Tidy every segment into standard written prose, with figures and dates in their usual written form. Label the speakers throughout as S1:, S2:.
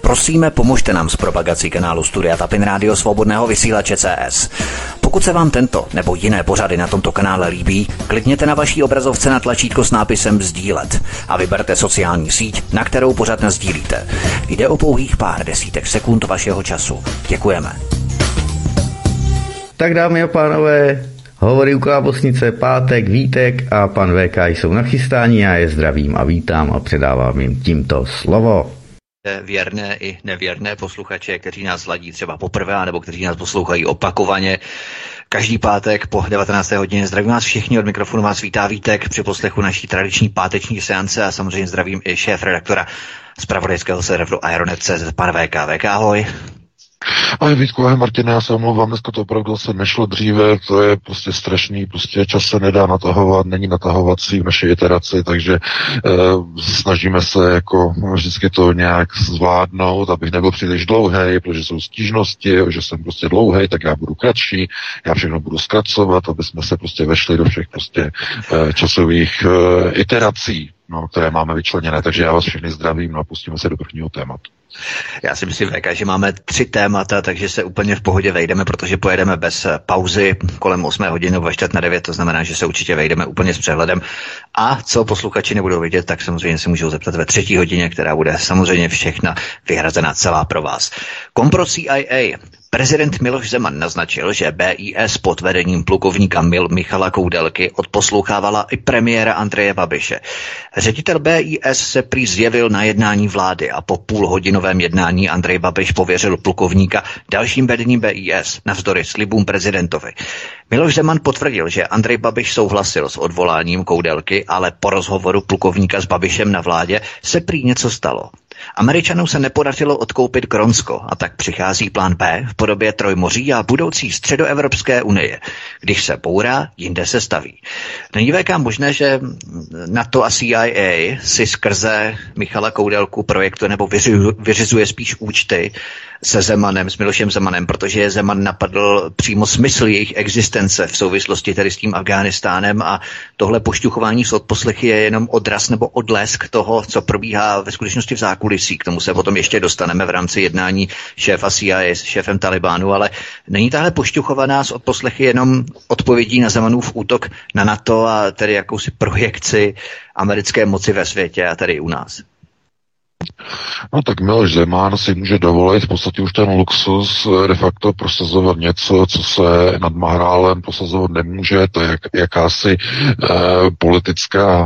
S1: Prosíme, pomožte nám s propagací kanálu Studia Tapin Rádio Svobodného vysílače CS. Pokud se vám tento nebo jiné pořady na tomto kanále líbí, klikněte na vaší obrazovce na tlačítko s nápisem sdílet a vyberte sociální síť, na kterou pořad nasdílíte. Jde o pouhých pár desítek sekund vašeho času. Děkujeme.
S2: Tak dámy a pánové, hovory u Klábosnice, Pátek, Vítek a pan VK jsou na chystání, já je zdravím a vítám a předávám jim tímto slovo.
S1: Věrné i nevěrné posluchače, kteří nás ladí třeba poprvé, nebo kteří nás poslouchají opakovaně. Každý pátek po 19. hodině zdravím vás všichni, od mikrofonu vás vítá Vítek při poslechu naší tradiční páteční seance a samozřejmě zdravím i šéf-redaktora zpravodajského serveru Ironet.cz, pan VK. VK, ahoj.
S3: Ale Vítku, Martine, já se omlouvám, dneska to opravdu se nešlo dříve, to je prostě strašný, prostě čas se nedá natahovat, není natahovací v naší iteraci, takže snažíme se jako vždycky to nějak zvládnout, abych nebyl příliš dlouhej, protože jsou stížnosti, že jsem prostě dlouhej, tak já budu kratší, já všechno budu zkracovat, aby jsme se prostě vešli do všech prostě časových iterací, no, které máme vyčleněné, takže já vás všechny zdravím, no a pustíme se do prvního tématu.
S1: Já si myslím, VK, že máme 3 témata, takže se úplně v pohodě vejdeme, protože pojedeme bez pauzy kolem 8 hodiny ve 8:45, to znamená, že se určitě vejdeme úplně s přehledem. A co posluchači nebudou vidět, tak samozřejmě se můžou zeptat ve 3. hodině, která bude samozřejmě všechna vyhrazená celá pro vás. Kompro CIA. Prezident Miloš Zeman naznačil, že BIS pod vedením plukovníka Michala Koudelky odposlouchávala i premiéra Andreje Babiše. Ředitel BIS se prý zjevil na jednání vlády a po půlhodinovém jednání Andrej Babiš pověřil plukovníka dalším vedením BIS navzdory slibům prezidentovi. Miloš Zeman potvrdil, že Andrej Babiš souhlasil s odvoláním Koudelky, ale po rozhovoru plukovníka s Babišem na vládě se prý něco stalo. Američanům se nepodařilo odkoupit Grónsko a tak přichází plán B v podobě Trojmoří a budoucí středoevropské unie. Když se bourá, jinde se staví. Není VK možné, že NATO a CIA si skrze Michala Koudelku projektuje nebo vyřizuje spíš účty se Zemanem, s Milošem Zemanem, protože je Zeman napadl přímo smysl jejich existence v souvislosti tedy s tím Afghánistánem a tohle pošťuchování s odposlechy je jenom odraz nebo odlesk toho, co probíhá ve skutečnosti v zákulisí. K tomu se potom ještě dostaneme v rámci jednání šéfa CIA s šéfem Talibánu, ale není tahle pošťuchovaná s odposlechy jenom odpovědí na Zemanův útok na NATO a tedy jakousi projekci americké moci ve světě a tady u nás?
S3: No tak Miloš Zeman si může dovolit v podstatě už ten luxus de facto prosazovat něco, co se nad Mahrálem prosazovat nemůže, to je jakási politická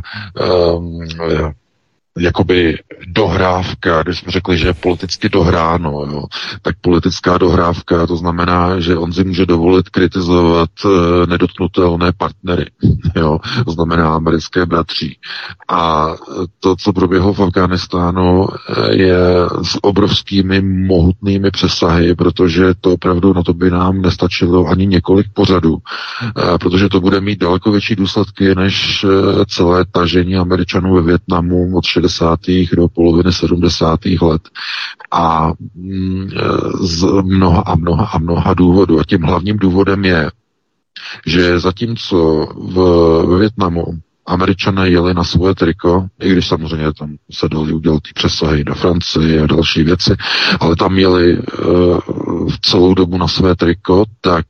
S3: jakoby dohrávka, když jsme řekli, že je politicky dohráno, jo, tak politická dohrávka, to znamená, že on si může dovolit kritizovat nedotknutelné partnery, jo, to znamená americké bratří. A to, co proběhlo v Afghánistánu, je s obrovskými mohutnými přesahy, protože to opravdu, no to by nám nestačilo ani několik pořadů, protože to bude mít daleko větší důsledky, než celé tažení Američanů ve Vietnamu od 60. do poloviny 70. let. A z mnoha důvodů. A tím hlavním důvodem je, že zatímco ve Vietnamu Američané jeli na svoje triko, i když samozřejmě tam se dali udělat ty přesahy do Francie a další věci, ale tam jeli celou dobu na své triko, tak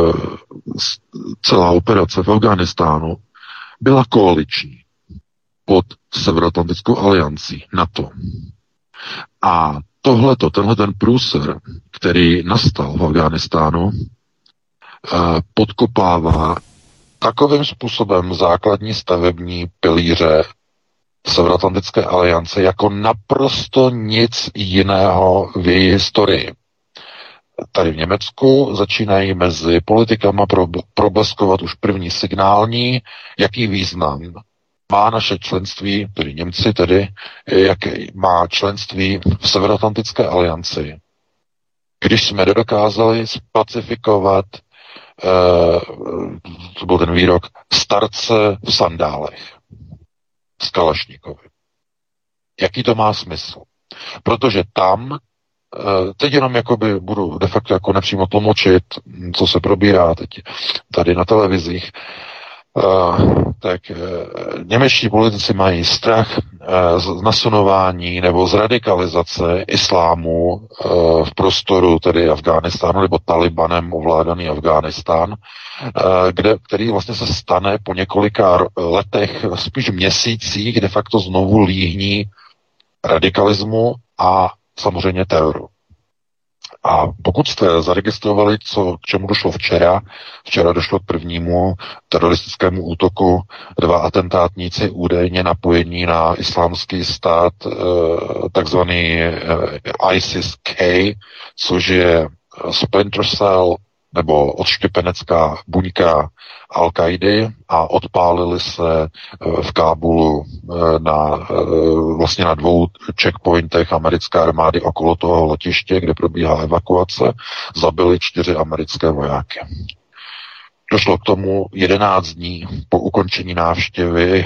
S3: celá operace v Afghánistánu byla koaliční pod Severoatlantickou aliancí NATO. A tenhle ten průser, který nastal v Afghánistánu, podkopává takovým způsobem základní stavební pilíře Severoatlantické aliance jako naprosto nic jiného v její historii. Tady v Německu začínají mezi politikama probleskovat už první signální, jaký význam má naše členství, tedy Němci tedy, jak má členství v Severoatlantické alianci, když jsme nedokázali spacifikovat, to byl ten výrok, starce v sandálech z Kalašníkovi. Jaký to má smysl? Protože tam, teď jenom jakoby budu de facto jako nepřímo tlumočit, co se probírá teď tady na televizích, Němečtí politici mají strach z nasunování nebo z radikalizace islámu v prostoru tedy Afghánistánu nebo Talibanem ovládaný Afghánistán, který vlastně se stane po několika letech, spíš měsících, de facto znovu líhní radikalismu a samozřejmě teroru. A pokud jste zaregistrovali, k čemu došlo včera došlo k prvnímu teroristickému útoku, 2 atentátníci údajně napojení na islámský stát, takzvaný ISIS-K, což je splinter cell nebo odštěpenecká buňka Al-Kaidy a odpálili se v Kábulu vlastně na 2 checkpointech americké armády okolo toho letiště, kde probíhá evakuace, zabili 4 americké vojáky. Došlo k tomu 11 dní po ukončení návštěvy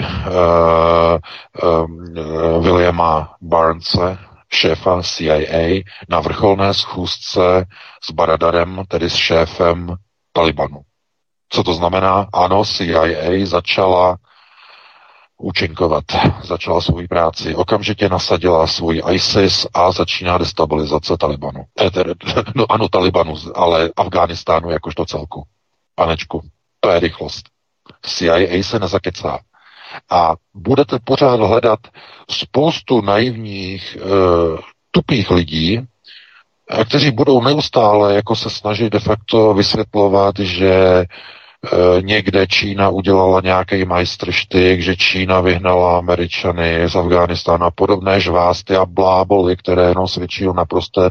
S3: Williama Barnese, šéfa CIA, na vrcholné schůzce s Baradarem, tedy s šéfem Talibanu. Co to znamená? Ano, CIA začala účinkovat, začala svou práci, okamžitě nasadila svůj ISIS a začíná destabilizace Talibanu. Ano, Talibanu, ale Afghánistánu jakožto celku. Panečku, to je rychlost. CIA se nezakecá. A budete pořád hledat spoustu naivních, tupých lidí, kteří budou neustále jako se snažit de facto vysvětlovat, že někde Čína udělala nějaký majstrštyk, že Čína vyhnala Američany z Afghánistánu a podobné žvásty a bláboli, které jenom svědčí o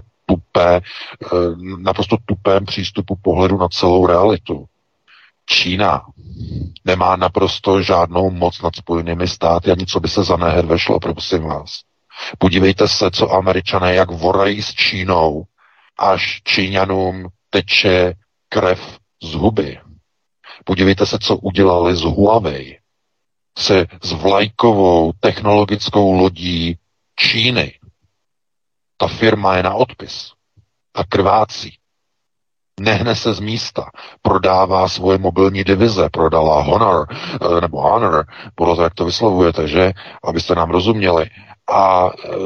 S3: naprosto tupém přístupu pohledu na celou realitu. Čína nemá naprosto žádnou moc nad Spojenými státy, ani co by se za nehed vešlo, prosím vás. Podívejte se, co Američané, jak vorají s Čínou, až Číňanům teče krev z huby. Podívejte se, co udělali s Huawei, s vlajkovou technologickou lodí Číny. Ta firma je na odpis a krvácí. Nehne se z místa, prodává svoje mobilní divize, prodala Honor, podle toho, jak to vyslovujete, že? Abyste nám rozuměli. A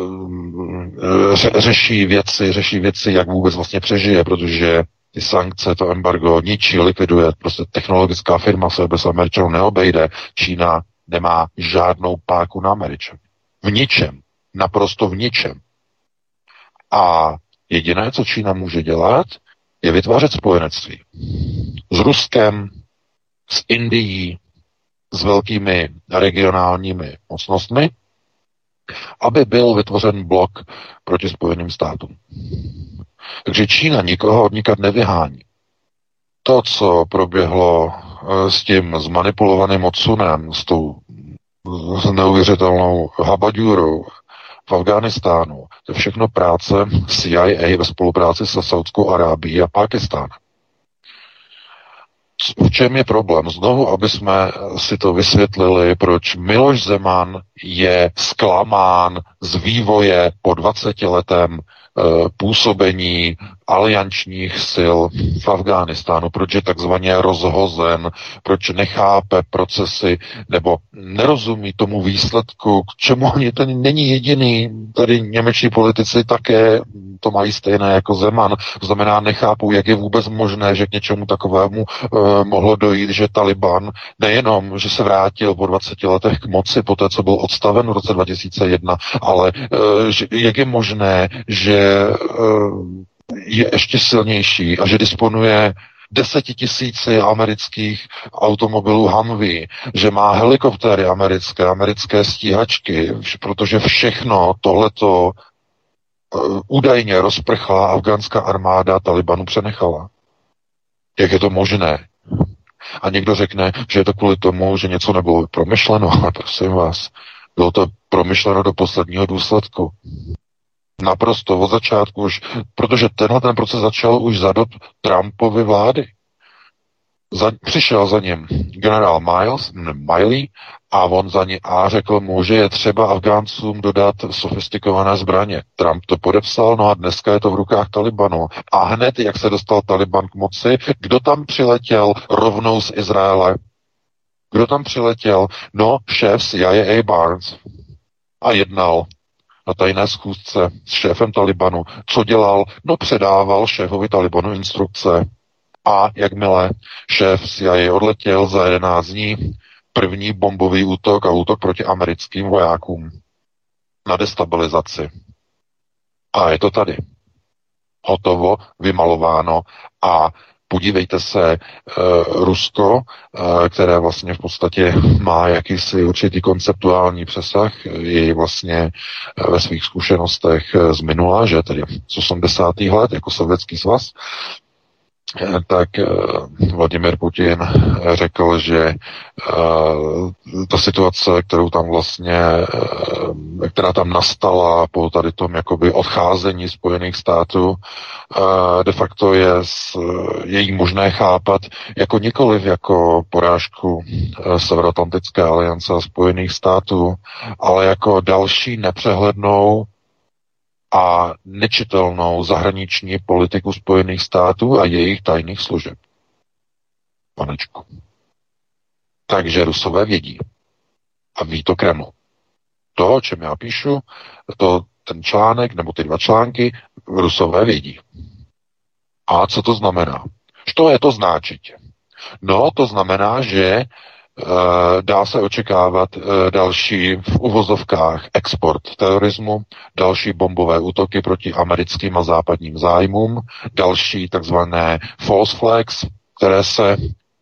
S3: řeší věci, jak vůbec vlastně přežije, protože ty sankce, to embargo ničí, likviduje, prostě technologická firma se bez Američanů neobejde. Čína nemá žádnou páku na Američany. V ničem. Naprosto v ničem. A jediné, co Čína může dělat, je vytvářet spojenectví s Ruskem, s Indií, s velkými regionálními mocnostmi, aby byl vytvořen blok proti Spojeným státům. Takže Čína nikoho odnikat nevyhání. To, co proběhlo s tím zmanipulovaným odsunem, s tou neuvěřitelnou habadurou v Afghánistánu, to je všechno práce CIA ve spolupráci se Saudskou Arábií a Pákistánem. V čem je problém? Znovu, aby jsme si to vysvětlili, proč Miloš Zeman je zklamán z vývoje po 20letém působení aliančních sil v Afghánistánu, proč je takzvaně rozhozen, proč nechápe procesy nebo nerozumí tomu výsledku, k čemu ani to není jediný. Tady němečtí politici také to mají stejné jako Zeman. To znamená, nechápou, jak je vůbec možné, že k něčemu takovému mohlo dojít, že Taliban nejenom, že se vrátil po 20 letech k moci, po té, co byl odstaven v roce 2001, ale jak je možné, že je ještě silnější a že disponuje 10 000 amerických automobilů Humvee, že má helikoptéry americké stíhačky, protože všechno tohleto údajně rozprchlá afgánská armáda Talibanu přenechala. Jak je to možné? A někdo řekne, že je to kvůli tomu, že něco nebylo promyšleno, ale prosím vás, bylo to promyšleno do posledního důsledku. Naprosto od začátku už, protože ten proces začal už za dob Trumpovy vlády. Přišel za ním generál Miley a on řekl mu, že je třeba Afgáncům dodat sofistikované zbraně. Trump to podepsal, no a dneska je to v rukách Talibanu. A hned, jak se dostal Taliban k moci, kdo tam přiletěl rovnou z Izraele? Kdo tam přiletěl? No, šéf CIA Barnes. A jednal na tajné schůzce s šéfem Talibanu. Co dělal? No, předával šéfovi Talibanu instrukce. A jakmile šéf CIA odletěl za 11 dní, první bombový útok a útok proti americkým vojákům na destabilizaci. A je to tady. Hotovo, vymalováno a podívejte se, Rusko, které vlastně v podstatě má jakýsi určitý konceptuální přesah, je vlastně ve svých zkušenostech z minula, že tedy z 80. let jako Sovětský svaz, tak Vladimir Putin řekl, že ta situace, kterou tam vlastně, která tam nastala po tady tom jakoby odcházení Spojených států, de facto je jí možné chápat jako nikoliv jako porážku Severoatlantické aliance a Spojených států, ale jako další nepřehlednou a nečitelnou zahraniční politiku Spojených států a jejich tajných služeb. Panečku. Takže Rusové vědí. A ví to Kreml. To, o čem já píšu, ten článek, nebo ty 2 články, Rusové vědí. A co to znamená? Što je to značit? No, to znamená, že dá se očekávat další v uvozovkách export terorismu, další bombové útoky proti americkým a západním zájmům, další takzvané false flags, které se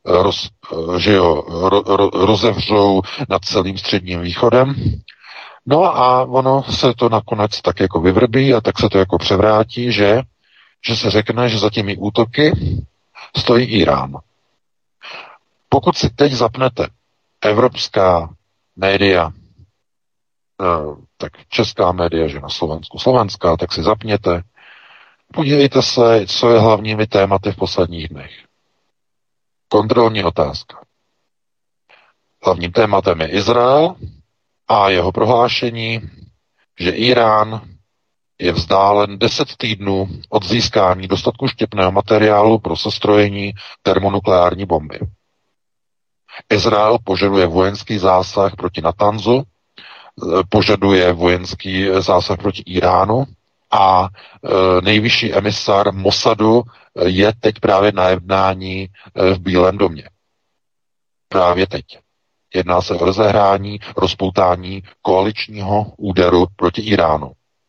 S3: rozevřou nad celým Středním východem. No a ono se to nakonec tak jako vyvrbí a tak se to jako převrátí, že se řekne, že za těmi útoky stojí Irán. Pokud si teď zapnete evropská média, tak česká média, že na Slovensku slovenská, tak si zapněte, podívejte se, co je hlavními tématy v posledních dnech. Kontrolní otázka. Hlavním tématem je Izrael a jeho prohlášení, že Irán je vzdálen 10 týdnů od získání dostatku štěpného materiálu pro sestrojení termonukleární bomby. Izrael požaduje vojenský zásah proti Natanzu, požaduje vojenský zásah proti Iránu a nejvyšší emisár Mossadu je teď právě na jednání v Bílém domě. Právě teď. Jedná se o rozehrání, rozpoutání koaličního úderu proti Iránu.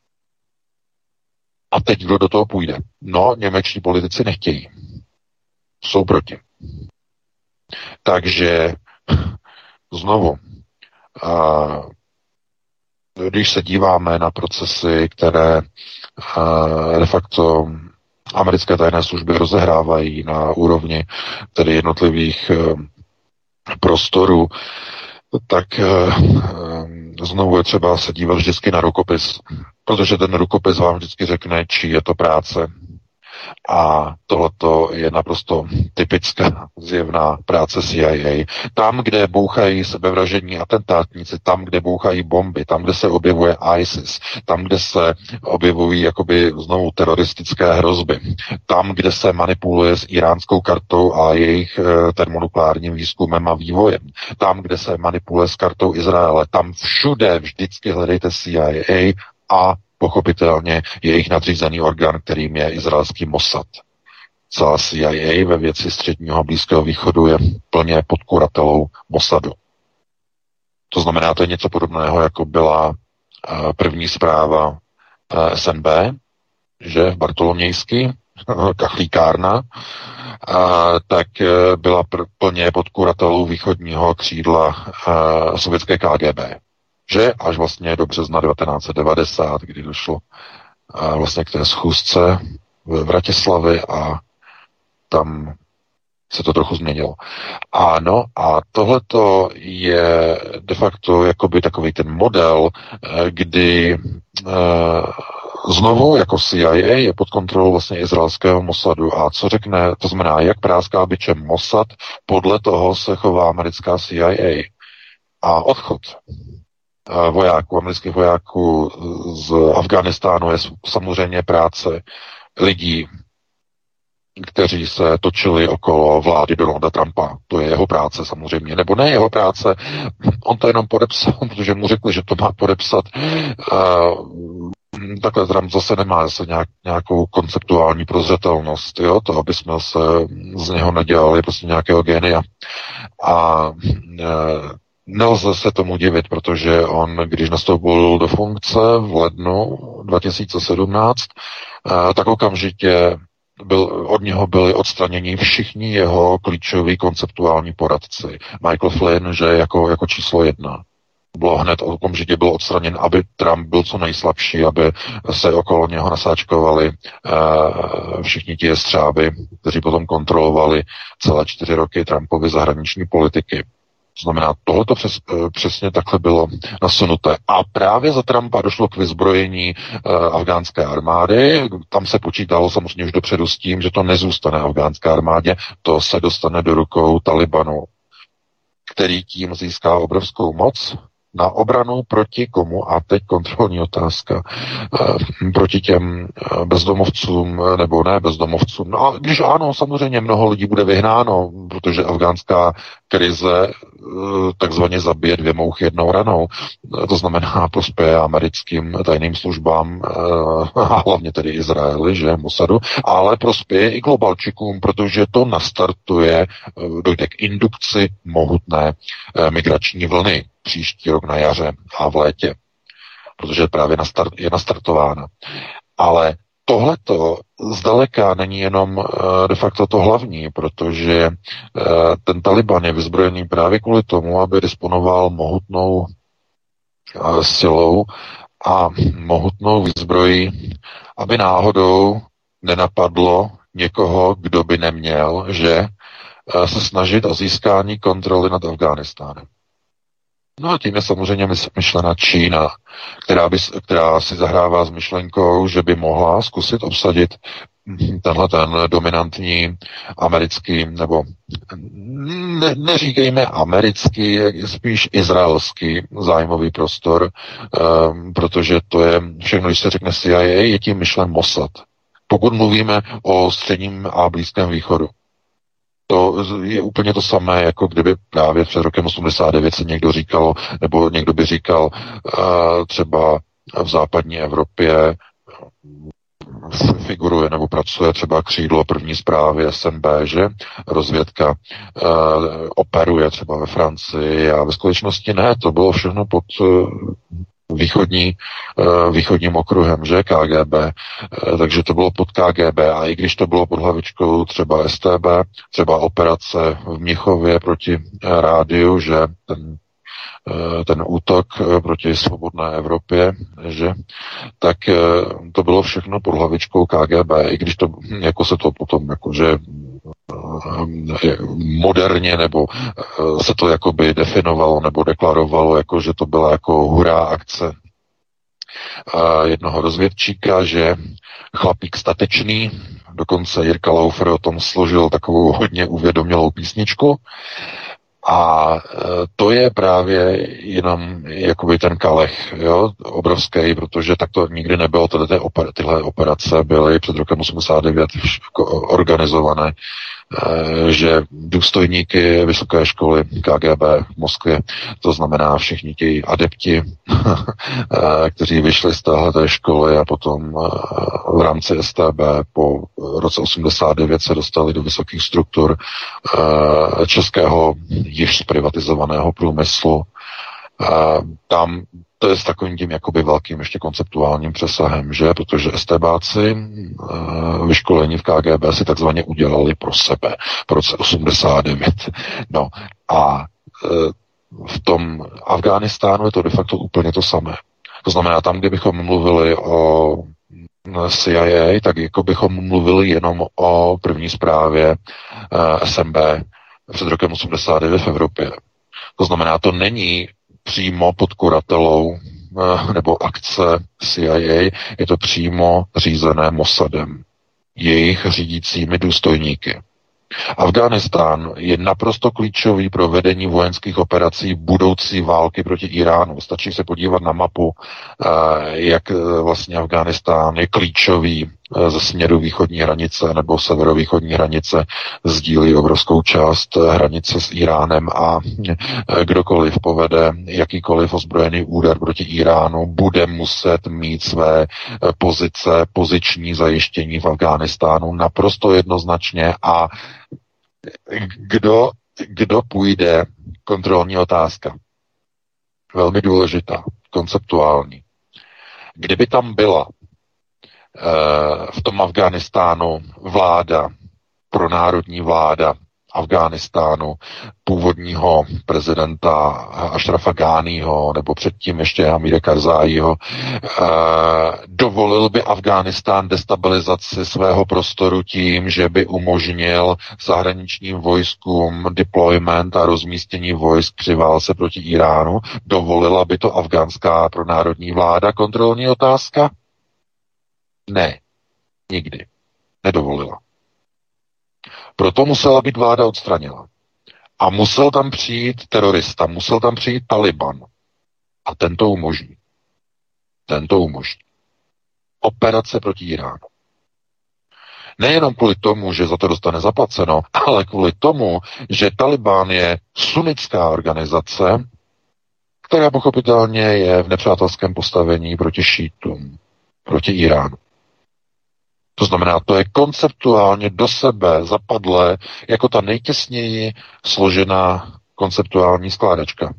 S3: A teď kdo do toho půjde? No, němečtí politici nechtějí. Jsou proti. Takže znovu, když se díváme na procesy, které de facto americké tajné služby rozehrávají na úrovni tedy jednotlivých prostorů, tak znovu je třeba se dívat vždycky na rukopis, protože ten rukopis vám vždycky řekne, čí je to práce. A tohleto je naprosto typická zjevná práce CIA. Tam, kde bouchají sebevražední atentátníci, tam, kde bouchají bomby, tam, kde se objevuje ISIS, tam, kde se objevují jakoby znovu teroristické hrozby, tam, kde se manipuluje s iránskou kartou a jejich termonukleárním výzkumem a vývojem, tam, kde se manipuluje s kartou Izraele, tam všude vždycky hledejte CIA a pochopitelně jejich nadřízený orgán, kterým je izraelský Mossad. Celá CIA ve věci středního a Blízkého východu je plně pod kuratelou Mossadu. To znamená, to je něco podobného, jako byla první zpráva SNB, že v Bartolomějsky, kachlíkárna, tak byla plně pod kuratelou východního křídla sovětské KGB. Že až vlastně do března 1990, kdy došlo vlastně k té schůzce v Vratislavi a tam se to trochu změnilo. Ano, a tohleto je de facto jakoby takový ten model, kdy znovu jako CIA je pod kontrolou vlastně izraelského Mossadu. A co řekne, to znamená, jak práská bičem Mossad, podle toho se chová americká CIA. A odchod amerických vojáků z Afghánistánu je samozřejmě práce lidí kteří se točili okolo vlády Donalda Trumpa. To je jeho práce samozřejmě, nebo ne jeho práce, on to jenom podepsal, protože mu řekli, že to má podepsat. Takhle Trump zase nemá nějakou konceptuální prozřetelnost, jo, to, aby jsme se z něho nedělali prostě nějakého génia. A nelze se tomu divit, protože on, když nastoupil do funkce v lednu 2017, tak okamžitě od něho byli odstraněni všichni jeho klíčoví konceptuální poradci. Michael Flynn, že jako číslo 1. Bylo hned okamžitě byl odstraněn, aby Trump byl co nejslabší, aby se okolo něho nasáčkovali všichni ti jestřáby, kteří potom kontrolovali celé 4 roky Trumpovy zahraniční politiky. To znamená, tohleto přesně takhle bylo nasunuté. A právě za Trumpa došlo k vyzbrojení afgánské armády. Tam se počítalo samozřejmě už dopředu s tím, že to nezůstane afgánské armádě, to se dostane do rukou Talibanu, který tím získá obrovskou moc na obranu proti komu, a teď kontrolní otázka, proti těm bezdomovcům, nebo ne bezdomovcům. No a když ano, samozřejmě mnoho lidí bude vyhnáno, protože afgánská krize takzvaně zabije 2 mouchy 1 ranou. To znamená, prospěje americkým tajným službám, a hlavně tedy Izraeli, že, Mossadu, ale prospěje i globalčikům, protože to nastartuje, dojde k indukci mohutné migrační vlny příští rok na jaře a v létě, protože právě je nastartována. Ale tohleto zdaleka není jenom de facto to hlavní, protože ten Taliban je vyzbrojený právě kvůli tomu, aby disponoval mohutnou silou a mohutnou výzbrojí, aby náhodou nenapadlo někoho, kdo by neměl, že se snažit o získání kontroly nad Afghánistánem. No a tím je samozřejmě myšlena Čína, která si zahrává s myšlenkou, že by mohla zkusit obsadit tenhle ten dominantní americký, nebo neříkejme americký, spíš izraelský zájmový prostor, protože to je všechno, když se řekne CIA, je tím myšlen Mossad. Pokud mluvíme o středním a Blízkém východu. To je úplně to samé, jako kdyby právě před rokem 89 se někdo říkalo, nebo někdo by říkal třeba v západní Evropě figuruje nebo pracuje třeba křídlo první zprávy SNB, že rozvědka operuje třeba ve Francii a ve skutečnosti ne, to bylo všechno pod východním okruhem, že KGB, takže to bylo pod KGB a i když to bylo pod hlavičkou třeba STB, třeba operace v Mnichově proti rádiu, že ten útok proti svobodné Evropě, že, tak to bylo všechno pod hlavičkou KGB, i když to, jako se to potom, jakože moderně, nebo se to jakoby definovalo, nebo deklarovalo, jako že to byla jako hurá akce jednoho rozvědčíka, že chlapík statečný, dokonce Jirka Laufer o tom složil takovou hodně uvědomělou písničku. A to je právě jenom jakoby ten kalech, jo, obrovský, protože tak to nikdy nebylo. Tyhle operace byly před rokem 89 organizované, že důstojníky vysoké školy KGB v Moskvě, to znamená všichni ti adepti, kteří vyšli z téhleté školy a potom v rámci STB po roce 89 se dostali do vysokých struktur českého již zprivatizovaného průmyslu. Tam to je s takovým tím jakoby velkým ještě konceptuálním přesahem, že? Protože STBáci vyškolení v KGB si takzvaně udělali pro sebe v roce 89. No a v tom Afghánistánu je to de facto úplně to samé. To znamená, tam, kde bychom mluvili o CIA, tak jako bychom mluvili jenom o první zprávě SNB před rokem 89 v Evropě. To znamená, to není přímo pod kuratelou nebo akce CIA, je to přímo řízené Mossadem, jejich řídícími důstojníky. Afghánistán je naprosto klíčový pro vedení vojenských operací budoucí války proti Iránu. Stačí se podívat na mapu, jak vlastně Afghánistán je klíčový ze směru východní hranice nebo severovýchodní hranice sdílí obrovskou část hranice s Iránem a kdokoliv povede jakýkoliv ozbrojený úder proti Iránu, bude muset mít své poziční zajištění v Afghánistánu naprosto jednoznačně. A kdo půjde, kontrolní otázka. Velmi důležitá, konceptuální. Kdyby tam byla v tom Afghánistánu vláda, pronárodní vláda Afghánistánu, původního prezidenta Ašrafa Gáního, nebo předtím ještě Hamida Karzáího, dovolil by Afghánistán destabilizaci svého prostoru tím, že by umožnil zahraničním vojskům deployment a rozmístění vojsk při válce proti Iránu? Dovolila by to afgánská pronárodní vláda? Kontrolní otázka? Ne, nikdy. Nedovolila. Proto musela být vláda odstraněna. A musel tam přijít terorista, musel tam přijít Taliban. A ten to umožní. Ten to umožní. Operace proti Iránu. Nejenom kvůli tomu, že za to dostane zaplaceno, ale kvůli tomu, že Taliban je sunnická organizace, která pochopitelně je v nepřátelském postavení proti šítům, proti Iránu. To znamená, to je konceptuálně do sebe zapadlé jako ta nejtěsněji složená konceptuální skládačka.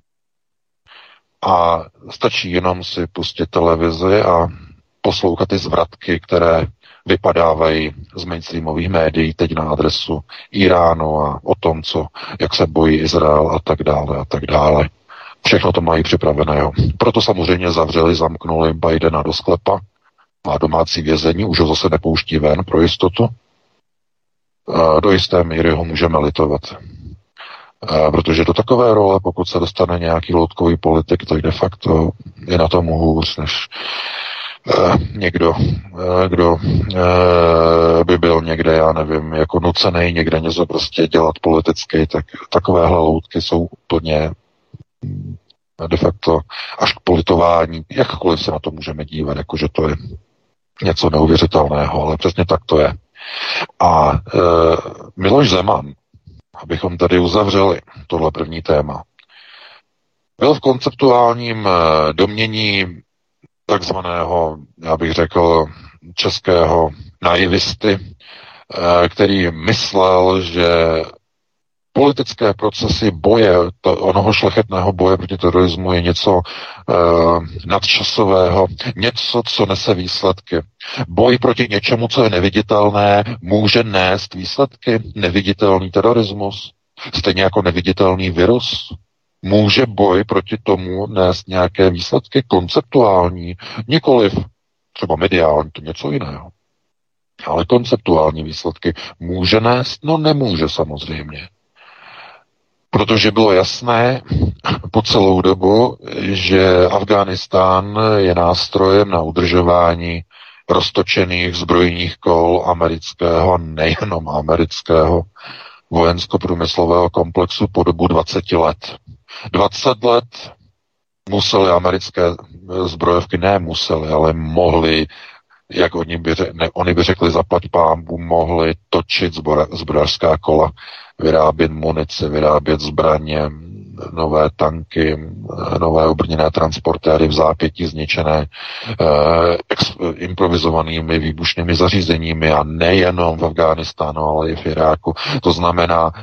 S3: A stačí jenom si pustit televizi a poslouchat ty zvratky, které vypadávají z mainstreamových médií teď na adresu Iránu a o tom, jak se bojí Izrael a tak dále a tak dále. Všechno to mají připraveného. Proto samozřejmě zamknuli Bidena do sklepa, má domácí vězení, už ho zase nepouští ven pro jistotu. Do jisté míry ho můžeme litovat. Protože do takové role, pokud se dostane nějaký loutkový politik, tak de facto je na tom hůř, než někdo, kdo by byl někde, já nevím, jako nucený někde něco prostě dělat politicky, tak takovéhle loutky jsou úplně de facto až k politování, jakkoliv se na to můžeme dívat, jakože to je něco neuvěřitelného, ale přesně tak to je. A Miloš Zeman, abychom tady uzavřeli tohle první téma, byl v konceptuálním domnění takzvaného, já bych řekl, českého naivisty, který myslel, že politické procesy boje, onoho šlechetného boje proti terorismu je něco nadčasového, něco, co nese výsledky. Boj proti něčemu, co je neviditelné, může nést výsledky. Neviditelný terorismus, stejně jako neviditelný virus. Může boj proti tomu nést nějaké výsledky konceptuální, nikoliv třeba mediální, to něco jiného. Ale konceptuální výsledky může nést? No nemůže samozřejmě. Protože bylo jasné po celou dobu, že Afghánistán je nástrojem na udržování roztočených zbrojních kol amerického, nejenom amerického, vojensko-průmyslového komplexu po dobu 20 let. 20 let museli americké zbrojovky, ne museli, ale mohli, jak oni by řekli zaplať pánbu, mohli točit zbrojařská kola, vyrábět munici, vyrábět zbraně, nové tanky, nové obrněné transportéry v zápětí zničené improvizovanými výbušnými zařízeními a nejenom v Afghánistánu, ale i v Iráku. To znamená,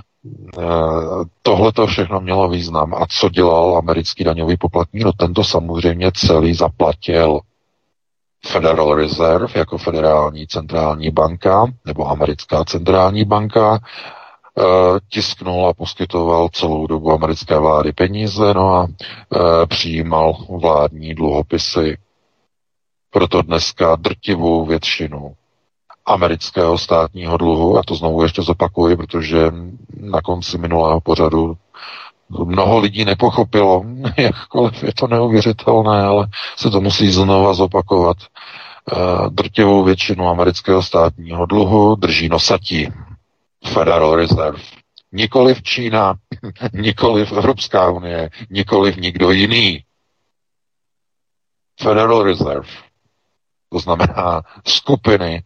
S3: tohle to všechno mělo význam. A co dělal americký daňový poplatník? No tento samozřejmě celý zaplatil Federal Reserve jako federální centrální banka nebo americká centrální banka, tisknul a poskytoval celou dobu americké vlády peníze, no a přijímal vládní dluhopisy. Proto dneska drtivou většinu amerického státního dluhu, a to znovu ještě zopakuji, protože na konci minulého pořadu mnoho lidí nepochopilo, jakkoliv je to neuvěřitelné, ale se to musí znova zopakovat. Drtivou většinu amerického státního dluhu drží nosatí Federal Reserve. Nikoliv Čína, nikoliv Evropská unie, nikoliv nikdo jiný. Federal Reserve. to znamená skupiny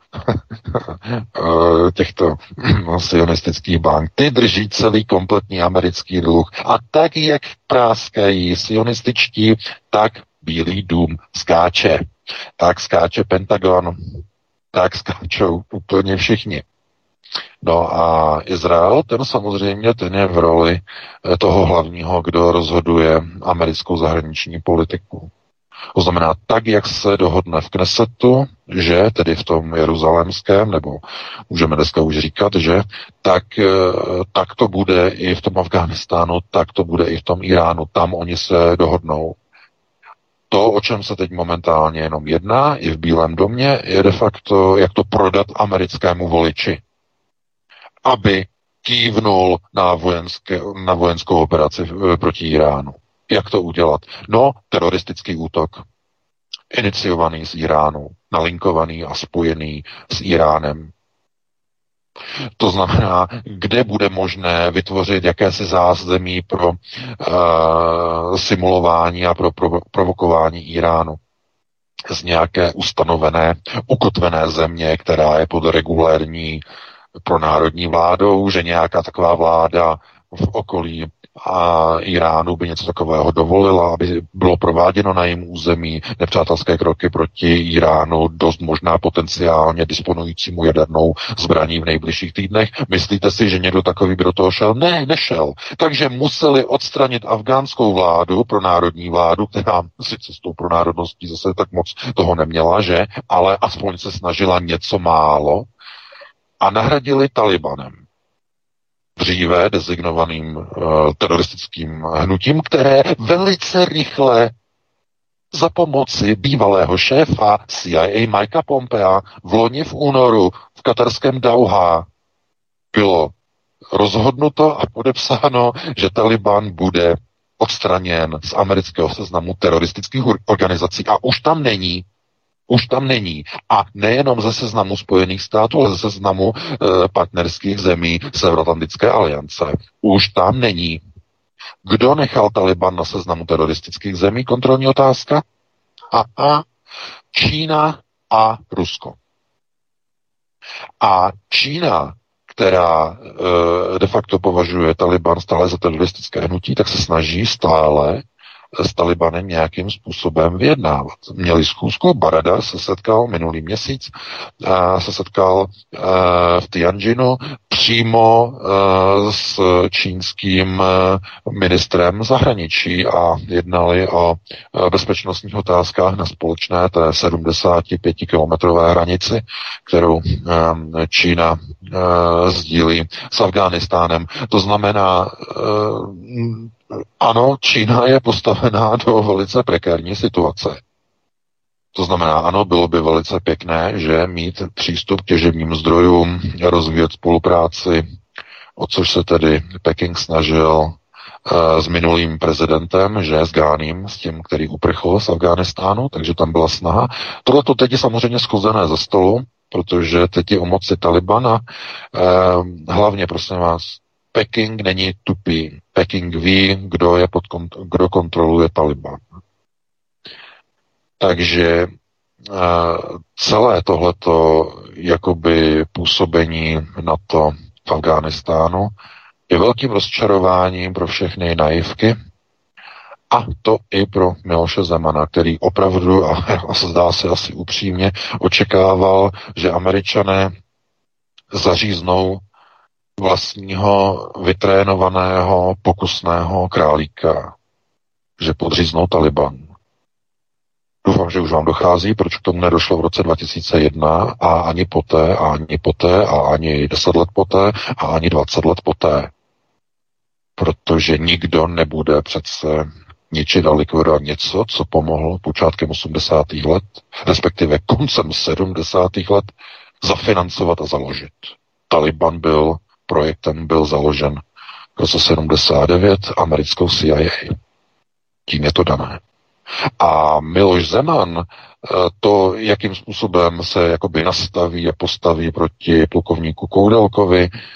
S3: těchto sionistických bank, ty drží celý kompletní americký dluh. A tak, jak práskají sionističtí, tak Bílý dům skáče. Tak skáče Pentagon, tak skáčou úplně všichni. No a Izrael, ten samozřejmě, ten je v roli toho hlavního, kdo rozhoduje americkou zahraniční politiku. To znamená, tak, jak se dohodne v Knesetu, že tedy v tom jeruzalémském, nebo můžeme dneska už říkat, že tak to bude i v tom Afghánistánu, tak to bude i v tom Iránu, tam oni se dohodnou. To, o čem se teď momentálně jenom jedná, i v Bílém domě, je de facto, jak to prodat americkému voliči, aby kývnul na vojenskou operaci proti Iránu. Jak to udělat? No, teroristický útok, iniciovaný z Iránu, nalinkovaný a spojený s Iránem. To znamená, kde bude možné vytvořit jakési zázemí pro simulování a pro provokování Iránu z nějaké ustanovené, ukotvené země, která je pod regulérní pronárodní vládou, že nějaká taková vláda v okolí a Iránu by něco takového dovolila, aby bylo prováděno na jejím území nepřátelské kroky proti Iránu, dost možná potenciálně disponujícímu jadernou zbraní v nejbližších týdnech. Myslíte si, že někdo takový by do toho šel? Ne, nešel. Takže museli odstranit afgánskou vládu, pronárodní vládu, která sice s tou pronárodností zase tak moc toho neměla, že, ale aspoň se snažila něco málo, a nahradili Talibanem, dříve designovaným teroristickým hnutím, které velice rychle za pomoci bývalého šéfa CIA Mikea Pompea v loni v únoru v katarském Dauhá bylo rozhodnuto a podepsáno, že Taliban bude odstraněn z amerického seznamu teroristických organizací a už tam není. Už tam není. A nejenom ze seznamu Spojených států, ale ze seznamu partnerských zemí Severoatlantické aliance. Už tam není. Kdo nechal Taliban na seznamu teroristických zemí? Kontrolní otázka. Čína a Rusko. A Čína, která de facto považuje Taliban stále za teroristické hnutí, tak se snaží stále s Talibanem nějakým způsobem vyjednávat. Měli schůzku, Barada se setkal minulý měsíc, se setkal v Tianjinu přímo s čínským ministrem zahraničí a jednali o bezpečnostních otázkách na společné té 75-kilometrové hranici, kterou Čína sdílí s Afghánistánem. To znamená, ano, Čína je postavená do velice prekérní situace. To znamená, ano, bylo by velice pěkné, že mít přístup k těžebním zdrojům, rozvíjet spolupráci, o což se tedy Peking snažil s minulým prezidentem, že s Gháním, s tím, který uprchl z Afghánistánu, takže tam byla snaha. Tohle to teď je samozřejmě schozené ze stolu, protože teď je o moci Talibana. Hlavně, prosím vás, Peking není tupý. Peking ví, kdo kontroluje Taliban. Takže celé tohleto jakoby působení NATO v Afghánistánu je velkým rozčarováním pro všechny naivky, a to i pro Miloše Zemana, který opravdu, a zdá se asi upřímně, očekával, že Američané zaříznou vlastního vytrénovaného pokusného králíka, že podříznou Taliban. Doufám, že už vám dochází, proč k tomu nedošlo v roce 2001 a ani poté a ani 10 let poté a ani 20 let poté. Protože nikdo nebude přece ničit a likvidovat něco, co pomohlo počátkem 80. let, respektive koncem 70. let, zafinancovat a založit. Taliban byl založen v roce 79 americkou CIA. Tím je to dané. A Miloš Zeman to, jakým způsobem se jakoby nastaví a postaví proti plukovníku Koudelkovi,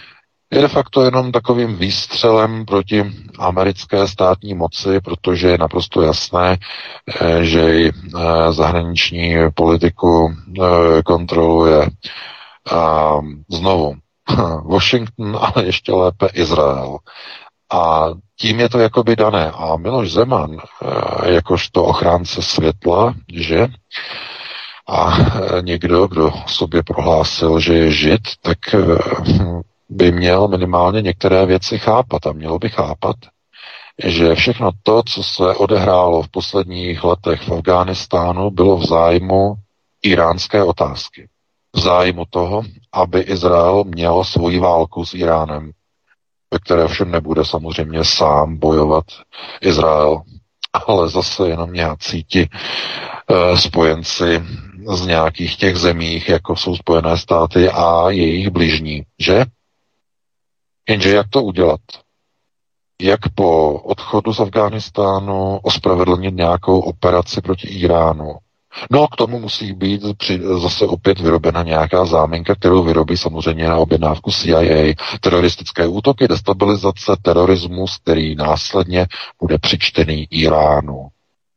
S3: je de facto jenom takovým výstřelem proti americké státní moci, protože je naprosto jasné, že zahraniční politiku kontroluje znovu Washington, ale ještě lépe Izrael. A tím je to jakoby dané. A Miloš Zeman, jakožto ochránce světla, že? A někdo, kdo sobě prohlásil, že je žid, tak by měl minimálně některé věci chápat. A měl by chápat, že všechno to, co se odehrálo v posledních letech v Afghánistánu, bylo v zájmu iránské otázky. V zájmu toho, aby Izrael měl svoji válku s Iránem, ve které ovšem nebude samozřejmě sám bojovat Izrael, ale zase jenom nějací ti spojenci z nějakých těch zemích, jako jsou Spojené státy a jejich bližní, že? Jenže jak to udělat? Jak po odchodu z Afghánistánu ospravedlnit nějakou operaci proti Iránu? No, k tomu musí být zase opět vyrobena nějaká záminka, kterou vyrobí samozřejmě na objednávku CIA. Teroristické útoky, destabilizace, terorismus, který následně bude přičtený Iránu.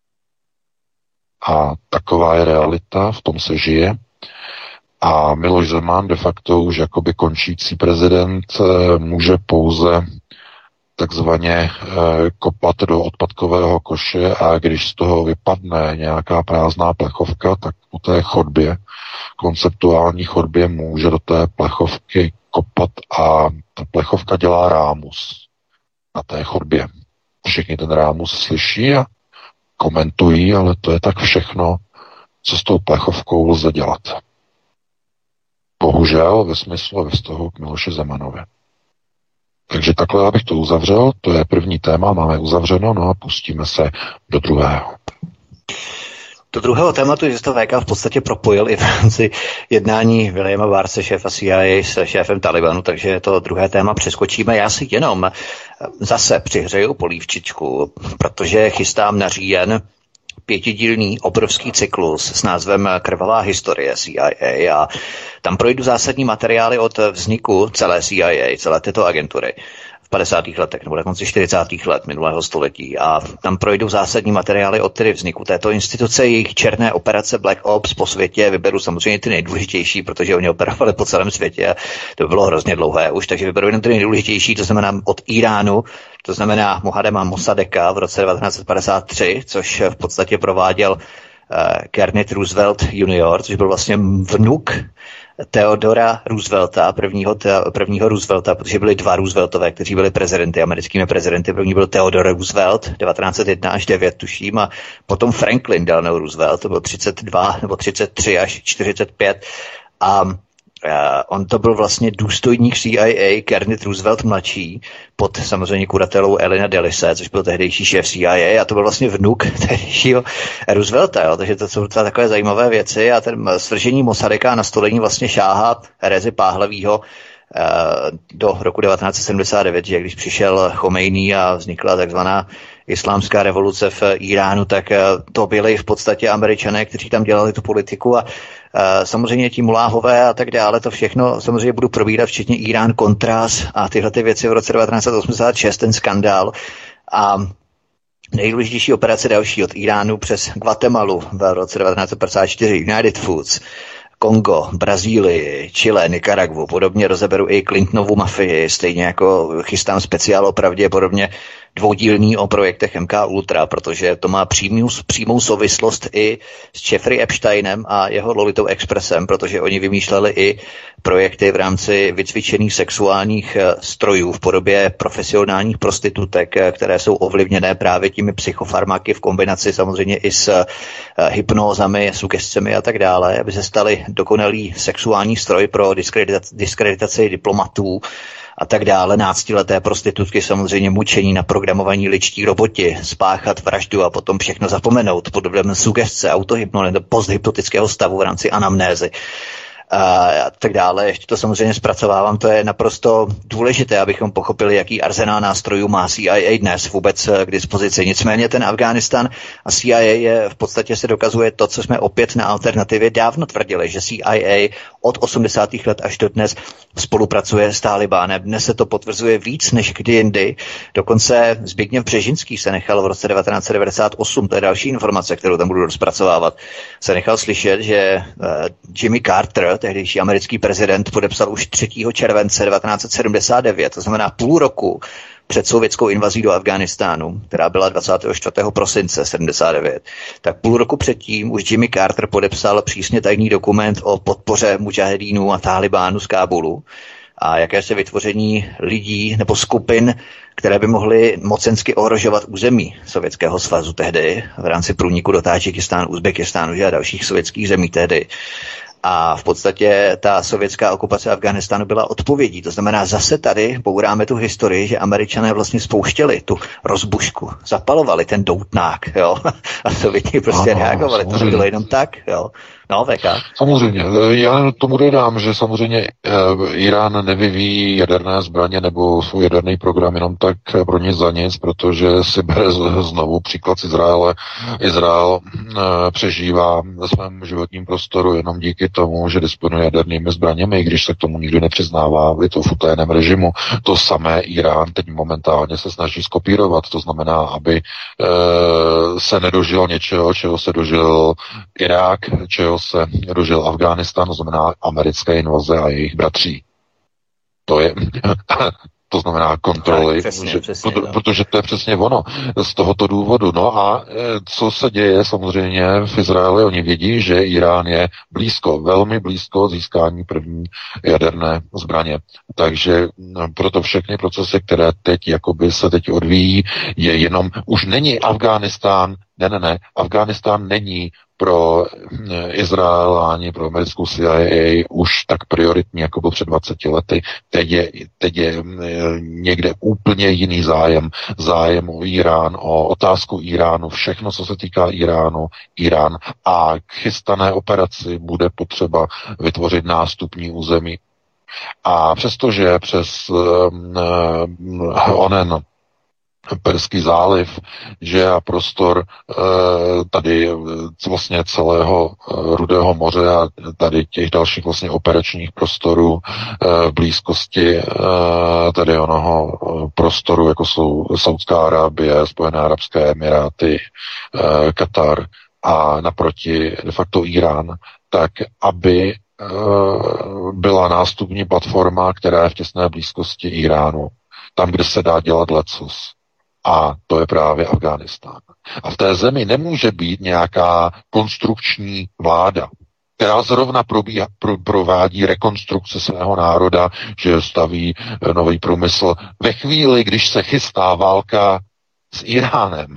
S3: A taková je realita, v tom se žije. A Miloš Zeman de facto už jakoby končící prezident může pouze takzvaně kopat do odpadkového koše a když z toho vypadne nějaká prázdná plechovka, tak po té chodbě, konceptuální chodbě, může do té plechovky kopat a ta plechovka dělá rámus na té chodbě. Všichni ten rámus slyší a komentují, ale to je tak všechno, co s tou plechovkou lze dělat. Bohužel ve smyslu a ve vztahu k Miloši Zemanovi. Takže takhle abych to uzavřel, to je první téma, máme uzavřeno, no a pustíme se do druhého.
S1: Do druhého tématu je, že to VK v podstatě propojil i v rámci jednání Williama Barrse, šéfa CIA s šéfem Talibanu, takže to druhé téma přeskočíme. Já si jenom zase přihřeju polívčičku, protože chystám na říjen 5dílný obrovský cyklus s názvem Krvavá historie CIA a tam projdu zásadní materiály od vzniku celé CIA, celé této agentury v 50. letech nebo na konci 40. let minulého století a tam projdou zásadní materiály od tedy vzniku této instituce, jejich černé operace Black Ops po světě, vyberu samozřejmě ty nejdůležitější, protože oni operovali po celém světě a to by bylo hrozně dlouhé už, takže vyberu jenom ty nejdůležitější, to znamená od Iránu, to znamená Mohaddama Mossadegha v roce 1953, což v podstatě prováděl Kermit Roosevelt junior, což byl vlastně vnuk Theodora Roosevelta, prvního Roosevelta, protože byli dva Rooseveltové, kteří byli prezidenty, americkými prezidenty. První byl Theodore Roosevelt, 1901 až 9 tuším, a potom Franklin Delano Roosevelt, to byl 32 nebo 33 až 45 a on to byl vlastně důstojník CIA, Kermit Roosevelt mladší, pod samozřejmě kuratelou Elina Dellise, což byl tehdejší šéf CIA a to byl vlastně vnuk tehdejšího Roosevelta, jo? Takže to jsou takové zajímavé věci a ten svržení Mossadegha na stolení vlastně šáhá Rezi Páhlavýho do roku 1979, že když přišel Chomejný a vznikla takzvaná islámská revoluce v Iránu, tak to byli v podstatě Američané, kteří tam dělali tu politiku a samozřejmě ti muláhové a tak dále, to všechno samozřejmě budu probírat, včetně Irán Contras a tyhle ty věci v roce 1986, ten skandál a nejdůležitější operace další od Iránu přes Guatemalu v roce 1954, United Foods, Kongo, Brazílii, Chile, Nikaragvu, podobně rozeberu i Clintonovu mafii, stejně jako chystám speciál o pravděpodobně dvoudílný o projektech MK Ultra, protože to má přímou souvislost i s Jeffrey Epsteinem a jeho Lolitou Expressem, protože oni vymýšleli i projekty v rámci vycvičených sexuálních strojů v podobě profesionálních prostitutek, které jsou ovlivněné právě těmi psychofarmaky v kombinaci samozřejmě i s hypnózami, sugescemi a tak dále, aby se stali dokonalý sexuální stroj pro diskreditaci diplomatů a tak dále, náctileté prostitutky, samozřejmě mučení, naprogramovaní ličtí roboti, spáchat vraždu a potom všechno zapomenout pod vlivem sugesce, autohypnozy nebo posthypnotického stavu v rámci anamnézy. a tak dále. Ještě to samozřejmě zpracovávám, to je naprosto důležité, abychom pochopili, jaký arzenál nástrojů má CIA dnes vůbec k dispozici. Nicméně ten Afghánistán a CIA je v podstatě se dokazuje to, co jsme opět na Alternativě dávno tvrdili, že CIA od 80. let až do dnes spolupracuje s Talibánem. Dnes se to potvrzuje víc než kdy jindy. Dokonce Zbigněv Břežinský se nechal v roce 1998, to je další informace, kterou tam budu rozpracovávat, se nechal slyšet, že Jimmy Carter, tehdejší americký prezident, podepsal už 3. července 1979, to znamená půl roku před sovětskou invazí do Afghánistánu, která byla 24. prosince 79, tak půl roku předtím už Jimmy Carter podepsal přísně tajný dokument o podpoře mudžahedínů a Talibánu z Kábulu a jakési vytvoření lidí nebo skupin, které by mohly mocensky ohrožovat území Sovětského svazu tehdy v rámci průniku do Tádžikistánu, Uzbekistánu a dalších sovětských zemí tehdy. A v podstatě ta sovětská okupace Afghánistánu byla odpovědí. To znamená, zase tady bouráme tu historii, že Američané vlastně spouštěli tu rozbušku, zapalovali ten doutnák, jo, a Sověti prostě reagovali. To bylo jenom tak, jo. No, VK.
S3: Samozřejmě. Já tomu dodám, že samozřejmě Irán nevyvíjí jaderné zbraně nebo svůj jaderný program jenom tak pro nic za nic, protože si bere znovu příklad z Izraele. Izrael přežívá ve svém životním prostoru jenom díky tomu, že disponuje jadernými zbraněmi, i když se k tomu nikdo nepřiznává, je to v utajeném režimu. To samé Irán teď momentálně se snaží skopírovat. To znamená, aby se nedožil něčeho, čeho se dožil Irák, čeho se dožil Afghánistán, to znamená americké invaze a jejich bratří. To znamená kontroly,
S1: přesně,
S3: protože to je přesně ono. Z tohoto důvodu. No a co se děje samozřejmě v Izraeli? Oni vědí, že Irán je blízko, velmi blízko získání první jaderné zbraně. Takže proto všechny procesy, které teď jakoby se teď odvíjí, je jenom, už není Afghánistán, ne, Afghánistán není pro Izrael ani pro americkou CIA už tak prioritní, jako byl před 20 lety. Teď je někde úplně jiný zájem. Zájem o Irán, o otázku Iránu, všechno, co se týká Iránu, Irán. A k chystané operaci bude potřeba vytvořit nástupní území. A přestože přes onen Perský záliv, že a prostor tady vlastně celého Rudého moře a tady těch dalších vlastně operačních prostorů v blízkosti tady onoho prostoru, jako jsou Saudská Arábie, Spojené arabské emiráty, Katar a naproti de facto Irán, tak aby byla nástupní platforma, která je v těsné blízkosti Iránu, tam, kde se dá dělat lecos. A to je právě Afghánistán. A v té zemi nemůže být nějaká konstrukční vláda, která zrovna provádí rekonstrukce svého národa, že staví nový průmysl ve chvíli, když se chystá válka s Iránem.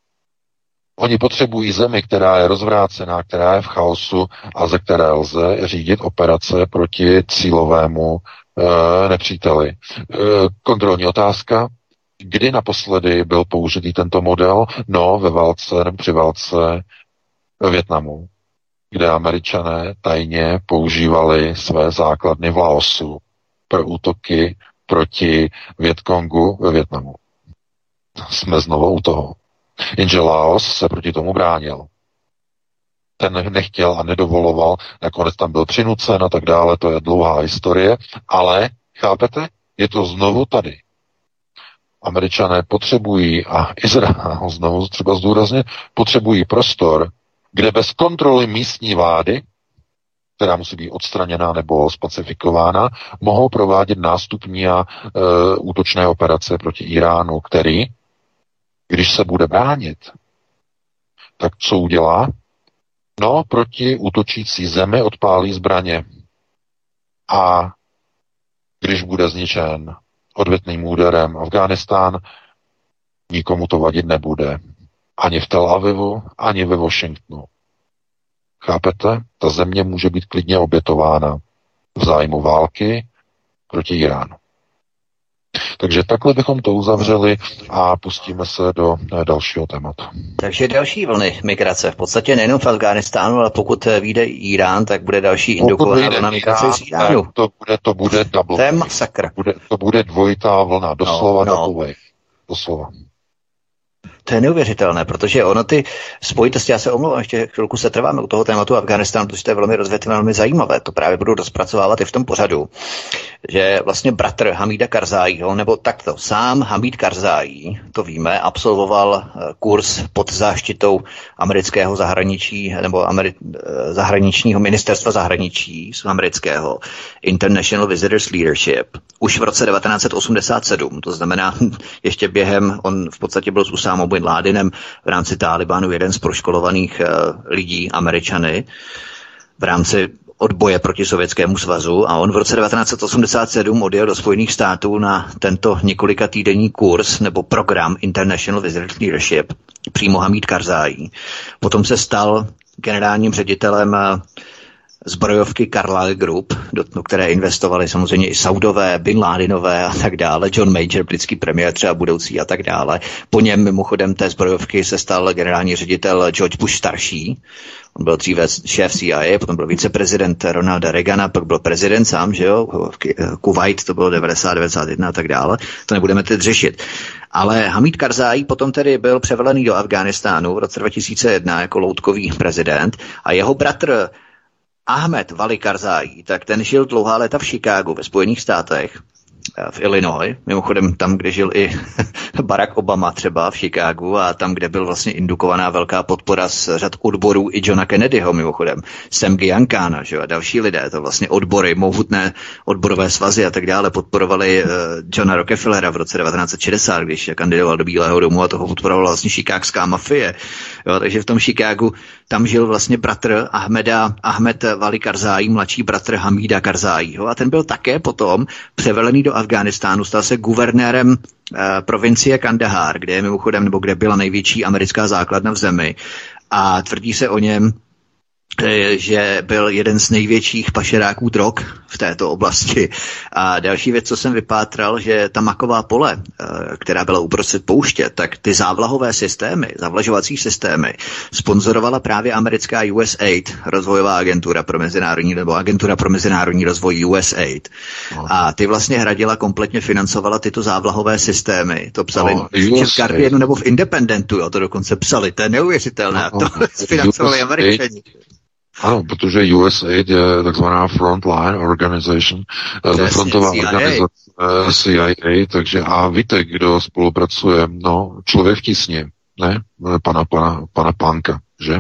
S3: Oni potřebují zemi, která je rozvrácená, která je v chaosu a ze které lze řídit operace proti cílovému nepříteli. Kontrolní otázka. Kdy naposledy byl použitý tento model? No, ve válce nebo při válce ve Vietnamu, kde Američané tajně používali své základny v Laosu pro útoky proti Vietkongu ve Vietnamu. Jsme znovu u toho. Jenže Laos se proti tomu bránil. Ten nechtěl a nedovoloval, nakonec tam byl přinucen a tak dále, to je dlouhá historie, ale, chápete, je to znovu tady. Američané potřebují, a Izrael znovu třeba zdůrazně, potřebují prostor, kde bez kontroly místní vlády, která musí být odstraněná nebo spacifikována, mohou provádět nástupní a útočné operace proti Iránu, který, když se bude bránit, tak co udělá? No, proti útočící zemi odpálí zbraně. A když bude zničen odvetným úderem Afghánistán, nikomu to vadit nebude. Ani v Tel Avivu, ani ve Washingtonu. Chápete? Ta země může být klidně obětována v zájmu války proti Iránu. Takže takhle bychom to uzavřeli a pustíme se do dalšího tématu.
S1: Takže další vlny migrace. V podstatě nejenom v Afghánistánu, ale pokud vyjde Irán, tak bude další indukovaná vlna migrace z Iránu.
S3: To bude double.
S1: To je masakr.
S3: To bude dvojitá vlna, doslova double wave. Doslova.
S1: To je neuvěřitelné, protože ono ty spojitosti, já se omlouvám, ještě chvilku se trváme u toho tématu Afghánistánu, protože to je velmi rozvětvené, velmi zajímavé, to právě budu rozpracovávat i v tom pořadu, že vlastně bratr Hamida Karzáího, nebo takto, sám Hamid Karzáí, to víme, absolvoval kurz pod záštitou amerického zahraničí, nebo zahraničního ministerstva zahraničí amerického, International Visitors Leadership, už v roce 1987, to znamená ještě během, on v podstatě byl s Usámou bin Ládinem v rámci Tálibánu jeden z proškolovaných lidí, Američany, v rámci odboje proti Sovětskému svazu, a on v roce 1987 odjel do Spojených států na tento několika týdenní kurz nebo program International Visitors Leadership, přímo Hamid Karzáí. Potom se stal generálním ředitelem zbrojovky Carlyle Group, do které investovali samozřejmě i Saudové, Bin Ládinové a tak dále, John Major, britský premiér třeba budoucí a tak dále. Po něm mimochodem té zbrojovky se stal generální ředitel George Bush starší. On byl dříve šéf CIA, potom byl viceprezident Ronalda Reagana, pak byl prezident sám, že jo, Kuwait, to bylo 90, 91 a tak dále. To nebudeme teď řešit. Ale Hamid Karzáí potom tedy byl převelený do Afghánistánu v roce 2001 jako loutkový prezident a jeho bratr Ahmed Wali Karzáí, tak ten žil dlouhá léta v Chicagu ve Spojených státech, v Illinois, mimochodem tam, kde žil i Barack Obama třeba v Chicagu a tam, kde byl vlastně indukovaná velká podpora z řad odborů i Johna Kennedyho, mimochodem Sam Giancana, že jo, a další lidé, to vlastně odbory, mohutné odborové svazy a tak dále podporovali Johna Rockefellera v roce 1960, když kandidoval do Bílého domu, a toho podporovala vlastně chicagská mafie. Jo, takže v tom Chicagu tam žil vlastně bratr Ahmed Wali Karzáí, mladší bratr Hamida Karzáího, a ten byl také potom převelený do Afghánistánu, stal se guvernérem provincie Kandahar, kde je mimochodem, nebo kde byla největší americká základna v zemi, a tvrdí se o něm, že byl jeden z největších pašeráků drog v této oblasti. A další věc, co jsem vypátral, že ta maková pole, která byla uprostřed pouště, tak ty závlahové systémy, zavlažovací systémy, sponzorovala právě americká USAID, rozvojová agentura pro mezinárodní, nebo agentura pro mezinárodní rozvoj USAID. A ty vlastně hradila, kompletně financovala tyto závlahové systémy. To psali v Guardianu nebo v Independentu, jo, to dokonce psali. To je neuvěřitelné. To financovali Američani.
S3: Ano, protože USAID je takzvaná frontline organization, frontová organizace CIA, takže a víte, kdo spolupracuje? No, člověk v tísni, ne? Pana Pánka, že?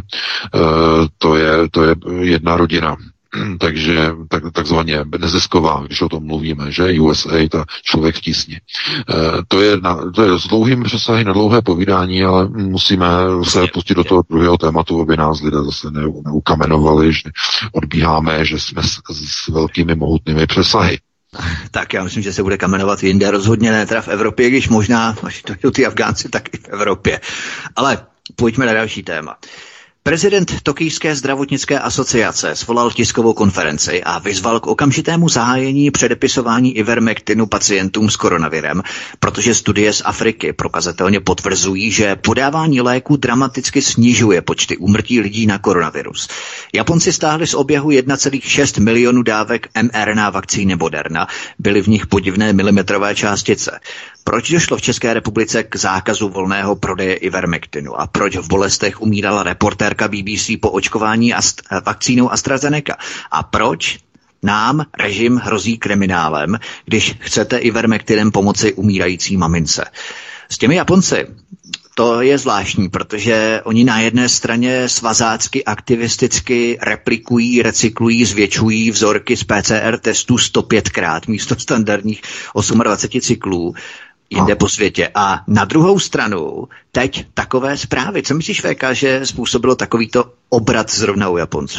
S3: To je jedna rodina. Takže takzvaně nezisková, když o tom mluvíme, že USAID a člověk v tísni. To je s dlouhým přesahy na dlouhé povídání, ale musíme se pustit do toho druhého tématu, aby nás lidé zase neukamenovali, že odbíháme, že jsme s velkými mohutnými přesahy.
S1: Tak já myslím, že se bude kamenovat jinde, rozhodně ne teda v Evropě, když možná, až to jdou ty Afgánci, tak i v Evropě. Ale pojďme na další téma. Prezident Tokijské zdravotnické asociace svolal tiskovou konferenci a vyzval k okamžitému zahájení předepisování Ivermectinu pacientům s koronavirem, protože studie z Afriky prokazatelně potvrzují, že podávání léku dramaticky snižuje počty úmrtí lidí na koronavirus. Japonci stáhli z oběhu 1,6 milionu dávek mRNA vakcíny Moderna, byly v nich podivné milimetrové částice. Proč došlo v České republice k zákazu volného prodeje Ivermectinu a proč v bolestech umírala reportérka BBC po očkování vakcínou AstraZeneca? A proč nám režim hrozí kriminálem, když chcete Ivermectinem pomoci umírající mamince? S těmi Japonci to je zvláštní, protože oni na jedné straně svazácky, aktivisticky replikují, recyklují, zvětšují vzorky z PCR testů 105krát místo standardních 28 cyklů jinde po světě. A na druhou stranu teď takové zprávy. Co myslíš, VK, že způsobilo takovýto obrat zrovna u Japonců?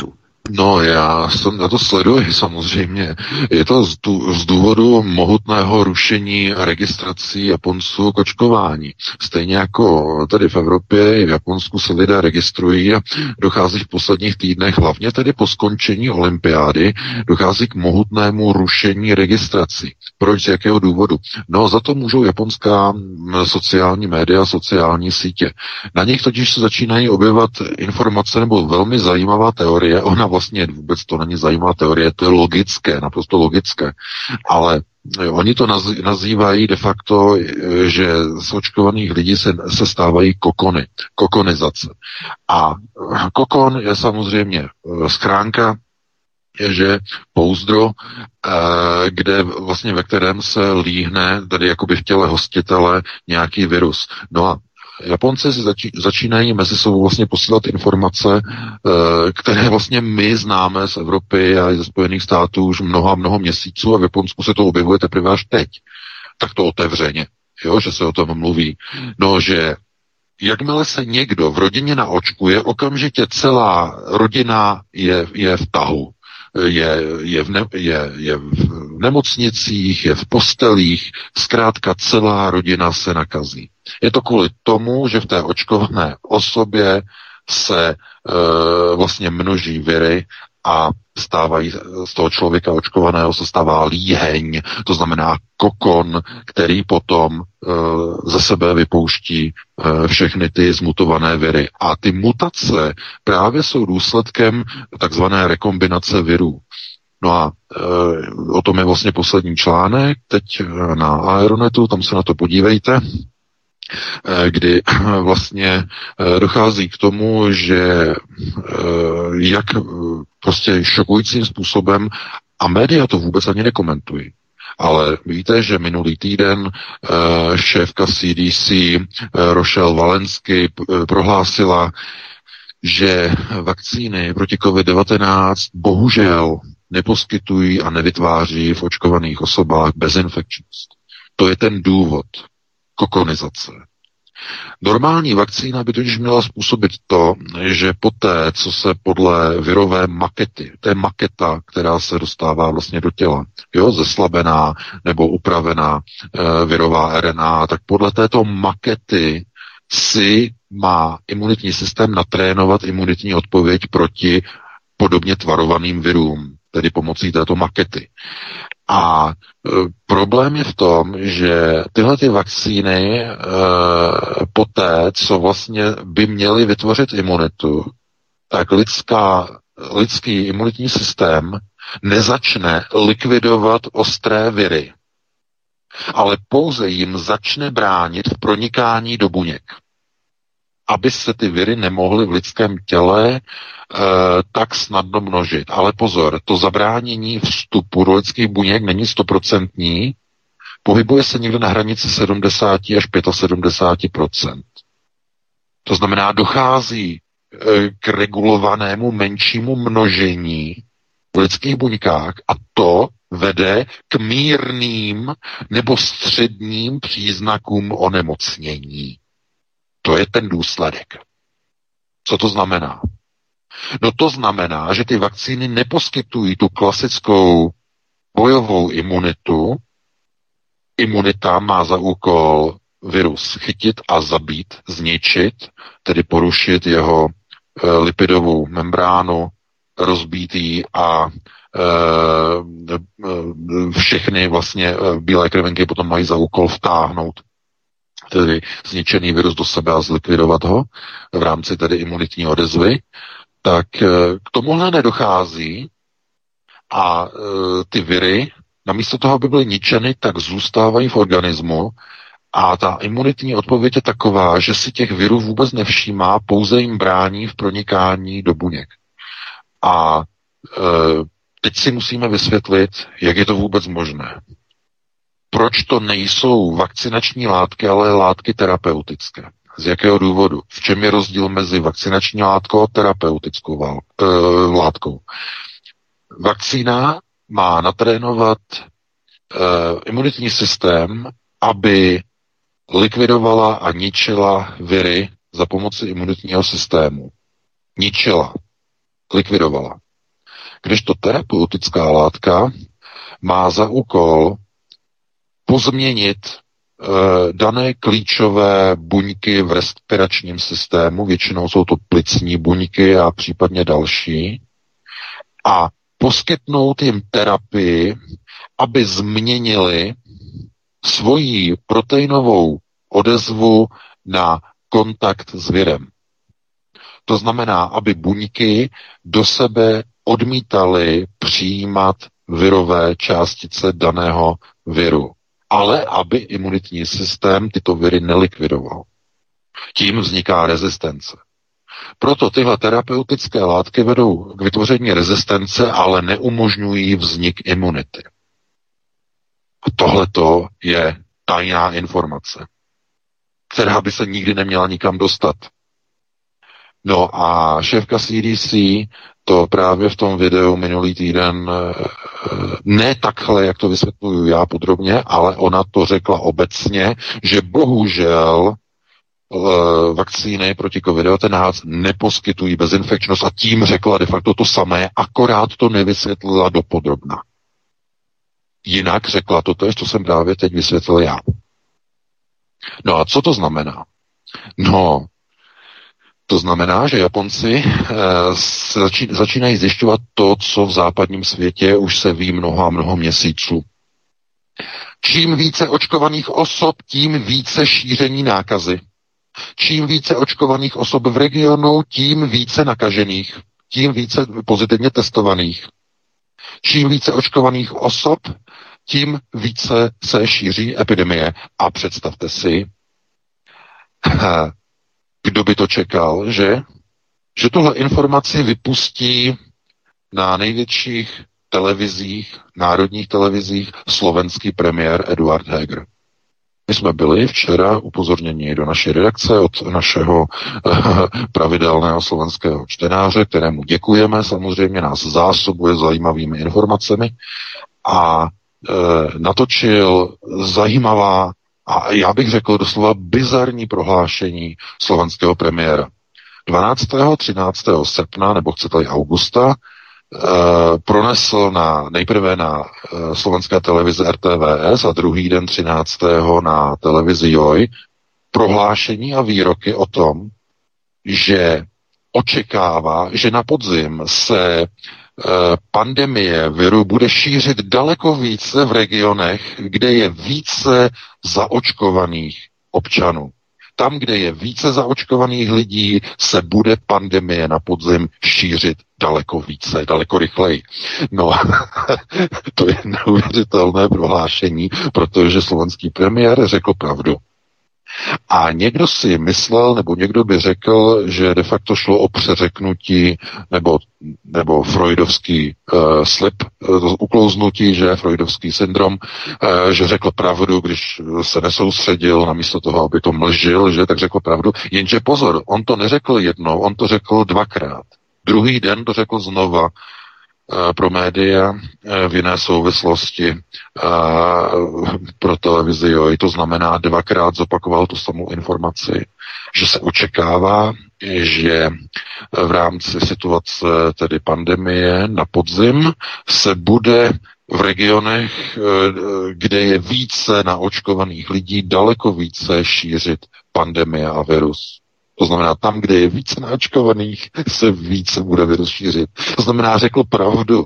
S3: No, já to sleduji samozřejmě. Je to z důvodu mohutného rušení registrací Japonců k očkování. Stejně jako tady v Evropě i v Japonsku se lidé registrují a dochází v posledních týdnech, hlavně tedy po skončení olympiády, dochází k mohutnému rušení registrací. Proč? Z jakého důvodu? No, za to můžou japonská sociální média, sociální sítě. Na nich totiž se začínají objevovat informace nebo velmi zajímavá teorie. Ona vlastně vůbec to není zajímavá teorie, to je logické, naprosto logické. Ale oni to nazývají de facto, že z očkovaných lidí se stávají kokony, kokonizace. A kokon je samozřejmě schránka, že pouzdro, kde vlastně ve kterém se líhne, tady jakoby v těle hostitele, nějaký virus. No a Japonci si začínají mezi sebou vlastně posílat informace, které vlastně my známe z Evropy a ze Spojených států už mnoho měsíců a v Japonsku se to objevuje teprve až teď. Tak to otevřeně, jo, že se o tom mluví. No, že jakmile se někdo v rodině naočkuje, okamžitě celá rodina je v tahu. Je v nemocnicích, je v postelích, zkrátka celá rodina se nakazí. Je to kvůli tomu, že v té očkované osobě se vlastně množí viry a stávají z toho člověka očkovaného se stává líheň, to znamená kokon, který potom ze sebe vypouští všechny ty zmutované viry. A ty mutace právě jsou důsledkem takzvané rekombinace virů. No a o tom je vlastně poslední článek, teď na Aeronetu, tam se na to podívejte, kdy vlastně dochází k tomu, že jak prostě šokujícím způsobem, a média to vůbec ani nekomentují, ale víte, že minulý týden šéfka CDC Rochelle Walensky prohlásila, že vakcíny proti COVID-19 bohužel neposkytují a nevytváří v očkovaných osobách bezinfekčnost. To je ten důvod. Kokonizace. Normální vakcína by totiž měla způsobit to, že poté, co se podle virové makety, to je maketa, která se dostává vlastně do těla, jo, zeslabená nebo upravená virová RNA, tak podle této makety si má imunitní systém natrénovat imunitní odpověď proti podobně tvarovaným virům, tedy pomocí této makety. A problém je v tom, že tyhle ty vakcíny poté, co vlastně by měly vytvořit imunitu, tak lidský imunitní systém nezačne likvidovat ostré viry, ale pouze jim začne bránit v pronikání do buněk, aby se ty viry nemohly v lidském těle tak snadno množit. Ale pozor, to zabránění vstupu do lidských buněk není 100%, pohybuje se někde na hranici 70 až 75%. To znamená, dochází k regulovanému menšímu množení v lidských buňkách a to vede k mírným nebo středním příznakům onemocnění. To je ten důsledek. Co to znamená? No to znamená, že ty vakcíny neposkytují tu klasickou bojovou imunitu. Imunita má za úkol virus chytit a zabít, zničit, tedy porušit jeho lipidovou membránu, rozbít ji a všechny vlastně bílé krvinky potom mají za úkol vtáhnout tedy zničený virus do sebe a zlikvidovat ho v rámci tedy imunitní odezvy, tak k tomuhle nedochází a ty viry, namísto toho, aby byly ničeny, tak zůstávají v organismu a ta imunitní odpověď je taková, že si těch virů vůbec nevšímá, pouze jim brání v pronikání do buněk. A teď si musíme vysvětlit, jak je to vůbec možné. Proč to nejsou vakcinační látky, ale látky terapeutické? Z jakého důvodu? V čem je rozdíl mezi vakcinační látkou a terapeutickou látkou? Vakcína má natrénovat imunitní systém, aby likvidovala a ničila viry za pomoci imunitního systému. Ničila, likvidovala. Když to terapeutická látka má za úkol pozměnit dané klíčové buňky v respiračním systému, většinou jsou to plicní buňky a případně další, a poskytnout jim terapii, aby změnili svoji proteinovou odezvu na kontakt s virem. To znamená, aby buňky do sebe odmítaly přijímat virové částice daného viru, ale aby imunitní systém tyto viry nelikvidoval. Tím vzniká rezistence. Proto tyhle terapeutické látky vedou k vytvoření rezistence, ale neumožňují vznik imunity. A tohleto je tajná informace, která by se nikdy neměla nikam dostat. No a šéfka CDC to právě v tom videu minulý týden, ne takhle, jak to vysvětluju já podrobně, ale ona to řekla obecně, že bohužel vakcíny proti COVID-19 neposkytují bezinfekčnost a tím řekla de facto to samé, akorát to nevysvětlila dopodrobna. Jinak řekla to tež, co jsem právě teď vysvětlil já. No a co to znamená? No, to znamená, že Japonci začínají zjišťovat to, co v západním světě už se ví mnoho měsíců. Čím více očkovaných osob, tím více šíření nákazy. Čím více očkovaných osob v regionu, tím více nakažených, tím více pozitivně testovaných. Čím více očkovaných osob, tím více se šíří epidemie. A představte si, kdo by to čekal, že tuhle informaci vypustí na největších televizích, národních televizích, slovenský premiér Eduard Heger. My jsme byli včera upozorněni do naší redakce od našeho pravidelného slovenského čtenáře, kterému děkujeme, samozřejmě nás zásobuje zajímavými informacemi a natočil zajímavá a já bych řekl doslova bizarní prohlášení slovenského premiéra. 12. 13. srpna, nebo chcete-li augusta, pronesl nejprve na slovenské televizi RTVS a druhý den 13. na televizi JOJ prohlášení a výroky o tom, že očekává, že na podzim se pandemie viru bude šířit daleko více v regionech, kde je více zaočkovaných občanů. Tam, kde je více zaočkovaných lidí, se bude pandemie na podzim šířit daleko více, daleko rychleji. No, to je neuvěřitelné prohlášení, protože slovenský premiér řekl pravdu. A někdo si myslel, nebo někdo by řekl, že de facto šlo o přeřeknutí nebo freudovský slib, uklouznutí, že freudovský syndrom, že řekl pravdu, když se nesoustředil, namísto toho, aby to mlžil, že tak řekl pravdu. Jenže pozor, on to neřekl jednou, on to řekl dvakrát. Druhý den to řekl znova pro média v jiné souvislosti pro televizi JOJ. To znamená, dvakrát zopakoval tu samou informaci, že se očekává, že v rámci situace tedy pandemie na podzim se bude v regionech, kde je více naočkovaných lidí, daleko více šířit pandemie a virus. To znamená, tam, kde je více naočkovaných, se více bude virus šířit. To znamená, řekl pravdu.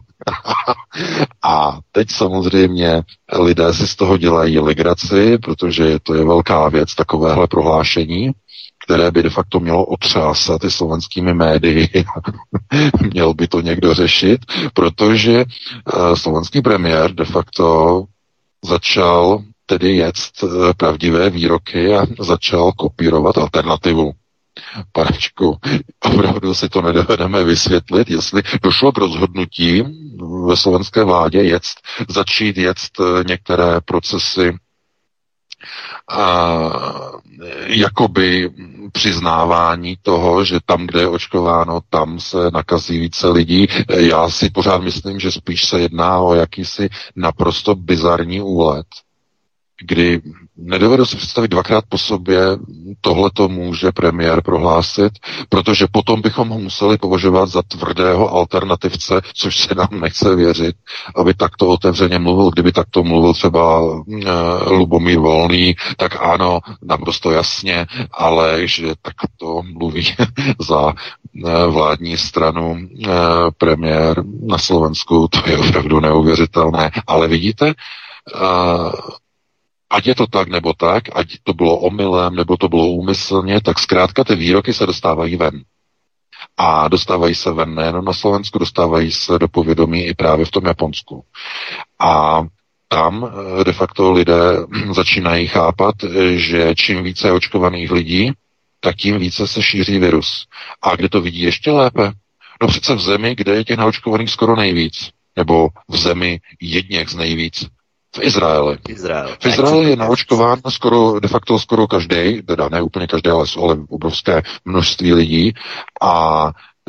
S3: A teď samozřejmě lidé si z toho dělají legraci, protože to je velká věc, takovéhle prohlášení, které by de facto mělo otřásat i slovenskými médii. Měl by to někdo řešit, protože slovenský premiér de facto začal tedy jet pravdivé výroky a začal kopírovat alternativu. Panečku, opravdu si to nedovedeme vysvětlit, jestli došlo k rozhodnutí ve slovenské vládě začít jet některé procesy jakoby přiznávání toho, že tam, kde je očkováno, tam se nakazí více lidí. Já si pořád myslím, že spíš se jedná o jakýsi naprosto bizarní úlet, kdy nedovedu si představit dvakrát po sobě, tohle to může premiér prohlásit, protože potom bychom ho museli považovat za tvrdého alternativce, což se nám nechce věřit, aby takto otevřeně mluvil. Kdyby takto mluvil třeba Lubomír Volný, tak ano, naprosto jasně, ale že takto mluví za vládní stranu premiér na Slovensku, to je opravdu neuvěřitelné. Ale vidíte, ať je to tak nebo tak, ať to bylo omylem nebo to bylo úmyslně, tak zkrátka ty výroky se dostávají ven. A dostávají se ven nejen na Slovensku, dostávají se do povědomí i právě v tom Japonsku. A tam de facto lidé začínají chápat, že čím více očkovaných lidí, tak tím více se šíří virus. A kde to vidí ještě lépe? No přece v zemi, kde je těch naočkovaných skoro nejvíc. Nebo v zemi jedněch z nejvíc. V Izraeli. V Izraeli je naočkován de facto skoro každý, teda ne úplně každý, ale obrovské množství lidí. A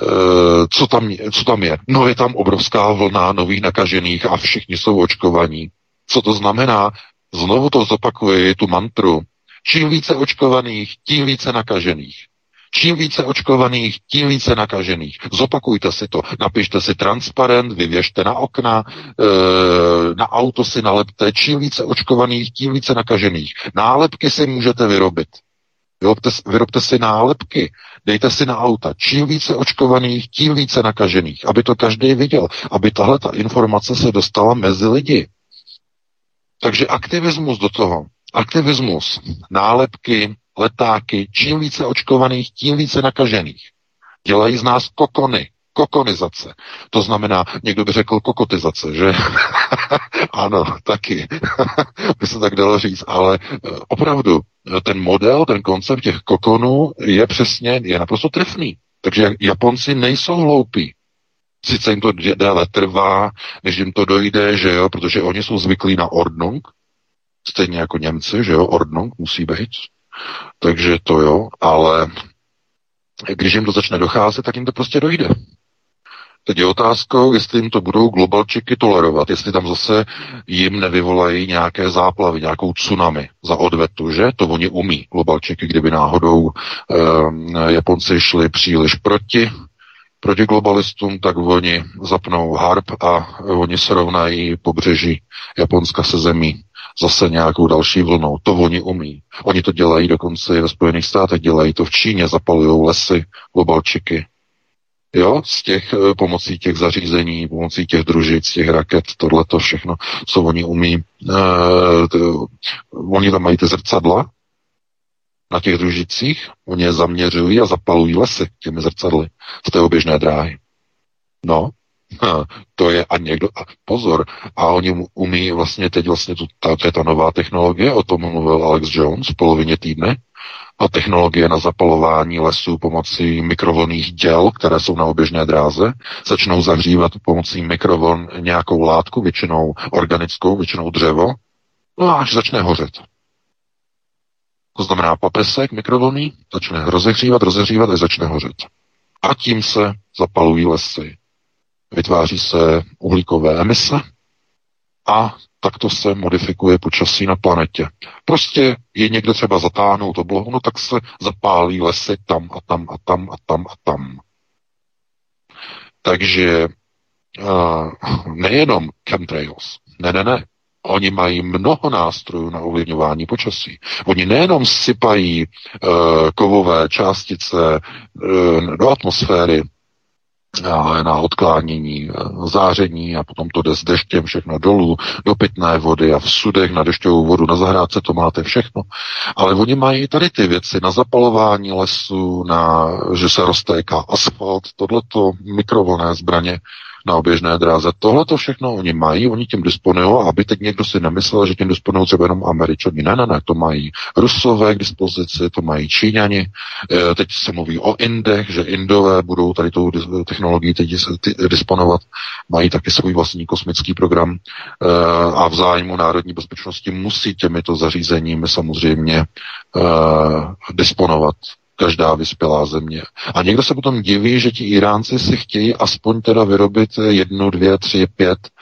S3: co tam je? No je tam obrovská vlna nových nakažených a všichni jsou očkovaní. Co to znamená? Znovu to zopakuji, tu mantru. Čím více očkovaných, tím více nakažených. Čím více očkovaných, tím více nakažených. Zopakujte si to. Napište si transparent, vyvěšte na okna, na auto si nalepte. Čím více očkovaných, tím více nakažených. Nálepky si můžete vyrobit. Vyrobte si nálepky, dejte si na auta. Čím více očkovaných, tím více nakažených. Aby to každý viděl. Aby tahle ta informace se dostala mezi lidi. Takže aktivismus do toho. Aktivismus, nálepky, letáky, čím více očkovaných, tím více nakažených. Dělají z nás kokonizace. To znamená, někdo by řekl kokotizace, že? Ano, taky. by se tak dalo říct, ale opravdu ten model, ten koncept těch kokonů je naprosto trefný. Takže Japonci nejsou hloupí. Sice jim to déle trvá, než jim to dojde, že jo, protože oni jsou zvyklí na Ordnung, stejně jako Němci, že jo, Ordnung musí být. Takže to jo, ale když jim to začne docházet, tak jim to prostě dojde. Teď je otázkou, jestli jim to budou globalčiky tolerovat, jestli tam zase jim nevyvolají nějaké záplavy, nějakou tsunami za odvetu, že? To oni umí, globalčiky, kdyby náhodou Japonci šli příliš proti globalistům, tak oni zapnou harp a oni srovnají pobřeží Japonska se zemí zase nějakou další vlnou. To oni umí. Oni to dělají dokonce i ve Spojených státech, dělají to v Číně, zapalujou lesy, globalčiky. Jo, pomocí těch zařízení, pomocí těch družic, těch raket, tohleto všechno, co oni umí. Oni tam mají ty zrcadla na těch družicích, oni je zaměřují a zapalují lesy těmi zrcadly z té oběžné dráhy. No, to je a někdo, a pozor, a oni umí teď to je ta nová technologie, o tom mluvil Alex Jones v polovině týdne, a technologie na zapalování lesů pomocí mikrovlnných děl, které jsou na oběžné dráze, začnou zahřívat pomocí mikrovln nějakou látku, většinou organickou, většinou dřevo, no a až začne hořet. To znamená paprsek mikrovlnný, začne rozehřívat a začne hořet. A tím se zapalují lesy. Vytváří se uhlíkové emise a takto se modifikuje počasí na planetě. Prostě je někde třeba zatáhnout oblohu, no tak se zapálí lesy tam a tam a tam a tam a tam. Takže nejenom chemtrails, ne. Oni mají mnoho nástrojů na ovlivňování počasí. Oni nejenom sypají kovové částice do atmosféry na odklánění, záření a potom to jde s deštěm všechno dolů, do pitné vody a v sudech na dešťovou vodu, na zahrádce to máte všechno. Ale oni mají tady ty věci na zapalování lesů, že se roztéká asfalt, tohleto mikrovlnné zbraně na oběžné dráze. Tohle to všechno oni mají, oni tím disponují, aby teď někdo si nemyslel, že tím disponují třeba jenom Američani. Ne, to mají Rusové k dispozici, to mají Číňani. Teď se mluví o Indech, že Indové budou tady tou technologií teď disponovat. Mají taky svůj vlastní kosmický program a v zájmu národní bezpečnosti musí těmito zařízeními samozřejmě disponovat každá vyspělá země. A někdo se potom diví, že ti Iránci si chtějí aspoň teda vyrobit 1, 2, 3, 5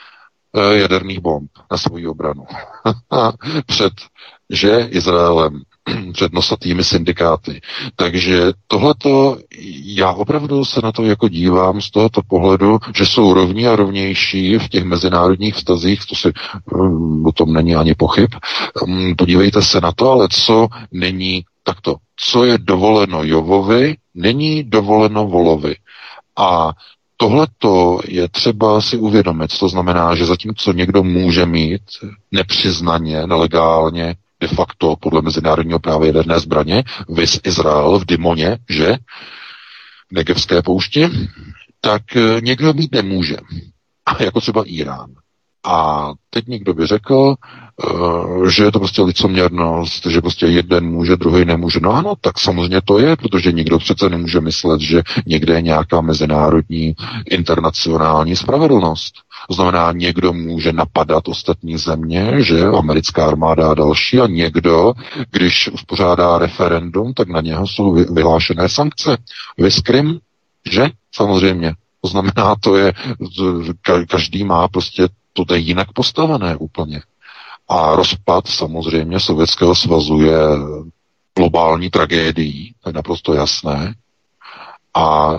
S3: jaderných bomb na svou obranu. Před, že Izraelem, před nosatými syndikáty. Takže tohleto, já opravdu se na to jako dívám z tohoto pohledu, že jsou rovní a rovnější v těch mezinárodních vztazích, to si o tom není ani pochyb. Podívejte se na to, ale co není takto. Co je dovoleno Jovovi, není dovoleno Volovi. A tohleto je třeba si uvědomit. To znamená, že zatímco někdo může mít nepřiznaně, nelegálně, de facto podle mezinárodního práva jaderné zbraně, viz Izrael v Dimoně, že? V Negevské poušti, tak někdo mít nemůže. A jako třeba Irán. A teď někdo by řekl, že je to prostě licoměrnost, že prostě jeden může, druhý nemůže. No ano, tak samozřejmě to je, protože nikdo přece nemůže myslet, že někde je nějaká mezinárodní internacionální spravedlnost. To znamená, někdo může napadat ostatní země, že americká armáda a další, a někdo, když uspořádá referendum, tak na něho jsou vyhlášené sankce. Viz Krym, že? Samozřejmě. To znamená, to je, každý má prostě, to je jinak postavené úplně. A rozpad samozřejmě Sovětského svazu je globální tragédií, to je naprosto jasné. A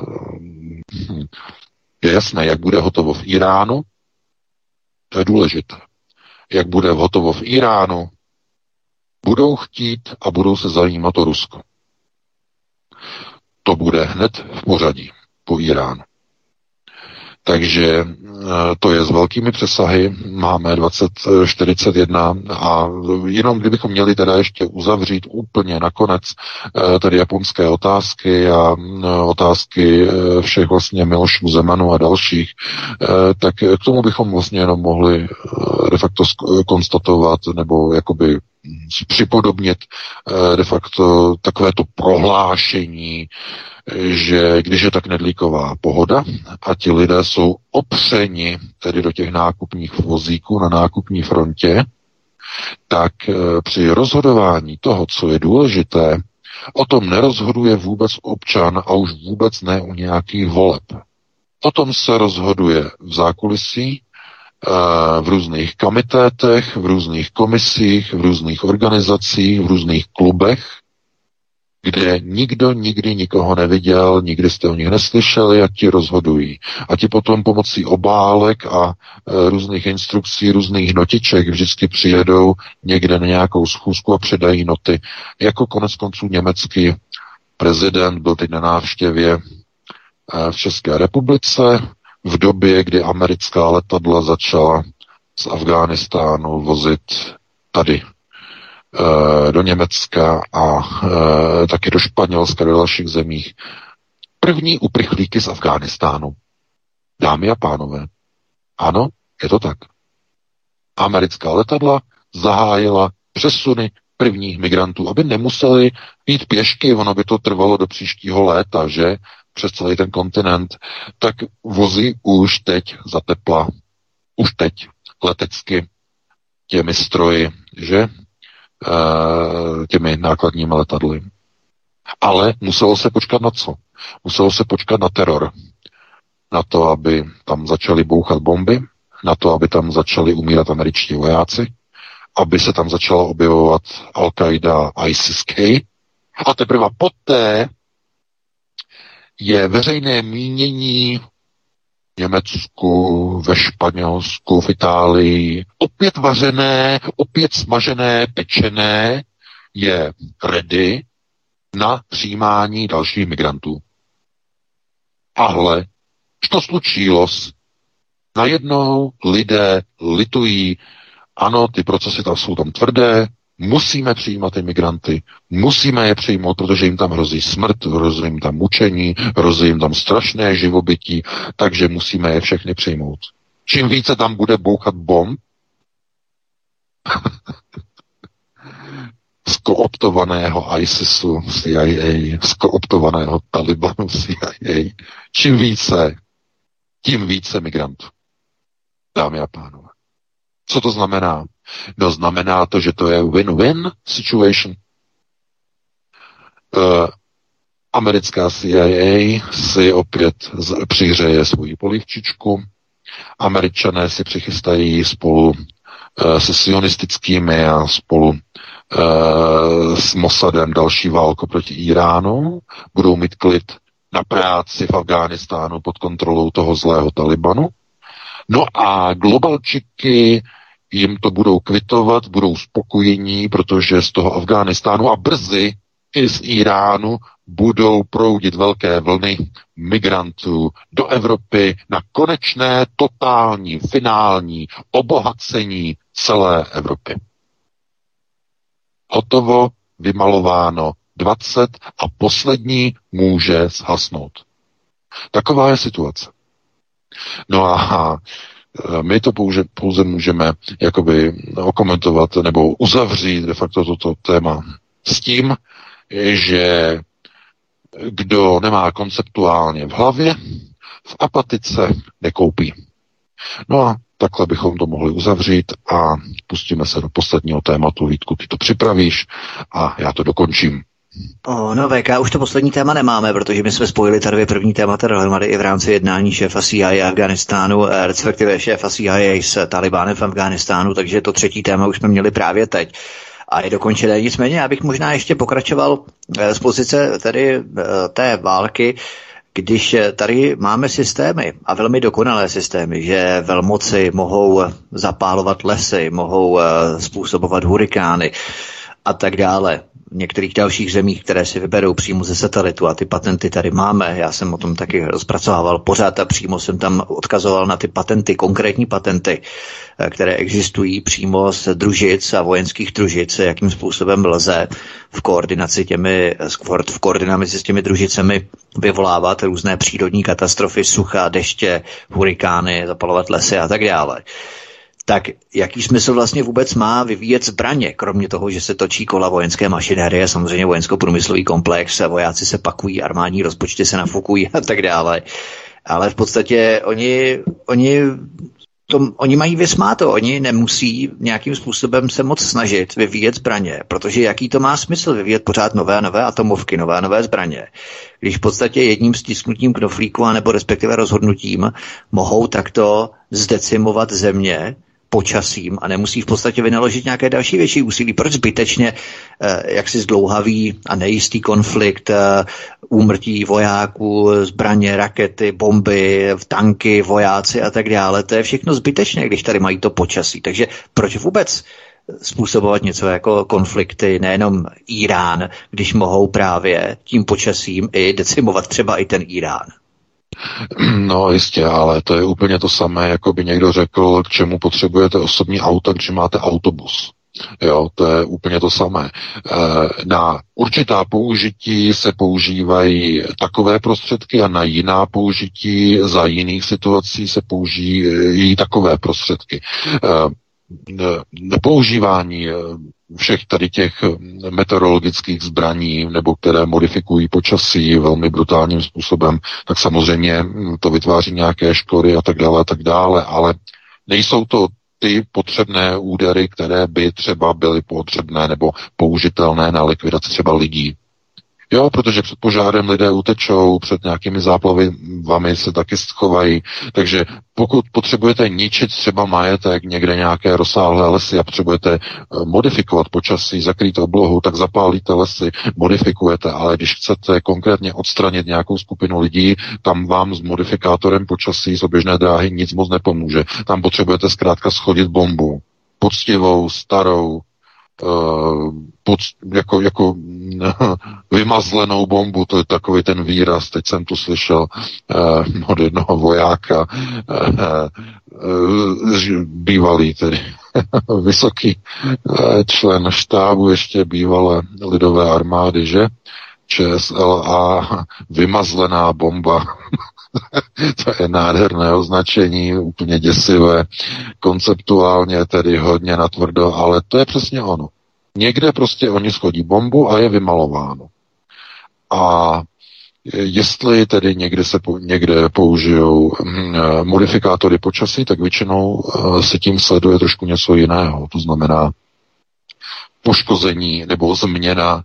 S3: je jasné, jak bude hotovo v Iránu, to je důležité. Jak bude hotovo v Iránu, budou chtít a budou se zajímat o Rusko. To bude hned v pořadí po Iránu. Takže to je s velkými přesahy, máme 2041 a jenom kdybychom měli teda ještě uzavřít úplně nakonec tedy japonské otázky a otázky všech vlastně Milošů, Zemanu a dalších, tak k tomu bychom vlastně jenom mohli de facto konstatovat nebo jakoby připodobnit de facto takovéto prohlášení, že když je tak nedlíková pohoda a ti lidé jsou opřeni tedy do těch nákupních vozíků na nákupní frontě, tak při rozhodování toho, co je důležité, o tom nerozhoduje vůbec občan a už vůbec ne u nějakých voleb. O tom se rozhoduje v zákulisí, v různých komitétech, v různých komisích, v různých organizacích, v různých klubech, kde nikdo nikdy nikoho neviděl, nikdy jste o nich neslyšeli a ti rozhodují. A ti potom pomocí obálek a různých instrukcí, různých notiček vždycky přijedou někde na nějakou schůzku a předají noty. Jako konec konců německý prezident byl teď na návštěvě v České republice v době, kdy americká letadla začala z Afghánistánu vozit tady do Německa a taky do Španělska, do dalších zemích. První uprchlíky z Afghánistánu. Dámy a pánové, ano, je to tak. Americká letadla zahájila přesuny prvních migrantů, aby nemuseli jít pěšky, ono by to trvalo do příštího léta, že? Přes celý ten kontinent, tak vozí už teď za tepla, už teď letecky těmi stroji, že? Těmi nákladními letadly. Ale muselo se počkat na co? Muselo se počkat na teror. Na to, aby tam začaly bouchat bomby, na to, aby tam začaly umírat američtí vojáci, aby se tam začala objevovat Al-Qaida, ISIS-K a teprve poté je veřejné mínění v Německu, ve Španělsku, v Itálii, opět vařené, opět smažené, pečené, je ready na přijímání dalších migrantů. Ale co slučilo? Najednou lidé litují, ano, ty procesy tam jsou tam tvrdé, musíme přijímat imigranty, musíme je přijmout, protože jim tam hrozí smrt, hrozí jim tam mučení, hrozí jim tam strašné živobytí, takže musíme je všechny přijmout. Čím více tam bude bouchat bomb, skooptovaného ISISu, CIA, skooptovaného Talibanu, CIA, čím více, tím více migrantů. Dámy a pánové. Co to znamená? No, znamená to, že to je win-win situation. Americká CIA si opět přihřeje svoji polivčičku, Američané si přichystají spolu se sionistickými a spolu s Mossadem další válku proti Iránu, budou mít klid na práci v Afghánistánu pod kontrolou toho zlého Talibanu. No a globalčiky jim to budou kvitovat, budou spokojení, protože z toho Afghánistánu a brzy i z Iránu budou proudit velké vlny migrantů do Evropy na konečné, totální, finální obohacení celé Evropy. Hotovo, vymalováno 20 a poslední může zhasnout. Taková je situace. No a my to pouze můžeme jakoby okomentovat nebo uzavřít de facto toto téma s tím, že kdo nemá konceptuálně v hlavě, v apatice nekoupí. No a takhle bychom to mohli uzavřít a pustíme se do posledního tématu. Vítku, ty to připravíš a já to dokončím.
S1: No VK, už to poslední téma nemáme, protože my jsme spojili tady dvě první témata dohromady i v rámci jednání šéfa CIA Afghánistánu, respektive šéfa CIA s Talibánem v Afghánistánu, takže to třetí téma už jsme měli právě teď. A je dokončené. Nicméně, já bych možná ještě pokračoval z pozice tedy té války, když tady máme systémy a velmi dokonalé systémy, že velmoci mohou zapálovat lesy, mohou způsobovat hurikány a tak dále. V některých dalších zemích, které si vyberou přímo ze satelitu a ty patenty tady máme. Já jsem o tom taky rozpracovával pořád a přímo jsem tam odkazoval na ty patenty, konkrétní patenty, které existují přímo z družic a vojenských družic, jakým způsobem lze v koordinaci s těmi družicemi vyvolávat různé přírodní katastrofy, sucha, deště, hurikány, zapalovat lesy a tak dále. Tak jaký smysl vlastně vůbec má vyvíjet zbraně, kromě toho, že se točí kola vojenské mašinérie, samozřejmě vojensko-průmyslový komplex, vojáci se pakují, armádní rozpočty se nafukují a tak dále. Ale v podstatě oni mají vysmáto, oni nemusí nějakým způsobem se moc snažit vyvíjet zbraně, protože jaký to má smysl vyvíjet pořád nové a nové atomovky, nové a nové zbraně, když v podstatě jedním stisknutím knoflíku anebo respektive rozhodnutím mohou takto zdecimovat země počasím a nemusí v podstatě vynaložit nějaké další větší úsilí. Proč zbytečně jaksi zdlouhavý a nejistý konflikt, úmrtí vojáků, zbraně, rakety, bomby, tanky, vojáci a tak dále. To je všechno zbytečné, když tady mají to počasí. Takže proč vůbec způsobovat něco jako konflikty, nejenom Irán, když mohou právě tím počasím i decimovat třeba i ten Irán?
S3: No jistě, ale to je úplně to samé, jako by někdo řekl, k čemu potřebujete osobní auto, když máte autobus. Jo, to je úplně to samé. Na určitá použití se používají takové prostředky a na jiná použití za jiných situací se použijí takové prostředky. Používání všech tady těch meteorologických zbraní, nebo které modifikují počasí velmi brutálním způsobem, tak samozřejmě to vytváří nějaké škody a tak dále, ale nejsou to ty potřebné údery, které by třeba byly potřebné nebo použitelné na likvidaci třeba lidí. Jo, protože před požárem lidé utečou, před nějakými záplavami se taky schovají. Takže pokud potřebujete ničit třeba majetek, někde nějaké rozsáhlé lesy a potřebujete modifikovat počasí, zakrýt oblohu, tak zapálíte lesy, modifikujete, ale když chcete konkrétně odstranit nějakou skupinu lidí, tam vám s modifikátorem počasí z oběžné dráhy nic moc nepomůže. Tam potřebujete zkrátka schodit bombu. Poctivou, starou, jako vymazlenou bombu, to je takový ten výraz, teď jsem tu slyšel od jednoho vojáka, bývalý tedy vysoký člen štábu ještě bývalé lidové armády, že? ČSLA, vymazlená bomba. To je nádherné označení, úplně děsivé, konceptuálně tedy hodně natvrdo, ale to je přesně ono. Někde prostě oni schodí bombu a je vymalováno. A jestli tedy někde použijou modifikátory počasí, tak většinou se tím sleduje trošku něco jiného. To znamená poškození nebo změna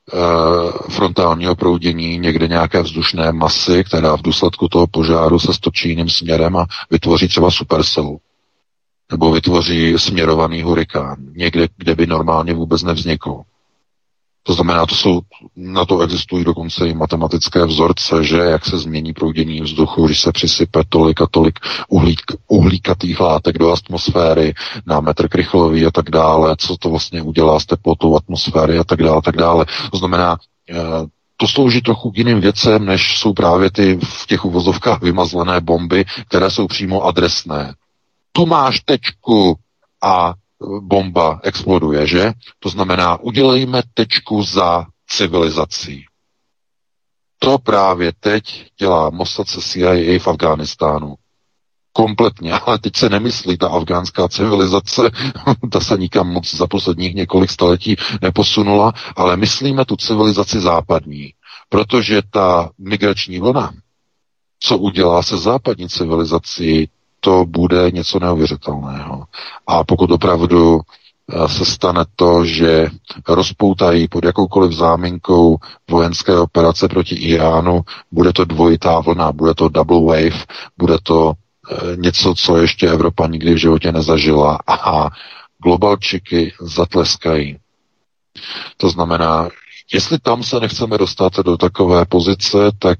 S3: frontálního proudění někde nějaké vzdušné masy, která v důsledku toho požáru se stočí jiným směrem a vytvoří třeba supercelu. Nebo vytvoří směrovaný hurikán. Někde, kde by normálně vůbec nevznikl. To znamená, na to existují dokonce i matematické vzorce, že jak se změní proudění vzduchu, když se přisype tolik a tolik uhlíkatých látek do atmosféry na metr krychlový a tak dále, co to vlastně udělá s teplotou atmosféry a tak dále, tak dále. To znamená, to slouží trochu k jiným věcem, než jsou právě ty v těch uvozovkách vymazlené bomby, které jsou přímo adresné. Tu máš tečku a bomba exploduje, že? To znamená, udělejme tečku za civilizací. To právě teď dělá Mossad se CIA v Afghánistánu. Kompletně, ale teď se nemyslí ta afgánská civilizace, ta se nikam moc za posledních několik staletí neposunula, ale myslíme tu civilizaci západní, protože ta migrační vlna, co udělá se západní civilizací, to bude něco neuvěřitelného. A pokud opravdu se stane to, že rozpoutají pod jakoukoliv záminkou vojenské operace proti Iránu, bude to dvojitá vlna, bude to double wave, bude to něco, co ještě Evropa nikdy v životě nezažila a globalčiky zatleskají. To znamená, jestli tam se nechceme dostat do takové pozice, tak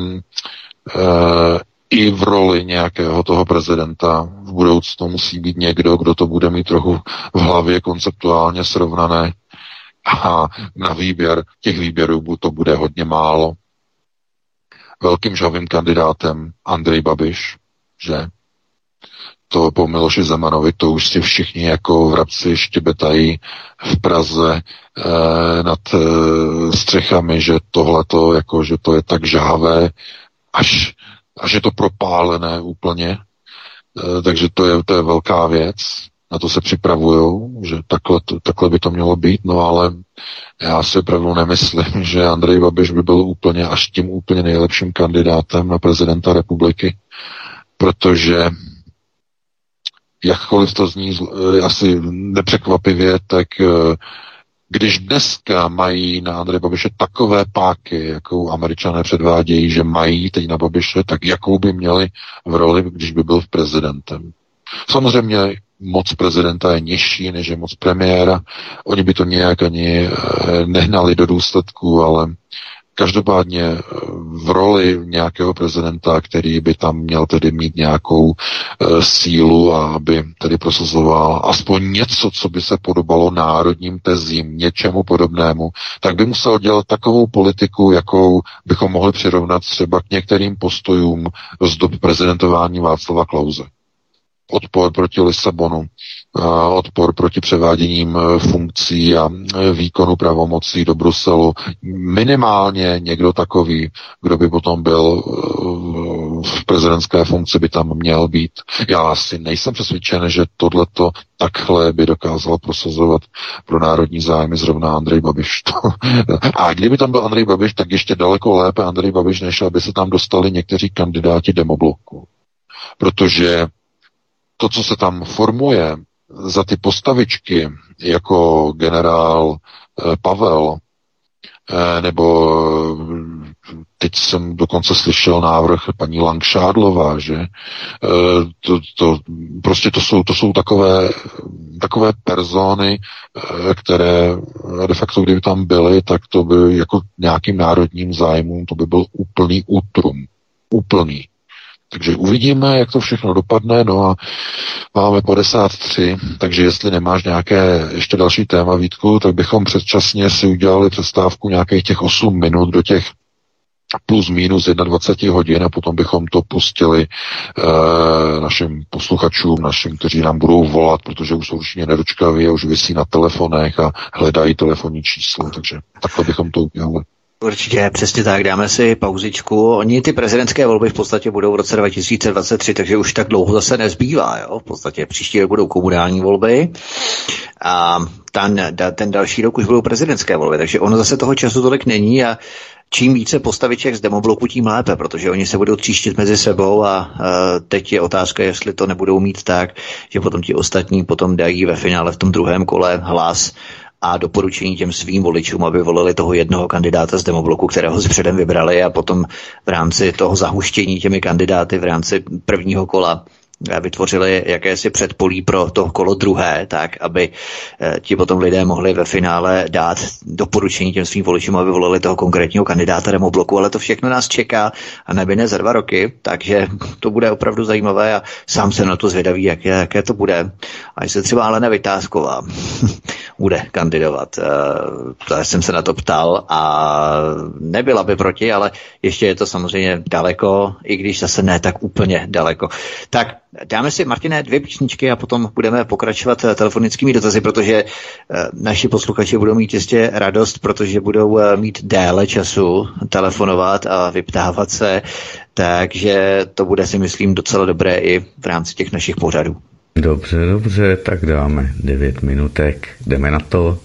S3: i v roli nějakého toho prezidenta v budoucnu musí být někdo, kdo to bude mít trochu v hlavě konceptuálně srovnané a na výběr těch výběrů to bude hodně málo. Velkým žhavým kandidátem Andrej Babiš, že? To po Miloši Zemanovi, to už si všichni jako vrabci štěbetají v Praze nad střechami, že tohleto, jako, že to je tak žhavé, až je to propálené úplně. Takže to je velká věc. Na to se připravujou, že takhle by to mělo být, no ale já si opravdu nemyslím, že Andrej Babiš by byl úplně až tím úplně nejlepším kandidátem na prezidenta republiky, protože jakkoliv to zní asi nepřekvapivě, tak když dneska mají na Andreje Babiše takové páky, jakou Američané předvádějí, že mají teď na Babiše, tak jakou by měli v roli, když by byl prezidentem. Samozřejmě moc prezidenta je nižší, než je moc premiéra. Oni by to nějak ani nehnali do důsledku, ale každopádně v roli nějakého prezidenta, který by tam měl tedy mít nějakou sílu a aby tedy prosazoval aspoň něco, co by se podobalo národním tezím, něčemu podobnému, tak by musel dělat takovou politiku, jakou bychom mohli přirovnat třeba k některým postojům z dob prezidentování Václava Klause. Odpor proti Lisabonu, odpor proti převáděním funkcí a výkonu pravomocí do Bruselu. Minimálně někdo takový, kdo by potom byl v prezidentské funkci, by tam měl být. Já si nejsem přesvědčen, že tohleto takhle by dokázal prosazovat pro národní zájmy zrovna Andrej Babiš. A kdyby tam byl Andrej Babiš, tak ještě daleko lépe Andrej Babiš, než aby se tam dostali někteří kandidáti demobloku. Protože to, co se tam formuje za ty postavičky, jako generál Pavel, nebo teď jsem dokonce slyšel návrh paní Langšádlová, že prostě to jsou takové persony, které de facto, kdyby tam byly, tak to by jako nějakým národním zájmům, to by byl úplný útrum. Úplný. Takže uvidíme, jak to všechno dopadne, no a máme 53, takže jestli nemáš nějaké ještě další téma, Vítku, tak bychom předčasně si udělali přestávku nějakých těch 8 minut do těch plus minus 21 hodin a potom bychom to pustili našim posluchačům, našim, kteří nám budou volat, protože už jsou určitě nedočkaví a už visí na telefonech a hledají telefonní číslo, takže takhle bychom to udělali.
S1: Určitě, přesně tak, dáme si pauzičku. Oni ty prezidentské volby v podstatě budou v roce 2023, takže už tak dlouho zase nezbývá, jo? V podstatě příští rok budou komunální volby a ten další rok už budou prezidentské volby, takže ono zase toho času tolik není a čím více postaviček z demobloku, tím lépe, protože oni se budou tříštit mezi sebou a teď je otázka, jestli to nebudou mít tak, že potom ti ostatní potom dají ve finále v tom druhém kole hlas a doporučení těm svým voličům, aby volili toho jednoho kandidáta z demobloku, kterého si předem vybrali, a potom v rámci toho zahuštění těmi kandidáty v rámci prvního kola vytvořili jakési předpolí pro to kolo druhé, tak aby ti potom lidé mohli ve finále dát doporučení těm svým voličům, aby volili toho konkrétního kandidáta demobloku, ale to všechno nás čeká a nebyne za 2 roky, takže to bude opravdu zajímavé a sám jsem na to zvědavý, jaké to bude. A jestli třeba Alena Vytázková bude kandidovat. To jsem se na to ptal a nebyla by proti, ale ještě je to samozřejmě daleko, i když zase ne tak úplně daleko. Tak dáme si, Martine, 2 písničky a potom budeme pokračovat telefonickými dotazy, protože naši posluchači budou mít jistě radost, protože budou mít déle času telefonovat a vyptávat se, takže to bude, si myslím, docela dobré i v rámci těch našich pořadů.
S2: Dobře, tak dáme 9 minutek, jdeme na to.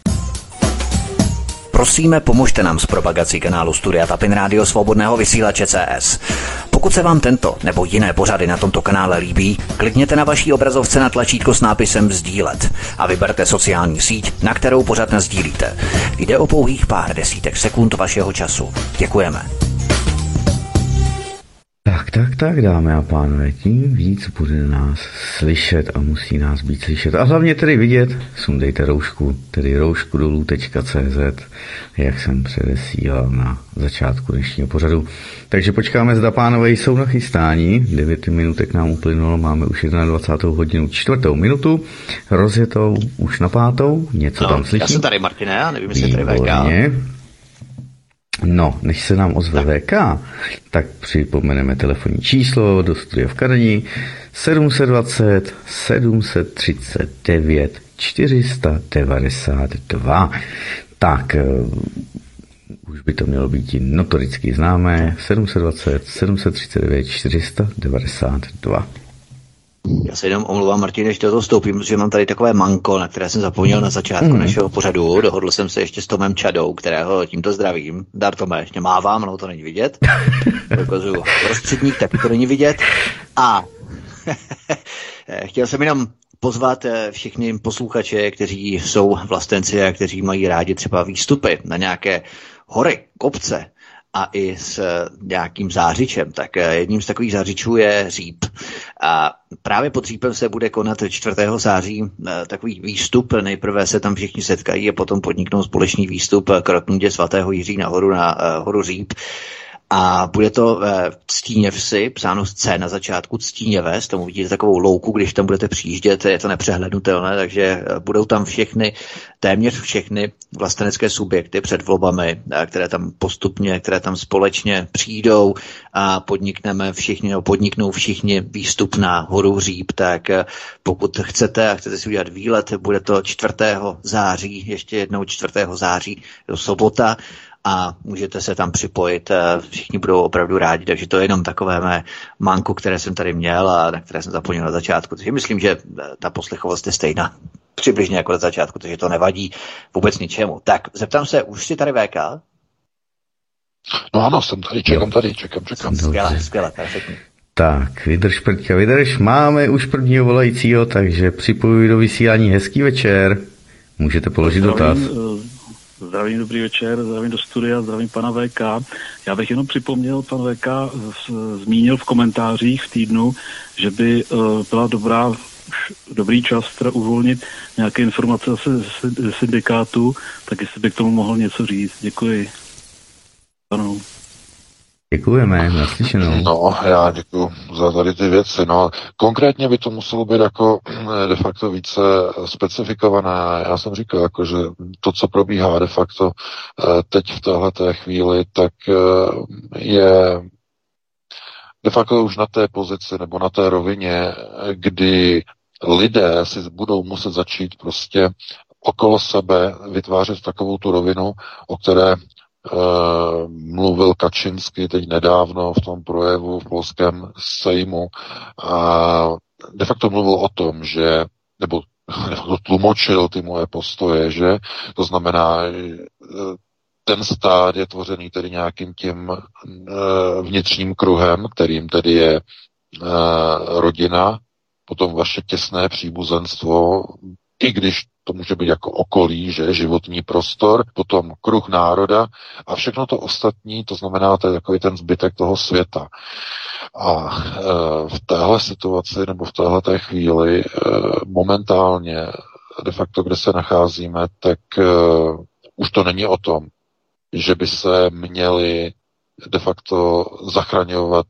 S1: Prosíme, pomožte nám s propagací kanálu Studia Tapin Rádio Svobodného vysílače CS. Pokud se vám tento nebo jiné pořady na tomto kanále líbí, klikněte na vaší obrazovce na tlačítko s nápisem sdílet a vyberte sociální síť, na kterou pořad nasdílíte. Jde o pouhých pár desítek sekund vašeho času. Děkujeme.
S2: Tak, dámy a pánové, tím víc bude nás slyšet a musí nás být slyšet. A hlavně tedy vidět, sundejte roušku, tedy rouškudolů.cz, jak jsem předesílal na začátku dnešního pořadu. Takže počkáme, zda pánové jsou na chystání. 9 minutek nám uplynulo, máme už 21. hodinu 4. minutu, rozjetou už na 5. Něco tam slyším.
S1: Já jsem tady, Martine, a nevím, jestli tady VK.
S2: No, než se nám ozve VK, tak připomeneme telefonní číslo do studia v Karni 720 739 492. Tak, už by to mělo být notoricky známé, 720 739 492.
S1: Já se jenom omlouvám, Martin, než do toho vstoupím, protože mám tady takové manko, na které jsem zapomněl na začátku našeho pořadu. Dohodl jsem se ještě s Tomem Čadou, kterého tímto zdravím. Dar, Tome, ještě mávám, no to není vidět. Dokazuju prostředník, taky to není vidět. A chtěl jsem jenom pozvat všechny posluchače, kteří jsou vlastenci a kteří mají rádi třeba výstupy na nějaké hory, kopce, a i s nějakým zářičem. Tak jedním z takových zářičů je Říp. A právě pod Řípem se bude konat 4. září takový výstup. Nejprve se tam všichni setkají a potom podniknou společný výstup k rotundě svatého Jiří nahoru na horu Říp. A bude to v Ctíněvsi, psáno z C na začátku, Ctíněves, tomu vidíte takovou louku, když tam budete přijíždět, je to nepřehlednutelné, takže budou tam téměř všechny vlastenecké subjekty před volbami, které tam společně přijdou a podniknou všichni výstup na horu Říp, tak pokud chcete a chcete si udělat výlet, bude to 4. září, ještě jednou 4. září, do sobota, a můžete se tam připojit, všichni budou opravdu rádi, takže to je jenom takové mé manko, které jsem tady měl a na které jsem zapomněl na začátku. Takže myslím, že ta poslechovost je stejná přibližně jako na začátku, takže to nevadí vůbec ničemu. Tak, zeptám se, už jsi tady VK?
S3: No ano, jsem tady, čekám.
S1: Skvěle, perfektní.
S2: Tak, vydrž, Prďka, vydrž, máme už prvního volajícího, takže připojuji do vysílání. Hezký večer, můžete položit dotaz.
S4: Zdravím, dobrý večer, zdravím do studia, zdravím pana VK. Já bych jenom připomněl, pan VK zmínil v komentářích v týdnu, že by byla dobrý čas teda uvolnit nějaké informace ze syndikátu, tak jestli by k tomu mohl něco říct. Děkuji. Ano.
S2: Děkujeme, naslyšenou.
S3: No, já děkuji za tady ty věci. No, konkrétně by to muselo být jako de facto více specifikované. Já jsem říkal, jako, že to, co probíhá de facto teď v téhleté chvíli, tak je de facto už na té pozici nebo na té rovině, kdy lidé si budou muset začít prostě okolo sebe vytvářet takovou tu rovinu, o které mluvil Kačinský teď nedávno v tom projevu v polském sejmu a de facto mluvil o tom, že nebo tlumočil ty moje postoje, že to znamená, ten stát je tvořený tedy nějakým tím vnitřním kruhem, kterým tedy je rodina, potom vaše těsné příbuzenstvo, i když to může být jako okolí, že životní prostor, potom kruh národa a všechno to ostatní, to znamená, to je takový ten zbytek toho světa. A v téhle situaci nebo v téhleté chvíli momentálně de facto, kde se nacházíme, tak už to není o tom, že by se měli de facto zachraňovat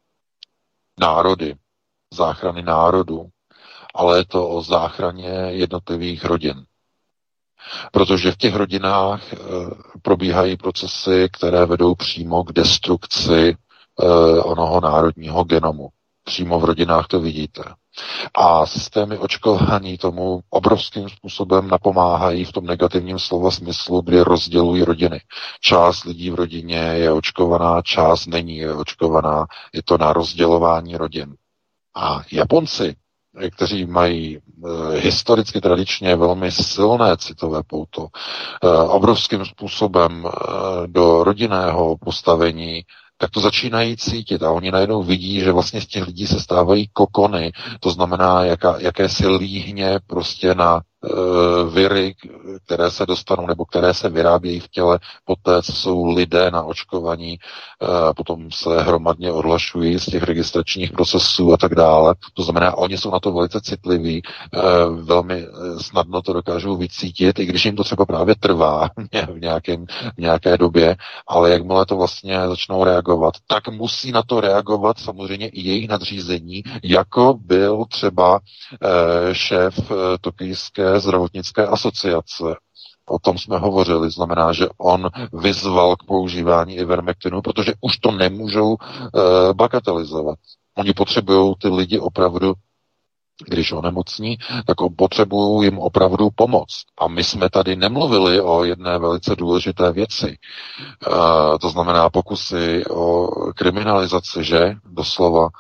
S3: národy, záchrany národů, ale je to o záchraně jednotlivých rodin. Protože v těch rodinách probíhají procesy, které vedou přímo k destrukci onoho národního genomu. Přímo v rodinách to vidíte. A systémy očkování tomu obrovským způsobem napomáhají v tom negativním slova smyslu, kdy rozdělují rodiny. Část lidí v rodině je očkovaná, část není očkovaná. Je to na rozdělování rodin. A Japonci, kteří mají historicky tradičně velmi silné citové pouto, obrovským způsobem do rodinného postavení, tak to začínají cítit a oni najednou vidí, že vlastně z těch lidí se stávají kokony, to znamená jakési líhně prostě na viry, které se dostanou nebo které se vyrábějí v těle poté, co jsou lidé na očkovaní, potom se hromadně odhlašují z těch registračních procesů a tak dále. To znamená, oni jsou na to velice citliví, velmi snadno to dokážou vycítit, i když jim to třeba právě trvá v nějaké době, ale jakmile to vlastně začnou reagovat, tak musí na to reagovat samozřejmě i jejich nadřízení, jako byl třeba šéf tokijské zdravotnické asociace. O tom jsme hovořili, znamená, že on vyzval k používání ivermektinu, protože už to nemůžou bagatelizovat. Oni potřebují ty lidi opravdu, když onemocní, tak potřebují jim opravdu pomoct. A my jsme tady nemluvili o jedné velice důležité věci. To znamená pokusy o kriminalizaci, že? Doslova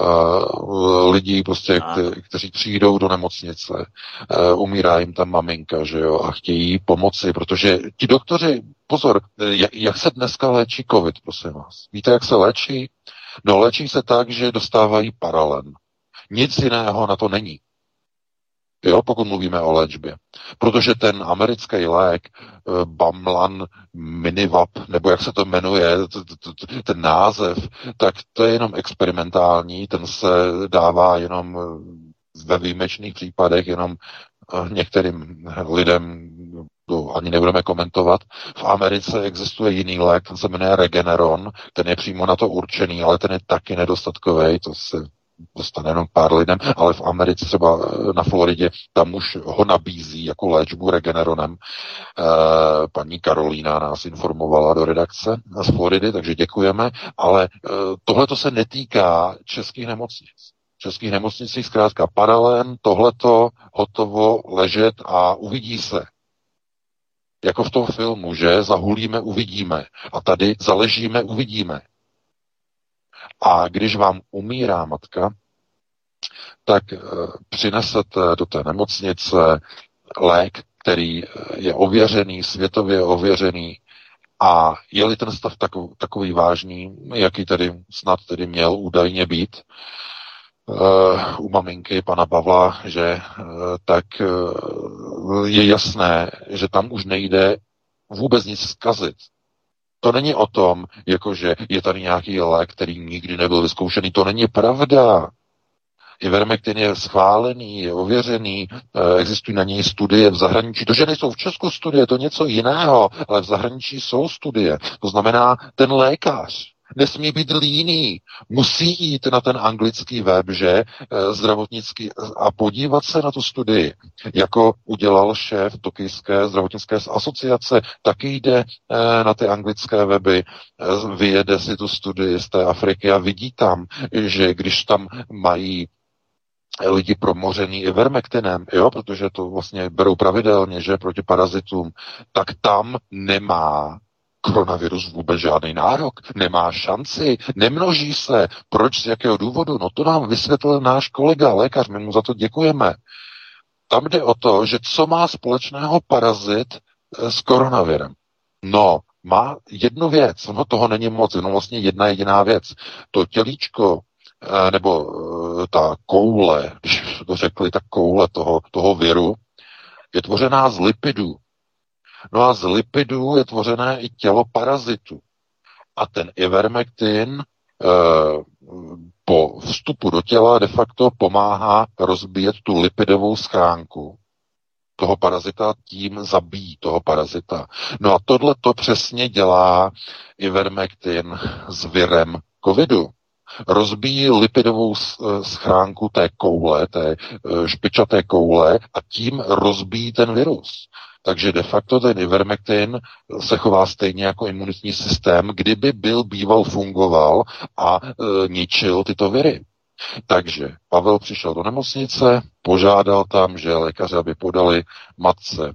S3: lidí, prostě, kteří přijdou do nemocnice, umírá jim tam maminka, že jo, a chtějí pomoci, protože ti doktoři, pozor, jak se dneska léčí covid, prosím vás? Víte, jak se léčí? No, léčí se tak, že dostávají paralen. Nic jiného na to není. Jo, pokud mluvíme o léčbě. Protože ten americký lék Bamlan Minivap, nebo jak se to jmenuje, ten název, tak to je jenom experimentální, ten se dává jenom ve výjimečných případech, jenom některým lidem, to ani nebudeme komentovat. V Americe existuje jiný lék, ten se jmenuje Regeneron, ten je přímo na to určený, ale ten je taky nedostatkový, to se dostane jenom pár lidem, ale v Americe, třeba na Floridě, tam už ho nabízí jako léčbu Regeneronem. Paní Karolína nás informovala do redakce z Floridy, takže děkujeme, ale tohle to se netýká českých nemocnic. V českých nemocnicích zkrátka paralén, tohleto, hotovo, ležet a uvidí se. Jako v tom filmu, že zahulíme, uvidíme. A tady zaležíme, uvidíme. A když vám umírá matka, tak přinesete do té nemocnice lék, který je ověřený, světově ověřený, a je-li ten stav takový vážný, jaký tedy snad tedy měl údajně být u maminky pana Pavla, že tak je jasné, že tam už nejde vůbec nic zkazit. To není o tom, jakože je tady nějaký lék, který nikdy nebyl vyzkoušený. To není pravda. Ivermektin je schválený, je ověřený, existují na něj studie v zahraničí. To, že nejsou v Česku studie, to je něco jiného, ale v zahraničí jsou studie. To znamená, ten lékař nesmí být líný. Musí jít na ten anglický web, že zdravotnický, a podívat se na tu studii. Jako udělal šéf Tokijské zdravotnické asociace, taky jde na ty anglické weby, vyjede si tu studii z té Afriky a vidí tam, že když tam mají lidi promořený ivermektinem, jo, protože to vlastně berou pravidelně, že proti parazitům, tak tam nemá koronavirus vůbec žádný nárok, nemá šanci, nemnoží se. Proč, z jakého důvodu? No to nám vysvětlil náš kolega, lékař, my mu za to děkujeme. Tam jde o to, že co má společného parazit s koronavirem. No, má jednu věc, no toho není moc, jenom vlastně jedna jediná věc. To tělíčko, nebo ta koule, když to řekli, ta koule toho viru, je tvořená z lipidů. No a z lipidů je tvořené i tělo parazitu. A ten ivermektin po vstupu do těla de facto pomáhá rozbíjet tu lipidovou schránku toho parazita, tím zabíjí toho parazita. No a tohle to přesně dělá ivermektin s virem covidu. Rozbíjí lipidovou schránku té koule, té špičaté koule a tím rozbíjí ten virus. Takže de facto ten ivermektin se chová stejně jako imunitní systém, kdyby býval fungoval a ničil tyto viry. Takže Pavel přišel do nemocnice, požádal tam, že lékaři, aby podali matce,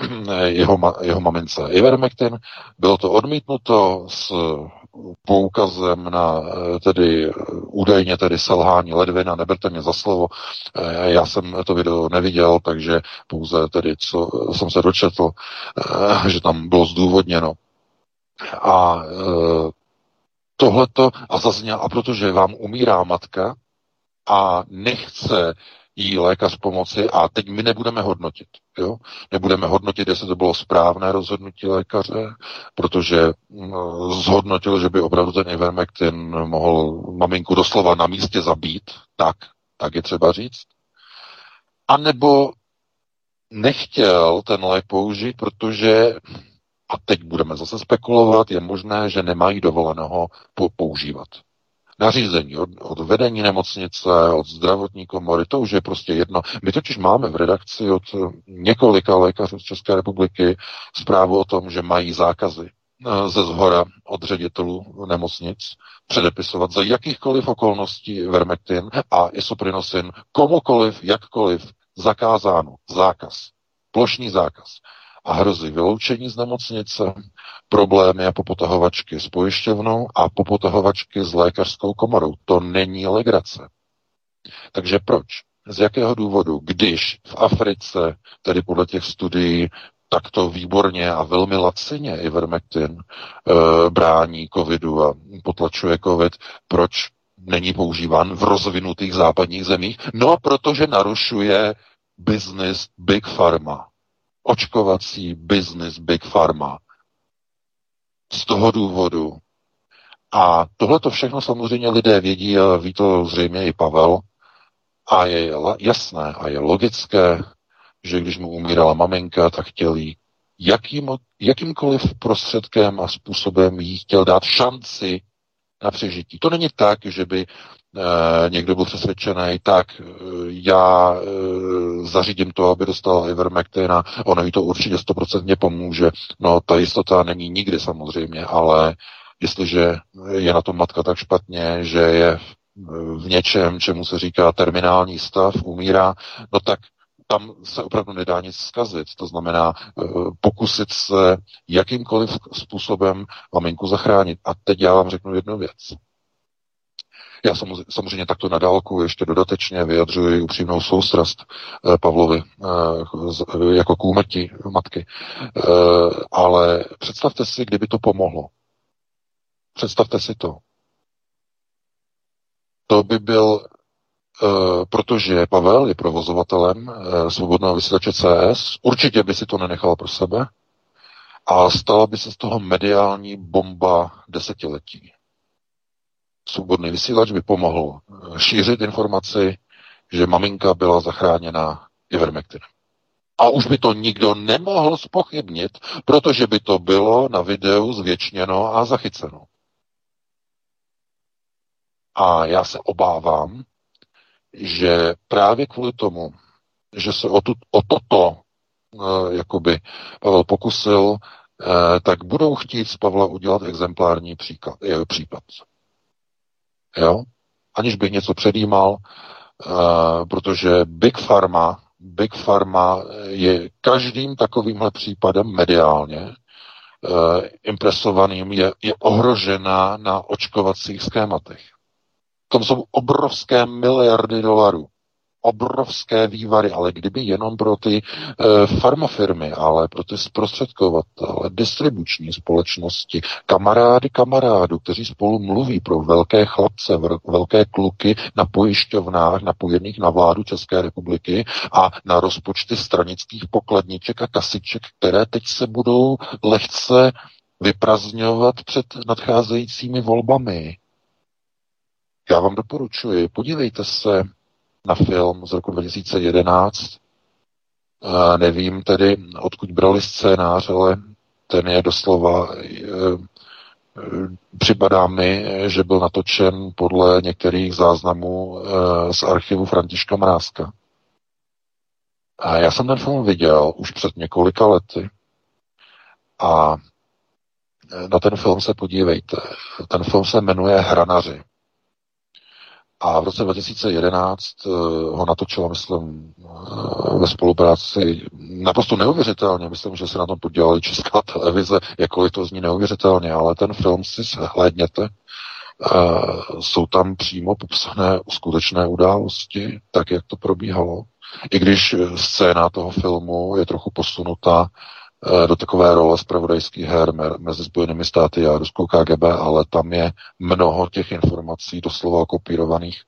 S3: jeho mamince ivermektin. Bylo to odmítnuto s poukazem na údajně selhání ledvin, a neberte mě za slovo. Já jsem to video neviděl, takže pouze co jsem se dočetl, že tam bylo zdůvodněno. A tohleto a zazněl, a protože vám umírá matka a nechce jí lékař pomoci, a teď my nebudeme hodnotit. Jo? Nebudeme hodnotit, jestli to bylo správné rozhodnutí lékaře, protože zhodnotil, že by opravdu ten ivermektin mohl maminku doslova na místě zabít, tak je třeba říct. A nebo nechtěl ten lék použít, protože, a teď budeme zase spekulovat, je možné, že nemají dovoleného používat. Nařízení od vedení nemocnice, od zdravotní komory, to už je prostě jedno. My totiž máme v redakci od několika lékařů z České republiky zprávu o tom, že mají zákazy ze zhora od ředitelů nemocnic předepisovat za jakýchkoliv okolností ivermektin a isoprinosin komukoliv, jakkoliv zakázáno. Zákaz. Plošný zákaz. A hrozí vyloučení z nemocnice, problémy a popotahovačky s pojišťovnou a popotahovačky s lékařskou komorou. To není legrace. Takže proč? Z jakého důvodu? Když v Africe, tedy podle těch studií, takto výborně a velmi lacině ivermektin brání covidu a potlačuje covid, proč není používán v rozvinutých západních zemích? No, protože narušuje business Big Pharma. Očkovací business Big Pharma. Z toho důvodu. A tohle to všechno samozřejmě lidé vědí a ví to zřejmě i Pavel. A je jasné a je logické, že když mu umírala maminka, tak chtěl jí jakýmkoliv prostředkem a způsobem jí chtěl dát šanci na přežití. To není tak, že by někdo byl přesvědčený, tak já zařídím to, aby dostal ivermektin a ono jí to určitě 100% pomůže. No, ta jistota není nikdy samozřejmě, ale jestliže je na tom matka tak špatně, že je v něčem, čemu se říká terminální stav, umírá, no tak tam se opravdu nedá nic zkazit. To znamená pokusit se jakýmkoliv způsobem maminku zachránit. A teď já vám řeknu jednu věc. Já samozřejmě takto na dálku ještě dodatečně vyjadřuji upřímnou soustrast Pavlovi jako k úmrtí matky. Ale představte si, kdyby to pomohlo. Představte si to. To by byl, protože Pavel je provozovatelem svobodného vysílače CS, určitě by si to nenechal pro sebe a stala by se z toho mediální bomba desetiletí. Svobodný vysílač by pomohl šířit informaci, že maminka byla zachráněna ivermektinem. A už by to nikdo nemohl zpochybnit, protože by to bylo na videu zvěčněno a zachyceno. A já se obávám, že právě kvůli tomu, že se o toto jakoby Pavel pokusil, tak budou chtít z Pavla udělat exemplární případ. Jo? Aniž bych něco předjímal, protože Big Pharma je každým takovýmhle případem mediálně impresovaným, je ohrožena na očkovacích schématech. Tam jsou obrovské miliardy dolarů. obrovské vývary, ale kdyby jenom pro ty farmafirmy, ale pro ty zprostředkovatele, distribuční společnosti, kamarádů, kteří spolu mluví pro velké chlapce, velké kluky na pojišťovnách, napojených na vládu České republiky a na rozpočty stranických pokladniček a kasiček, které teď se budou lehce vyprazňovat před nadcházejícími volbami. Já vám doporučuji, podívejte se na film z roku 2011. Nevím tedy, odkud brali scénář, ale ten je doslova, připadá mi, že byl natočen podle některých záznamů z archivu Františka Mrázka. A já jsem ten film viděl už před několika lety a na ten film se podívejte. Ten film se jmenuje Hranaři. A v roce 2011 ho natočila, myslím, ve spolupráci naprosto neuvěřitelně. Myslím, že se na tom podílala Česká televize, jakkoliv to zní neuvěřitelně, ale ten film si shlédněte. Jsou tam přímo popsané skutečné události, tak jak to probíhalo. I když scéna toho filmu je trochu posunutá do takové role zpravodajských her mezi Spojenými státy a ruskou KGB, ale tam je mnoho těch informací doslova kopírovaných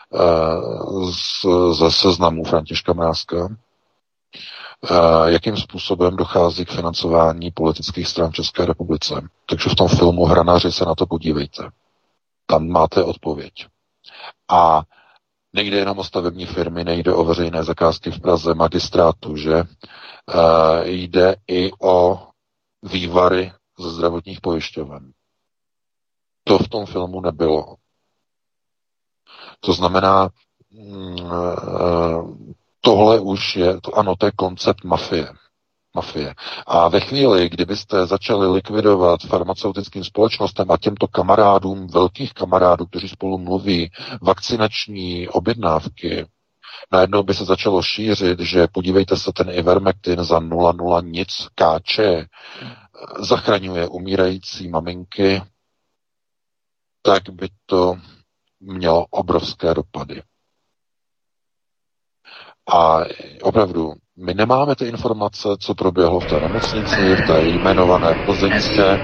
S3: ze seznamů Františka Mrázka. Jakým způsobem dochází k financování politických stran v České republice. Takže v tom filmu Hranaři se na to podívejte. Tam máte odpověď. A nejde jenom o stavební firmy, nejde o veřejné zakázky v Praze, magistrátu, že jde i o vývary ze zdravotních pojišťoven. To v tom filmu nebylo. To znamená, tohle už je, ano, to je koncept mafie. A ve chvíli, kdybyste začali likvidovat farmaceutickým společnostem a těmto kamarádům, velkých kamarádů, kteří spolu mluví, vakcinační objednávky, najednou by se začalo šířit, že podívejte se, ten Ivermectin za 0,0 nic KČ zachraňuje umírající maminky, tak by to mělo obrovské dopady. A opravdu, my nemáme ty informace, co proběhlo v té nemocnici, v té jmenované plzeňské.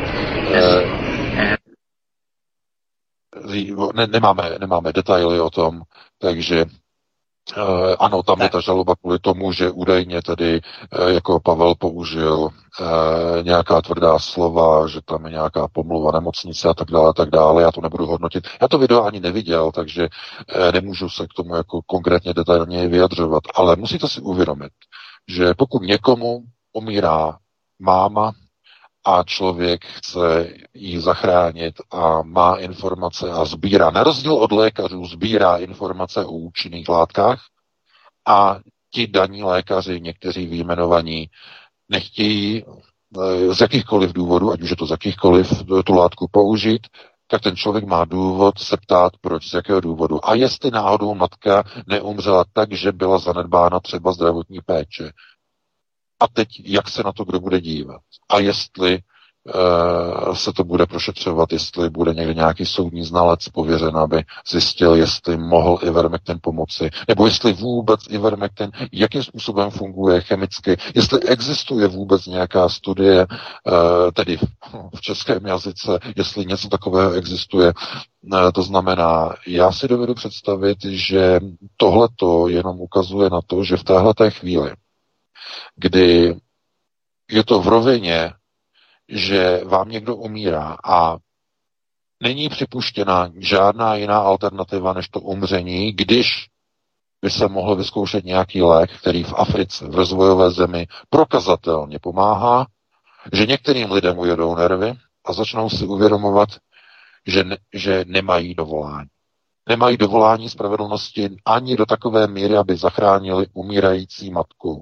S3: Nemáme detaily o tom, takže ano, tam je ta žaloba kvůli tomu, že údajně tedy jako Pavel použil nějaká tvrdá slova, že tam je nějaká pomluva nemocnice a tak dále. Já to nebudu hodnotit. Já to video ani neviděl, takže nemůžu se k tomu jako konkrétně detailně vyjadřovat. Ale musíte si uvědomit, že pokud někomu umírá máma a člověk chce ji zachránit a má informace a sbírá, na rozdíl od lékařů, sbírá informace o účinných látkách a ti daní lékaři, někteří vyjmenovaní, nechtějí z jakýchkoliv důvodů, ať už je to z jakýchkoliv, tu látku použít, tak ten člověk má důvod se ptát, proč, z jakého důvodu. A jestli náhodou matka neumřela tak, že byla zanedbána třeba zdravotní péče. A teď, jak se na to kdo bude dívat? A jestli se to bude prošetřovat, jestli bude někde nějaký soudní znalec pověřen, aby zjistil, jestli mohl Ivermectin pomoci, nebo jestli vůbec Ivermectin, jakým způsobem funguje chemicky, jestli existuje vůbec nějaká studie, tedy v českém jazyce, jestli něco takového existuje. To znamená, já si dovedu představit, že tohleto jenom ukazuje na to, že v téhleté chvíli, kdy je to v rovině, že vám někdo umírá a není připuštěna žádná jiná alternativa než to umření, když by se mohl vyzkoušet nějaký lék, který v Africe, v rozvojové zemi prokazatelně pomáhá, že některým lidem ujedou nervy a začnou si uvědomovat, že nemají dovolání. Nemají dovolání spravedlnosti ani do takové míry, aby zachránili umírající matku.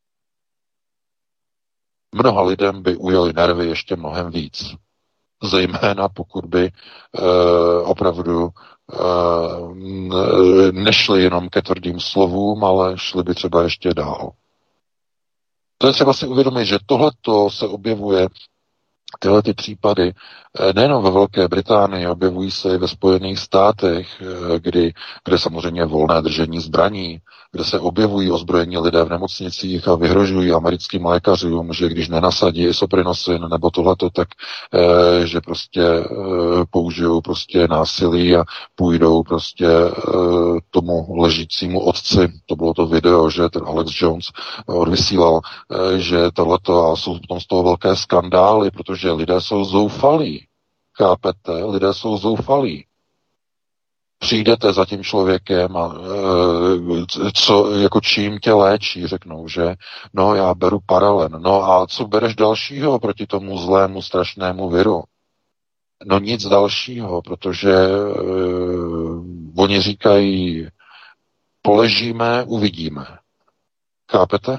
S3: Mnoha lidem by ujeli nervy ještě mnohem víc. Zejména pokud by opravdu nešli jenom ke tvrdým slovům, ale šli by třeba ještě dál. To je třeba si uvědomit, že tohleto se objevuje tyhle ty případy nejenom ve Velké Británii, objevují se i ve Spojených státech, kde samozřejmě je volné držení zbraní, kde se objevují ozbrojení lidé v nemocnicích a vyhrožují americkým lékařům, že když nenasadí isoprinosin nebo tohleto, tak že prostě použijou prostě násilí a půjdou prostě tomu ležícímu otci. To bylo to video, že ten Alex Jones odvysílal, že tohleto, a jsou potom z toho velké skandály, protože lidé jsou zoufalí. Chápete? Lidé jsou zoufalí. Přijdete za tím člověkem a co, jako čím tě léčí, řeknou, že no já beru paralen. No a co bereš dalšího proti tomu zlému, strašnému viru? No nic dalšího, protože oni říkají, poležíme, uvidíme. Chápete?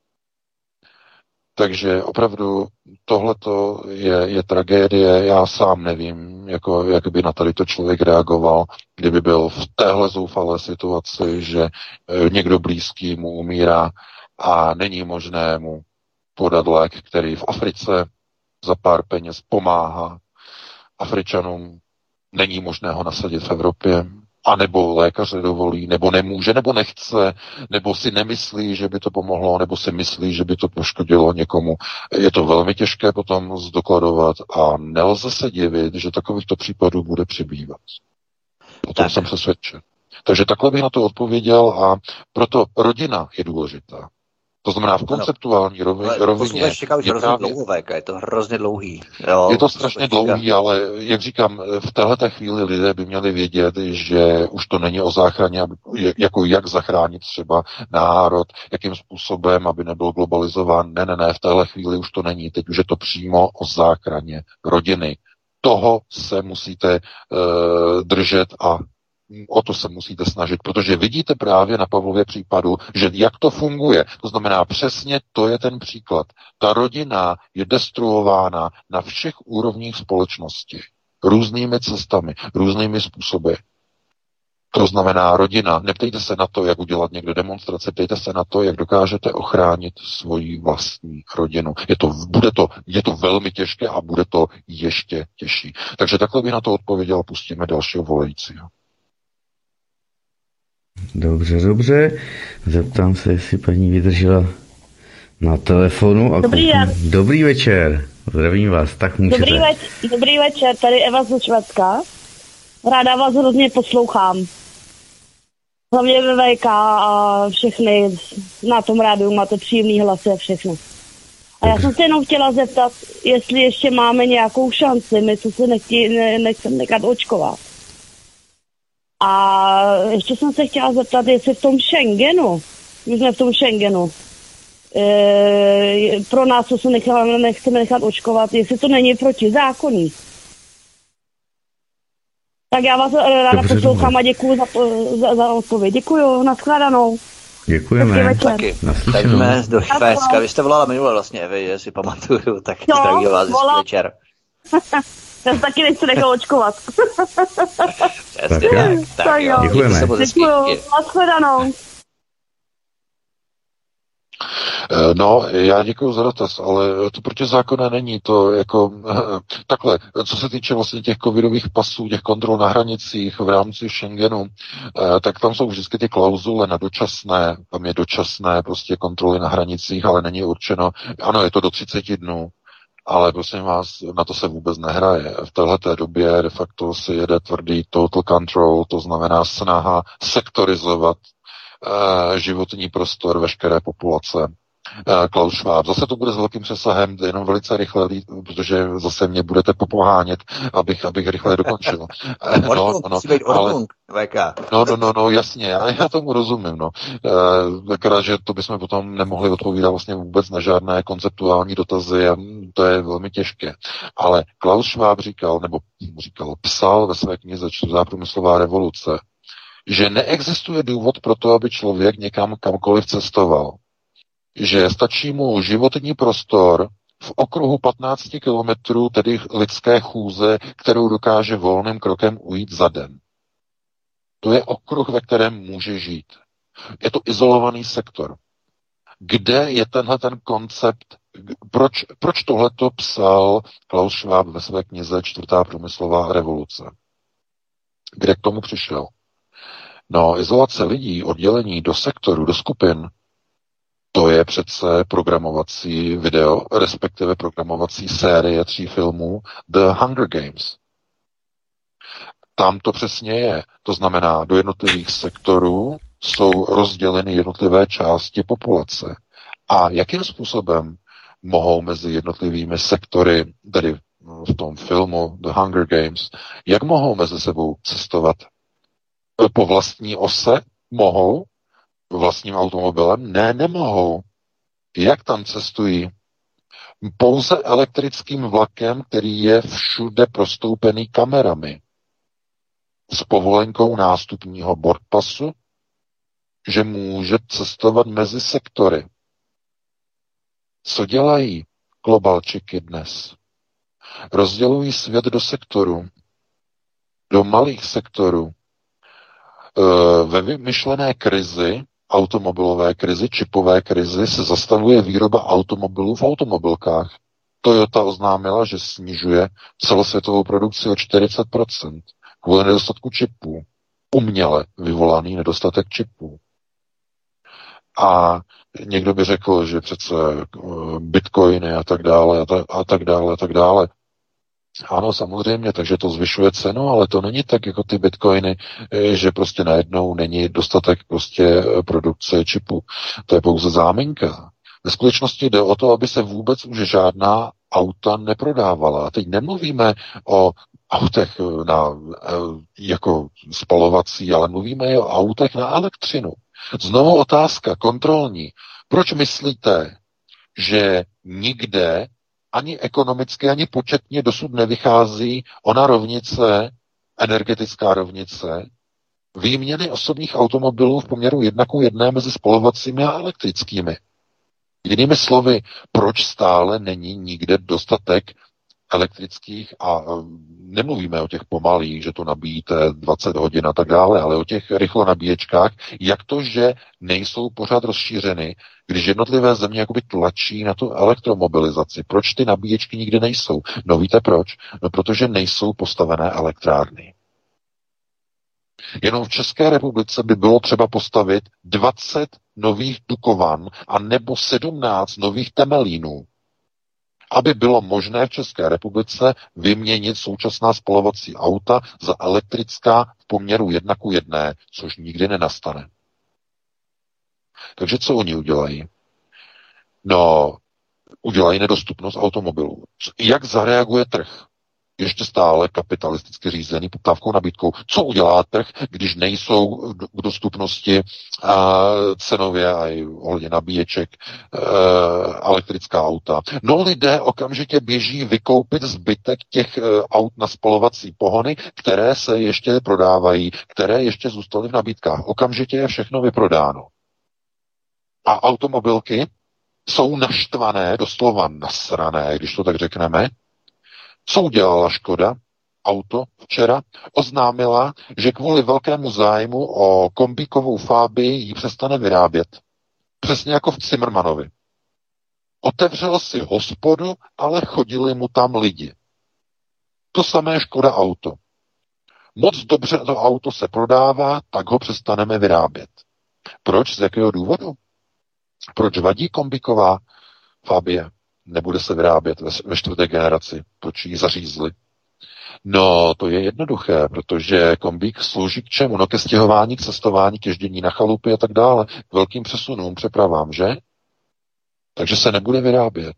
S3: Takže opravdu tohleto je tragédie. Já sám nevím, jak by na tady to člověk reagoval, kdyby byl v téhle zoufalé situaci, že někdo blízký mu umírá a není možné mu podat lék, který v Africe za pár peněz pomáhá Afričanům. Není možné ho nasadit v Evropě. A nebo lékař nedovolí, nebo nemůže, nebo nechce, nebo si nemyslí, že by to pomohlo, nebo si myslí, že by to poškodilo někomu. Je to velmi těžké potom zdokladovat a nelze se divit, že takovýchto případů bude přibývat. O tom jsem přesvědčen. Takže takhle bych na to odpověděl a proto rodina je důležitá. To znamená v konceptuální rovině.
S1: Je to hrozně dlouhý. Jo,
S3: je to strašně dlouhý, ale jak říkám, v této chvíli lidé by měli vědět, že už to není o záchraně, jako jak zachránit třeba národ, jakým způsobem, aby nebyl globalizován. Ne, v téhle chvíli už to není. Teď už je to přímo o záchraně rodiny. Toho se musíte držet a o to se musíte snažit, protože vidíte právě na Pavlově případu, že jak to funguje. To znamená, přesně to je ten příklad. Ta rodina je destruována na všech úrovních společnosti. Různými cestami, různými způsoby. To znamená rodina. Neptejte se na to, jak udělat někde demonstrace, ptejte se na to, jak dokážete ochránit svoji vlastní rodinu. Je to velmi těžké a bude to ještě těžší. Takže takhle bych na to odpověděl a pustíme dalšího volajícího.
S2: Dobře. Zeptám se, jestli paní vydržela na telefonu. Dobrý večer. Zdravím vás, tak můžete.
S5: Dobrý večer, tady Eva ze Švédska. Ráda vás hrozně poslouchám. Hlavně ve VK a všechny na tom rádiu máte příjemný hlasy a všechno. A já jsem se jenom chtěla zeptat, jestli ještě máme nějakou šanci, my co se nechceme nechat očkovat. A ještě jsem se chtěla zeptat, jestli v tom Schengenu, my jsme v tom Schengenu, pro nás, co se nechceme nechat očkovat, jestli to není protizákonný. Tak já vás ráda poslouchám a děkuju za odpověď. Děkuju, nashledanou.
S2: Děkujeme.
S1: Taky. Tak jsme do Švédska. Vy jste volala minule vlastně, Evi, jestli pamatuju, tak zdravím vás večer.
S5: Já se taky nechci nechat očkovat.
S1: Tak jo.
S2: Děkujeme.
S5: Děkuju, nashledanou.
S3: No, já děkuji za dotaz, ale to protizákonné není, to jako takhle, co se týče vlastně těch covidových pasů, těch kontrol na hranicích v rámci Schengenu, tak tam jsou vždycky ty klauzule na dočasné, tam je dočasné prostě kontroly na hranicích, ale není určeno, ano, je to do 30 dnů, ale prosím vás, na to se vůbec nehraje. V téhleté době de facto se jede tvrdý total control, to znamená snaha sektorizovat životní prostor veškeré populace. Klaus Schwab. Zase to bude s velkým přesahem, jenom velice rychle, protože zase mě budete popohánět, abych rychle dokončil. No, jasně, já tomu rozumím, no. Akorát, že to bychom potom nemohli odpovídat vlastně vůbec na žádné konceptuální dotazy a to je velmi těžké. Ale Klaus Schwab psal ve své knize Čtvrtá průmyslová revoluce, že neexistuje důvod pro to, aby člověk někam kamkoliv cestoval. Že stačí mu životní prostor v okruhu 15 kilometrů, tedy lidské chůze, kterou dokáže volným krokem ujít za den. To je okruh, ve kterém může žít. Je to izolovaný sektor. Kde je tenhle ten koncept proč tohleto psal Klaus Schwab ve své knize Čtvrtá průmyslová revoluce? Kde k tomu přišel? No, izolace lidí, oddělení do sektorů, do skupin, to je přece programovací video, respektive programovací série 3 filmů The Hunger Games. Tam to přesně je. To znamená, do jednotlivých sektorů jsou rozděleny jednotlivé části populace. A jakým způsobem mohou mezi jednotlivými sektory, tedy v tom filmu The Hunger Games, jak mohou mezi sebou cestovat? Po vlastní ose mohou? Vlastním automobilem? Ne, nemohou. Jak tam cestují? Pouze elektrickým vlakem, který je všude prostoupený kamerami. S povolenkou nástupního boardpasu, že může cestovat mezi sektory. Co dělají globalčiky dnes? Rozdělují svět do sektorů, do malých sektorů. Ve vymyšlené krizi, automobilové krizi, čipové krizi, se zastavuje výroba automobilů v automobilkách. Toyota oznámila, že snižuje celosvětovou produkci o 40% kvůli nedostatku čipů. Uměle vyvolaný nedostatek čipů. A někdo by řekl, že přece bitcoiny a tak dále, a tak dále, a tak dále. Ano, samozřejmě, takže to zvyšuje cenu, ale to není tak jako ty bitcoiny, že prostě najednou není dostatek prostě produkce čipu. To je pouze záminka. Ve skutečnosti jde o to, aby se vůbec už žádná auta neprodávala. A teď nemluvíme o autech jako spalovací, ale mluvíme i o autech na elektřinu. Znovu otázka kontrolní. Proč myslíte, že nikde ani ekonomicky, ani početně dosud nevychází ona rovnice, energetická rovnice, výměny osobních automobilů v poměru 1:1 mezi spalovacími a elektrickými? Jinými slovy, proč stále není nikde dostatek elektrických a nemluvíme o těch pomalých, že to nabíjíte 20 hodin a tak dále, ale o těch rychlonabíječkách, jak to, že nejsou pořád rozšířeny, když jednotlivé země jakoby tlačí na tu elektromobilizaci. Proč ty nabíječky nikdy nejsou? No víte proč? No protože nejsou postavené elektrárny. Jenom v České republice by bylo třeba postavit 20 nových Dukovan a nebo 17 nových Temelínů, aby bylo možné v České republice vyměnit současná spalovací auta za elektrická v poměru 1:1, což nikdy nenastane. Takže co oni udělají? No, udělají nedostupnost automobilů. Jak zareaguje trh? Ještě stále kapitalisticky řízený poptávkou nabídkou. Co udělá trh, když nejsou k dostupnosti cenově a i ohledně nabíječek elektrická auta? No lidé okamžitě běží vykoupit zbytek těch aut na spalovací pohony, které se ještě prodávají, které ještě zůstaly v nabídkách. Okamžitě je všechno vyprodáno. A automobilky jsou naštvané, doslova nasrané, když to tak řekneme. Co udělala Škoda? Auto včera oznámila, že kvůli velkému zájmu o kombíkovou Fabii ji přestane vyrábět. Přesně jako v Zimmermanovi. Otevřel si hospodu, ale chodili mu tam lidi. To samé Škoda Auto. Moc dobře to auto se prodává, tak ho přestaneme vyrábět. Proč? Z jakého důvodu? Proč vadí kombíková Fabie? Nebude se vyrábět ve 4. generaci. Proč ji zařízli? No, to je jednoduché, protože kombík slouží k čemu? No, ke stěhování, k cestování, k ježdění na chalupy a tak dále, k velkým přesunům, přepravám, že? Takže se nebude vyrábět.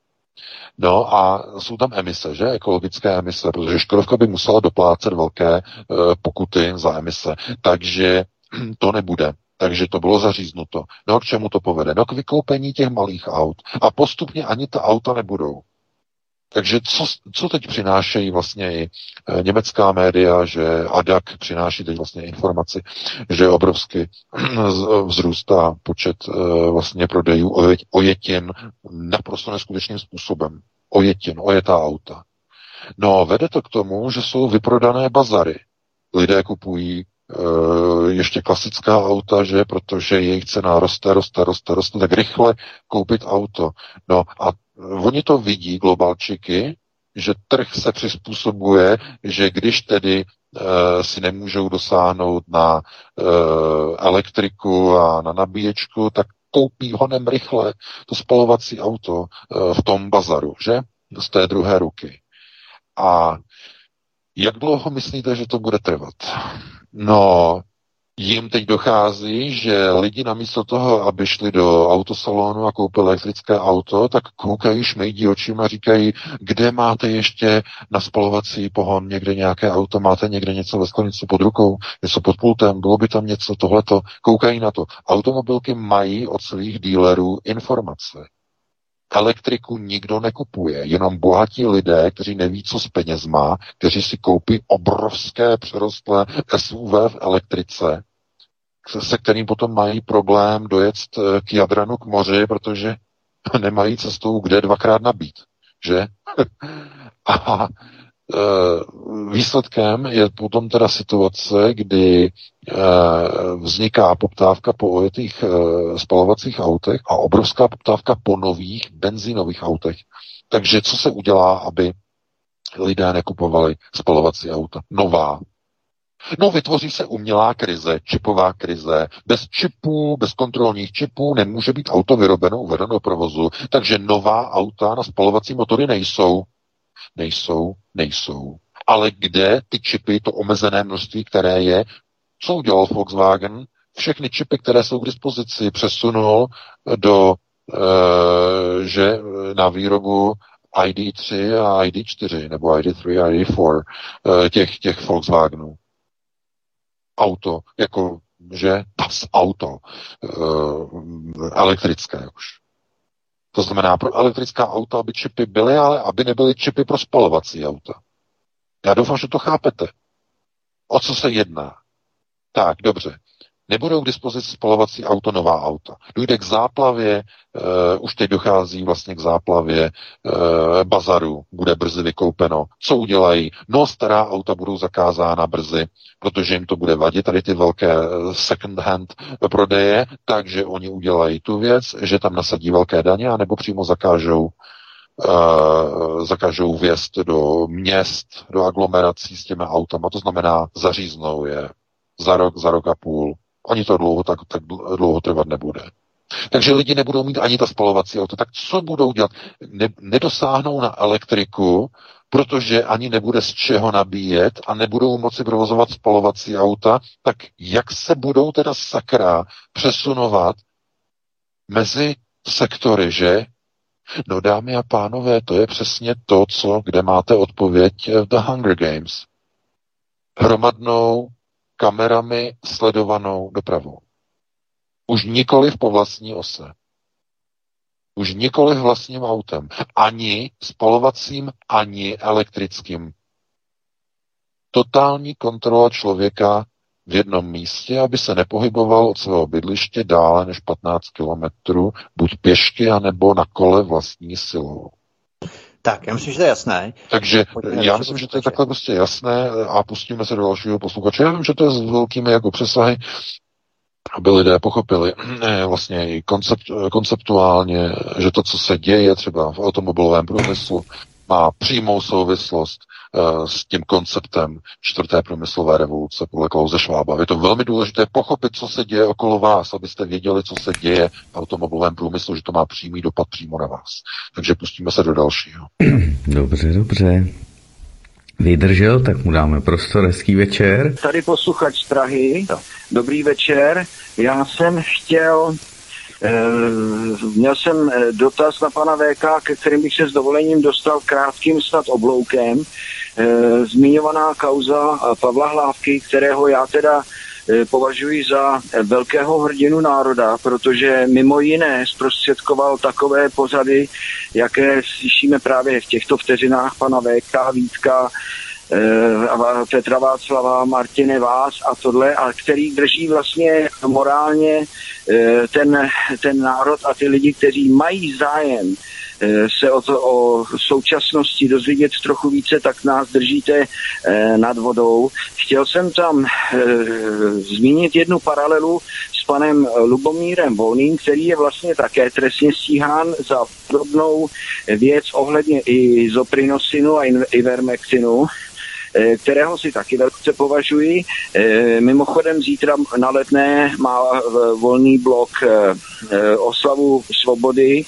S3: No a jsou tam emise, že? Ekologické emise, protože Škodovka by musela doplácet velké pokuty za emise. Takže to nebude. Takže to bylo zaříznuto. No k čemu to povede? No k vykoupení těch malých aut. A postupně ani ta auta nebudou. Takže co teď přinášejí vlastně i německá média, že ADAC přináší teď vlastně informaci, že obrovsky vzrůstá počet vlastně prodejů ojetin naprosto neskutečným způsobem. Ojetá auta. No, vede to k tomu, že jsou vyprodané bazary. Lidé kupují ještě klasická auta, že protože jejich cena roste, tak rychle koupit auto. No a oni to vidí, globalčiky, že trh se přizpůsobuje, že když tedy si nemůžou dosáhnout na elektriku a na nabíječku, tak koupí honem rychle to spalovací auto v tom bazaru, že? Z té druhé ruky. A jak dlouho myslíte, že to bude trvat? No, jim teď dochází, že lidi namísto toho, aby šli do autosalonu a koupili elektrické auto, tak koukají, šmejdí očima a říkají, kde máte ještě na spalovací pohon někde nějaké auto, máte někde něco ve sklenici pod rukou, něco pod pultem, bylo by tam něco, tohleto. Koukají na to. Automobilky mají od svých dílerů informace. Elektriku nikdo nekupuje, jenom bohatí lidé, kteří neví, co s penězma, kteří si koupí obrovské přerostlé SUV v elektrice, se kterým potom mají problém dojet k Jadranu, k moři, protože nemají cestou, kde dvakrát nabít, že? A výsledkem je potom teda situace, kdy vzniká poptávka po ojetých spalovacích autech a obrovská poptávka po nových benzínových autech. Takže co se udělá, aby lidé nekupovali spalovací auta? Nová. No, vytvoří se umělá krize, čipová krize. Bez čipů, bez kontrolních čipů nemůže být auto vyrobeno, uvedeno do provozu. Takže nová auta na spalovací motory nejsou. Ale kde ty čipy, to omezené množství, které je, co udělal Volkswagen? Všechny čipy, které jsou k dispozici, přesunul do, že na výrobu ID3 a ID4, nebo ID3 a ID4, těch Volkswagenů. Auto, jako, že das auto, elektrické už. To znamená, pro elektrická auta, aby čipy byly, ale aby nebyly čipy pro spalovací auta. Já doufám, že to chápete. O co se jedná? Tak, dobře. Nebudou k dispozici spalovací auto, nová auta. Dojde k záplavě, už teď dochází vlastně k záplavě bazaru, bude brzy vykoupeno. Co udělají? No, stará auta budou zakázána brzy, protože jim to bude vadit, tady ty velké second hand prodeje, takže oni udělají tu věc, že tam nasadí velké daně, anebo přímo zakážou vjezd do měst, do aglomerací s těmi autama, to znamená zaříznou je za rok a půl. Oni to tak dlouho trvat nebude. Takže lidi nebudou mít ani ta spalovací auto. Tak co budou dělat? Nedosáhnou na elektriku, protože ani nebude z čeho nabíjet a nebudou moci provozovat spalovací auta. Tak jak se budou teda sakra přesunovat mezi sektory, že? No, dámy a pánové, to je přesně to, kde máte odpověď v The Hunger Games. Hromadnou kamerami sledovanou dopravou. Už nikoliv po vlastní ose. Už nikoliv vlastním autem. Ani spalovacím, ani elektrickým. Totální kontrola člověka v jednom místě, aby se nepohyboval od svého bydliště dále než 15 kilometrů, buď pěšky, anebo na kole vlastní silou.
S1: Tak, já myslím, že to je jasné.
S3: Takže já myslím, že to je takhle prostě jasné a pustíme se do dalšího posluchače. Já vím, že to je s velkými jako přesahy, aby lidé pochopili vlastně i konceptuálně, že to, co se děje třeba v automobilovém průmyslu, má přímou souvislost s tím konceptem čtvrté průmyslové revoluce podle Klause Schwaba. Je to velmi důležité pochopit, co se děje okolo vás, abyste věděli, co se děje v automobilovém průmyslu, že to má přímý dopad přímo na vás. Takže pustíme se do dalšího.
S2: Dobře. Vydržel, tak mu dáme prostor. Hezký večer.
S6: Tady posluchač z Prahy. Dobrý večer. Já jsem měl jsem dotaz na pana VK, ke kterým bych se s dovolením dostal krátkým snad obloukem. Zmiňovaná kauza Pavla Hlávky, kterého já teda považuji za velkého hrdinu národa, protože mimo jiné zprostředkoval takové pořady, jaké slyšíme právě v těchto vteřinách pana VK, Vítka, Petra Václava, Martiny Vás a tohle, a který drží vlastně morálně ten národ a ty lidi, kteří mají zájem se o současnosti dozvědět trochu více, tak nás držíte nad vodou. Chtěl jsem tam zmínit jednu paralelu s panem Lubomírem Volným, který je vlastně také trestně stíhán za podobnou věc ohledně i isoprinosinu a ivermectinu, kterého si taky velice považuji. Mimochodem zítra na Letné má Volný blok oslavu svobody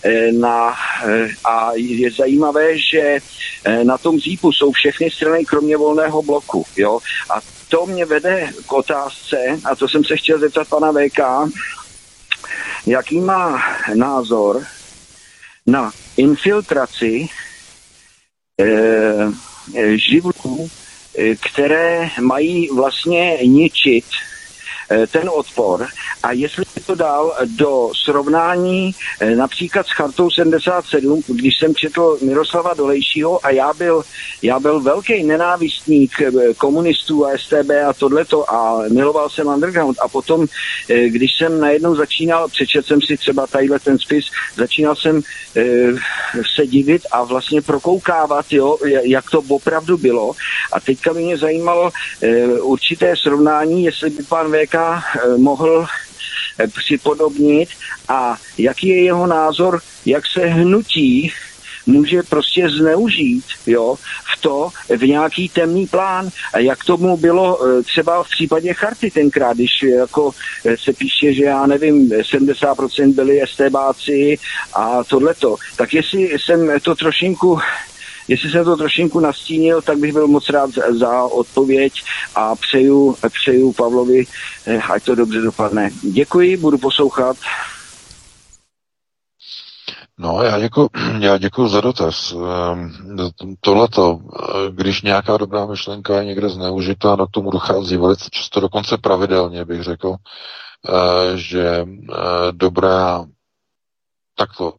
S6: a je zajímavé, že na tom ZÍPu jsou všechny strany kromě Volného bloku. Jo? A to mě vede k otázce, a to jsem se chtěl zeptat pana VK, jaký má názor na infiltraci živlů, které mají vlastně ničit ten odpor, a jestli to dal do srovnání například s Chartou 77, když jsem četl Miroslava Dolejšího a já byl velký nenávistník komunistů a STB a tohleto a miloval jsem underground, a potom, když jsem najednou začínal, přečetl jsem si třeba tadyhle ten spis, začínal jsem se divit a vlastně prokoukávat, jo, jak to opravdu bylo, a teďka by mě zajímalo určité srovnání, jestli by pan VK mohl připodobnit a jaký je jeho názor, jak se hnutí může prostě zneužít, jo, v nějaký temný plán, a jak tomu bylo třeba v případě Charty tenkrát, když jako se píše, že já nevím, 70% byli STBáci a tohleto. Tak jestli jsem to trošinku nastínil, tak bych byl moc rád za odpověď a přeju Pavlovi, ať to dobře dopadne. Děkuji, budu poslouchat.
S3: No, já děkuju za dotaz. Tohleto, když nějaká dobrá myšlenka je někde zneužitá, na tomu dochází velice často, dokonce pravidelně bych řekl, že dobrá takto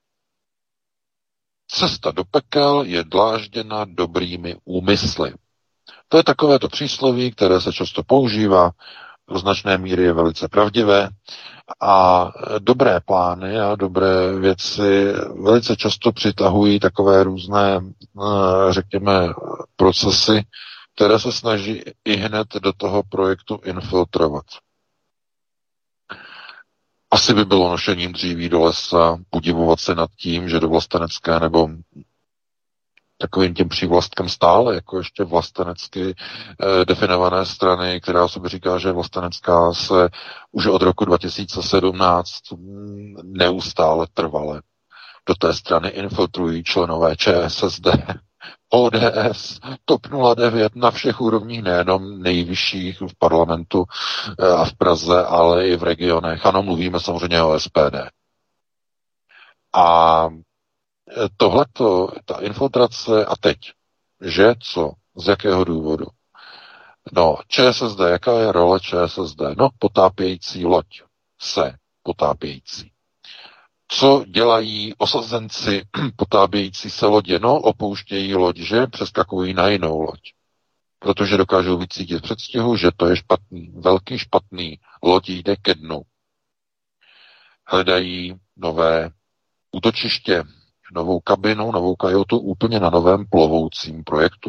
S3: cesta do pekel je dlážděna dobrými úmysly. To je takovéto přísloví, které se často používá, do značné míry je velice pravdivé, a dobré plány a dobré věci velice často přitahují takové různé, řekněme, procesy, které se snaží i hned do toho projektu infiltrovat. Asi by bylo nošením dříví do lesa podivovat se nad tím, že do vlastenecké nebo takovým tím přívlastkem stále, jako ještě vlastenecky definované strany, která o sobě říká, že vlastenecká, se už od roku 2017 neustále trvale do té strany infiltrují členové ČSSD, ODS, TOP 09 na všech úrovních, nejenom nejvyšších v parlamentu a v Praze, ale i v regionech. Ano, mluvíme samozřejmě o SPD. A tohleto, ta infiltrace, a teď, že co, z jakého důvodu? No, ČSSD, jaká je role ČSSD? No, potápějící loď, potápějící. Co dělají osazenci potápějící se lodě? No, opouštějí loď, že přeskakují na jinou loď. Protože dokážou vycítit předstihu, že to je špatný, velký špatný, loď jde ke dnu. Hledají nové útočiště, novou kabinu, novou kajotu úplně na novém plovoucím projektu.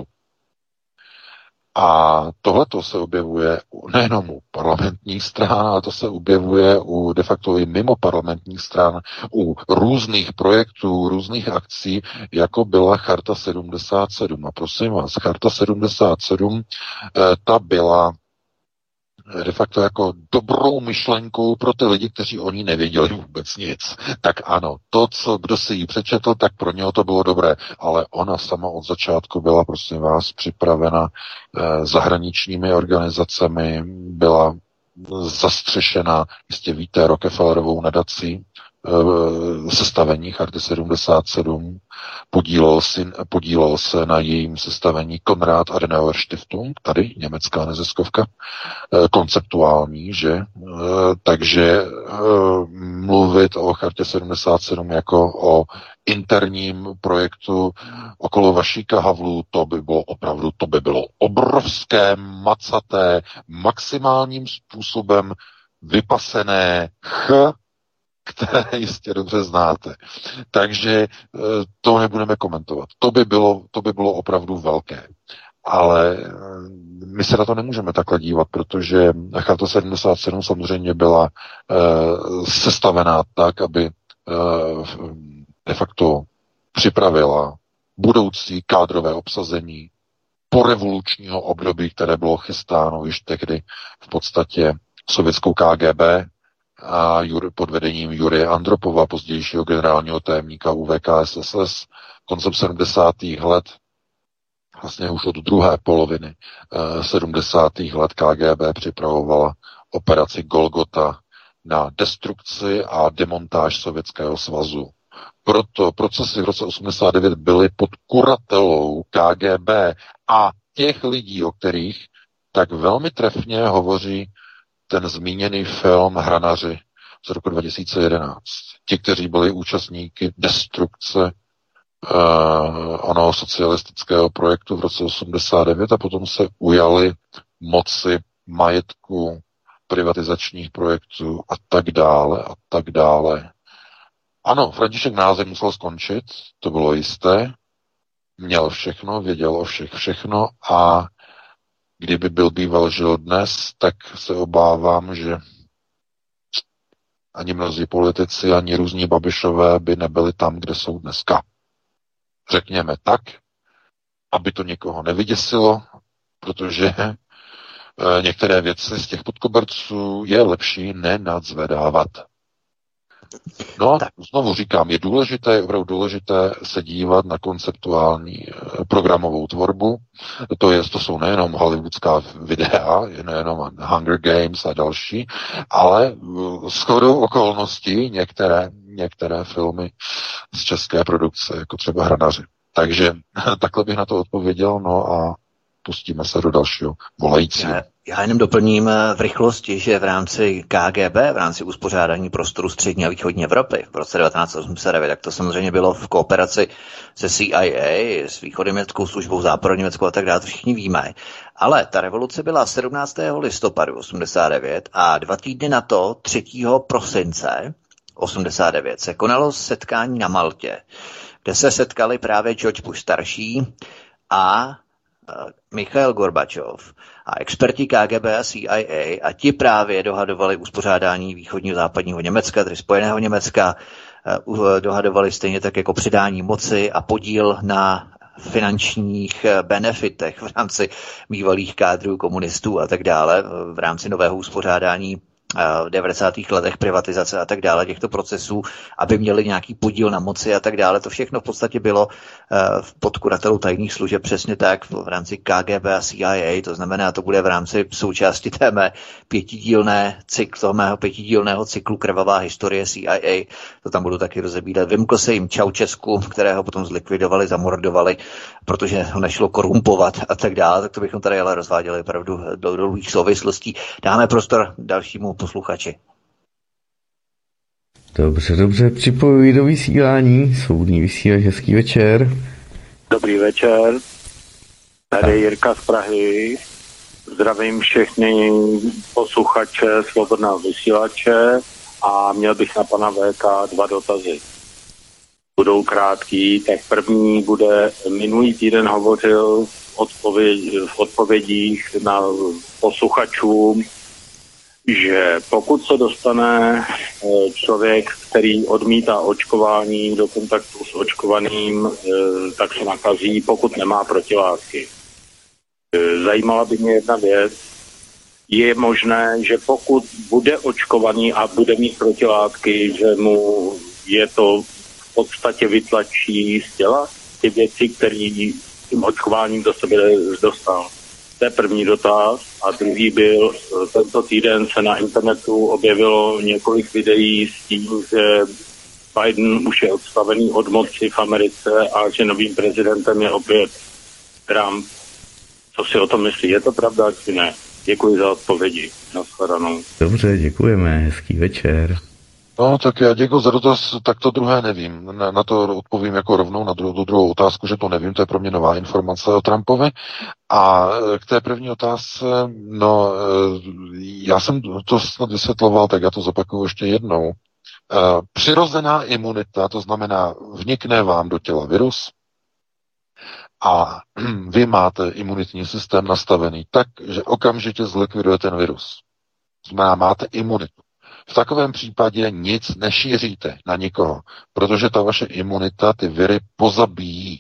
S3: A tohleto se objevuje nejenom u parlamentních stran, ale to se objevuje u de facto i mimo parlamentních stran, u různých projektů, různých akcí, jako byla Charta 77. A prosím vás, Charta 77, ta byla de facto jako dobrou myšlenkou pro ty lidi, kteří o ní nevěděli vůbec nic. Tak ano, to, co kdo si ji přečetl, tak pro něho to bylo dobré, ale ona sama od začátku byla, prosím vás, připravena zahraničními organizacemi, byla zastřešena, jistě víte, Rockefellerovou nadací, sestavení Charty 77, podílel se na jejím sestavení Konrad Adenauer Stiftung, tady německá neziskovka, konceptuální, že? Takže mluvit o Chartě 77 jako o interním projektu okolo Vašíka Havlu, to by bylo obrovské, macaté, maximálním způsobem vypasené které jistě dobře znáte. Takže to nebudeme komentovat. To by bylo opravdu velké. Ale my se na to nemůžeme takhle dívat, protože Charta 77 samozřejmě byla sestavená tak, aby de facto připravila budoucí kádrové obsazení porevolučního období, které bylo chystáno již tehdy v podstatě sovětskou KGB a pod vedením Jurije Andropova, pozdějšího generálního tajemníka UVKSSS, koncem 70. let, vlastně už od druhé poloviny 70. let KGB připravovala operaci Golgota na destrukci a demontáž Sovětského svazu. Proto procesy v roce 89 byly pod kuratelou KGB a těch lidí, o kterých tak velmi trefně hovoří ten zmíněný film Hranaři z roku 2011. Ti, kteří byli účastníky destrukce onoho socialistického projektu v roce 89 a potom se ujali moci, majetku, privatizačních projektů a tak dále a tak dále. Ano, František Názeň musel skončit, to bylo jisté, měl všechno, věděl o všechno a kdyby byl býval žil dnes, tak se obávám, že ani mnozí politici, ani různí Babišové by nebyli tam, kde jsou dneska. Řekněme tak, aby to někoho nevyděsilo, protože některé věci z těch podkoberců je lepší nenadzvedávat. No, znovu říkám, je opravdu důležité se dívat na konceptuální programovou tvorbu. To jsou nejenom hollywoodská videa, nejenom Hunger Games a další, ale shodou okolností některé filmy z české produkce, jako třeba Hranaři. Takže takhle bych na to odpověděl, no a pustíme se do dalšího volajícího.
S1: Já jenom doplním v rychlosti, že v rámci KGB, v rámci uspořádání prostoru střední a východní Evropy v roce 1989, tak to samozřejmě bylo v kooperaci se CIA, s východoněmeckou službou, západoněmeckou a tak dále, to všichni víme. Ale ta revoluce byla 17. listopadu 89 a 2 týdny na to, 3. prosince 89, se konalo setkání na Maltě, kde se setkali právě George Bush starší a Michail Gorbačov a experti KGB a CIA a ti právě dohadovali uspořádání východního západního Německa, tedy Spojeného Německa, dohadovali stejně tak jako předání moci a podíl na finančních benefitech v rámci bývalých kádrů komunistů a tak dále, v rámci nového uspořádání v 90. letech privatizace a tak dále těchto procesů, aby měli nějaký podíl na moci a tak dále. To všechno v podstatě bylo pod kuratelou tajných služeb přesně tak v rámci KGB a CIA, to znamená, to bude v rámci součásti toho mého pětidílného cyklu Krvavá historie CIA, to tam budu taky rozebírat. Vymkl se jim Čaučesku, kterého potom zlikvidovali, zamordovali, protože ho nešlo korumpovat a tak dále, tak to bychom tady ale rozváděli opravdu do dlouhých souvislostí. Dáme prostor dalšímu posluchači.
S2: Dobře, připojuji do vysílání. Svobodný vysílač, hezký večer.
S7: Dobrý večer. Tady Jirka z Prahy. Zdravím všechny posluchače Svobodného vysílače a měl bych na pana VK 2 dotazy. Budou krátký, tak první bude, minulý týden hovořil v odpovědích na posluchačům, že pokud se dostane člověk, který odmítá očkování do kontaktu s očkovaným, tak se nakazí, pokud nemá protilátky. Zajímala by mě jedna věc. Je možné, že pokud bude očkovaný a bude mít protilátky, že mu je to v podstatě vytlačí z těla ty věci, které tím očkováním do sebe dostal. To je první dotaz. A druhý byl, tento týden se na internetu objevilo několik videí s tím, že Biden už je odstavený od moci v Americe a že novým prezidentem je opět Trump. Co si o tom myslí? Je to pravda, či ne? Děkuji za odpovědi. Nashledanou.
S2: Dobře, děkujeme. Hezký večer.
S3: No, tak já děkuji za dotaz, tak to druhé nevím. Na to odpovím jako rovnou na druhou otázku, že to nevím, to je pro mě nová informace o Trumpovi. A k té první otázce, no, já jsem to snad vysvětloval, tak já to zopakuju ještě jednou. Přirozená imunita, to znamená, vnikne vám do těla virus, A vy máte imunitní systém nastavený tak, že okamžitě zlikviduje ten virus. Znamená, máte imunitu. V takovém případě nic nešíříte na nikoho, protože ta vaše imunita ty viry pozabíjí.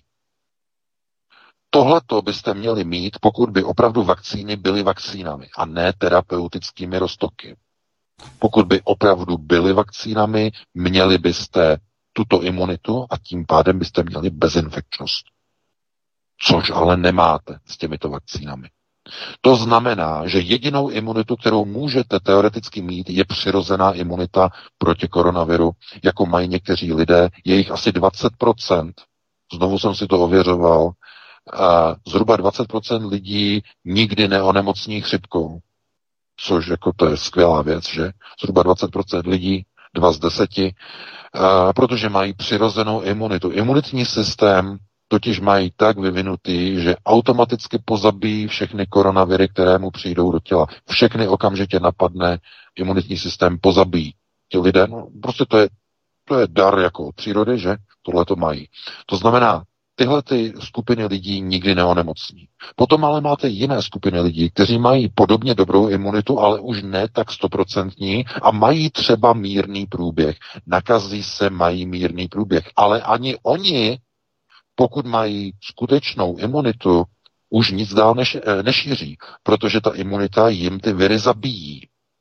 S3: Tohleto byste měli mít, pokud by opravdu vakcíny byly vakcínami a ne terapeutickými roztoky. Pokud by opravdu byly vakcínami, měli byste tuto imunitu a tím pádem byste měli bezinfekčnost. Což ale nemáte s těmito vakcínami. To znamená, že jedinou imunitu, kterou můžete teoreticky mít, je přirozená imunita proti koronaviru, jako mají někteří lidé, je jich asi 20%. Znovu jsem si to ověřoval. Zhruba 20% lidí nikdy neonemocní chřipkou. Což jako to je skvělá věc, že? Zhruba 20% lidí, 2 z 10, protože mají přirozenou imunitu. Imunitní systém totiž mají tak vyvinutý, že automaticky pozabíjí všechny koronaviry, které mu přijdou do těla. Všechny okamžitě napadne, imunitní systém pozabíjí. Ti lidé, no prostě to je dar jako od přírody, že? Tohle to mají. To znamená, tyhle ty skupiny lidí nikdy neonemocní. Potom ale máte jiné skupiny lidí, kteří mají podobně dobrou imunitu, ale už ne tak 100% a mají třeba mírný průběh. Nakazí se, mají mírný průběh. Ale ani oni, pokud mají skutečnou imunitu, už nic dál nešíří, protože ta imunita jim ty viry zabíjí.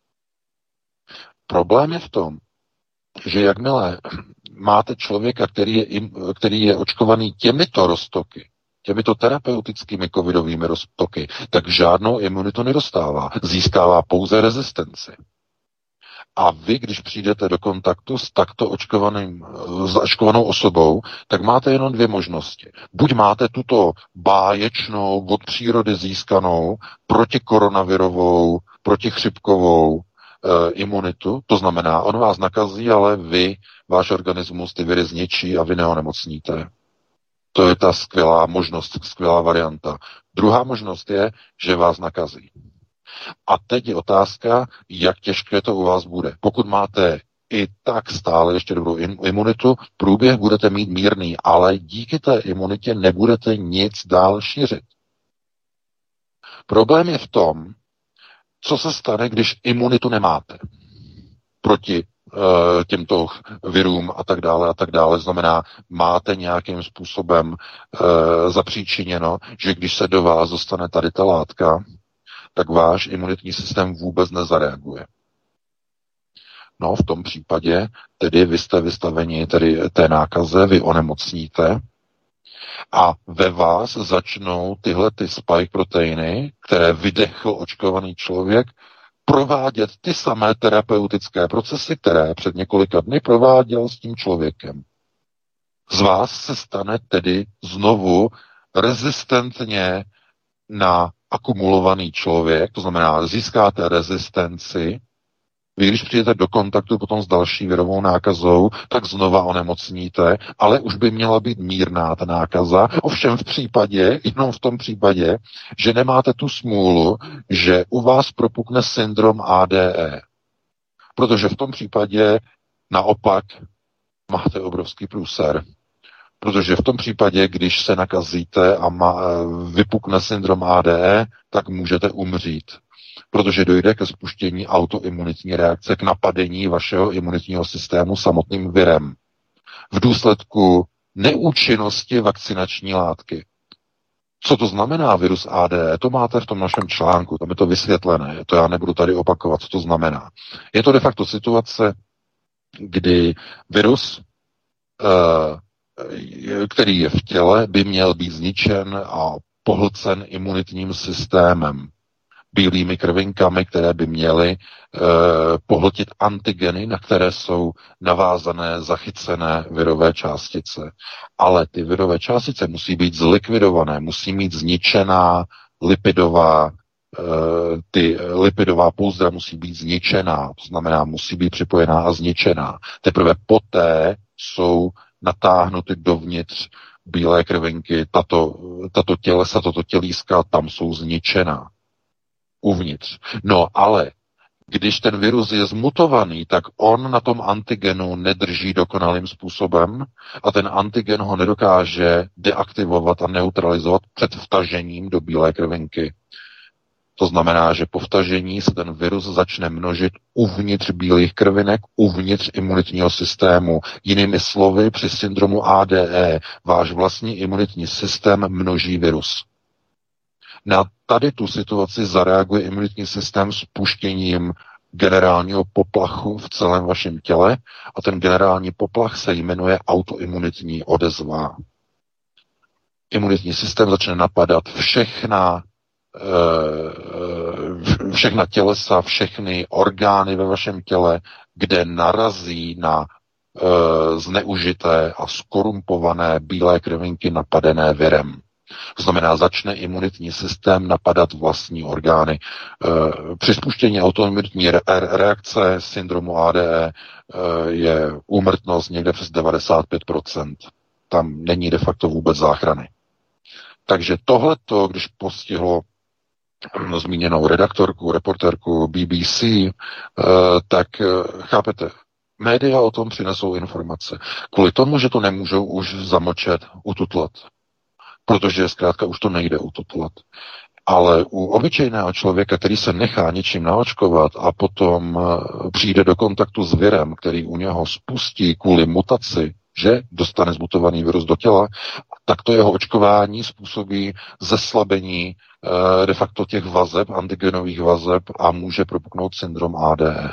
S3: Problém je v tom, že jakmile máte člověka, který je očkovaný těmito roztoky, těmito terapeutickými covidovými roztoky, tak žádnou imunitu nedostává. Získává pouze rezistenci. A vy, když přijdete do kontaktu s takto očkovanou osobou, tak máte jenom 2 možnosti. Buď máte tuto báječnou, od přírody získanou, protikoronavirovou, protichřipkovou imunitu, to znamená, on vás nakazí, ale váš organismus ty viry zničí a vy neonemocníte. To je ta skvělá možnost, skvělá varianta. Druhá možnost je, že vás nakazí. A teď je otázka, jak těžké to u vás bude. Pokud máte i tak stále ještě dobrou imunitu, průběh budete mít mírný, ale díky té imunitě nebudete nic dál šířit. Problém je v tom, co se stane, když imunitu nemáte proti těmto virům a tak dále. Znamená, máte nějakým způsobem zapříčiněno, že když se do vás dostane tady ta látka, tak váš imunitní systém vůbec nezareaguje. No, v tom případě tedy vy jste vystaveni tedy té nákaze, vy onemocníte a ve vás začnou tyhle ty spike proteiny, které vydechl očkovaný člověk, provádět ty samé terapeutické procesy, které před několika dny prováděl s tím člověkem. Z vás se stane tedy znovu rezistentně na akumulovaný člověk, to znamená, získáte rezistenci. Vy, když přijdete do kontaktu potom s další virovou nákazou, tak znova onemocníte, ale už by měla být mírná ta nákaza. Ovšem jenom v tom případě, že nemáte tu smůlu, že u vás propukne syndrom ADE. Protože v tom případě naopak máte obrovský průser. Protože v tom případě, když se nakazíte a vypukne syndrom ADE, tak můžete umřít. Protože dojde ke spuštění autoimunitní reakce, k napadení vašeho imunitního systému samotným virem. V důsledku neúčinnosti vakcinační látky. Co to znamená virus ADE? To máte v tom našem článku, tam je to vysvětlené, to já nebudu tady opakovat, co to znamená. Je to de facto situace, kdy virus, který je v těle, by měl být zničen a pohlcen imunitním systémem, bílými krvinkami, které by měly pohltit antigeny, na které jsou navázané, zachycené virové částice. Ale ty virové částice musí být zlikvidované, musí mít zničená lipidová pouzdra musí být zničená, to znamená, musí být připojená a zničená. Teprve poté jsou natáhnuty dovnitř bílé krvinky, tato tělesa, tato tělíska tam jsou zničená. Uvnitř. No ale Když ten virus je zmutovaný, tak on na tom antigenu nedrží dokonalým způsobem a ten antigen ho nedokáže deaktivovat a neutralizovat před vtažením do bílé krvinky. To znamená, že po vtažení se ten virus začne množit uvnitř bílých krvinek, uvnitř imunitního systému. Jinými slovy, při syndromu ADE váš vlastní imunitní systém množí virus. Na tady tu situaci zareaguje imunitní systém spuštěním generálního poplachu v celém vašem těle a ten generální poplach se jmenuje autoimunitní odezva. Imunitní systém začne napadat všechna tělesa, všechny orgány ve vašem těle, kde narazí na zneužité a skorumpované bílé krvinky napadené virem. To znamená, začne imunitní systém napadat vlastní orgány. Při spuštění autoimunitní reakce syndromu ADE je úmrtnost někde přes 95%. Tam není de facto vůbec záchrany. Takže tohleto, když postihlo zmíněnou reportérku BBC, tak chápete, média o tom přinesou informace. Kvůli tomu, že to nemůžou už zamlčet, ututlat. Protože zkrátka už to nejde ututlat. Ale u obyčejného člověka, který se nechá něčím naočkovat a potom přijde do kontaktu s virem, který u něho spustí kvůli mutaci, že dostane zmutovaný virus do těla, tak to jeho očkování způsobí zeslabení de facto těch vazeb, antigenových vazeb a může propuknout syndrom ADE.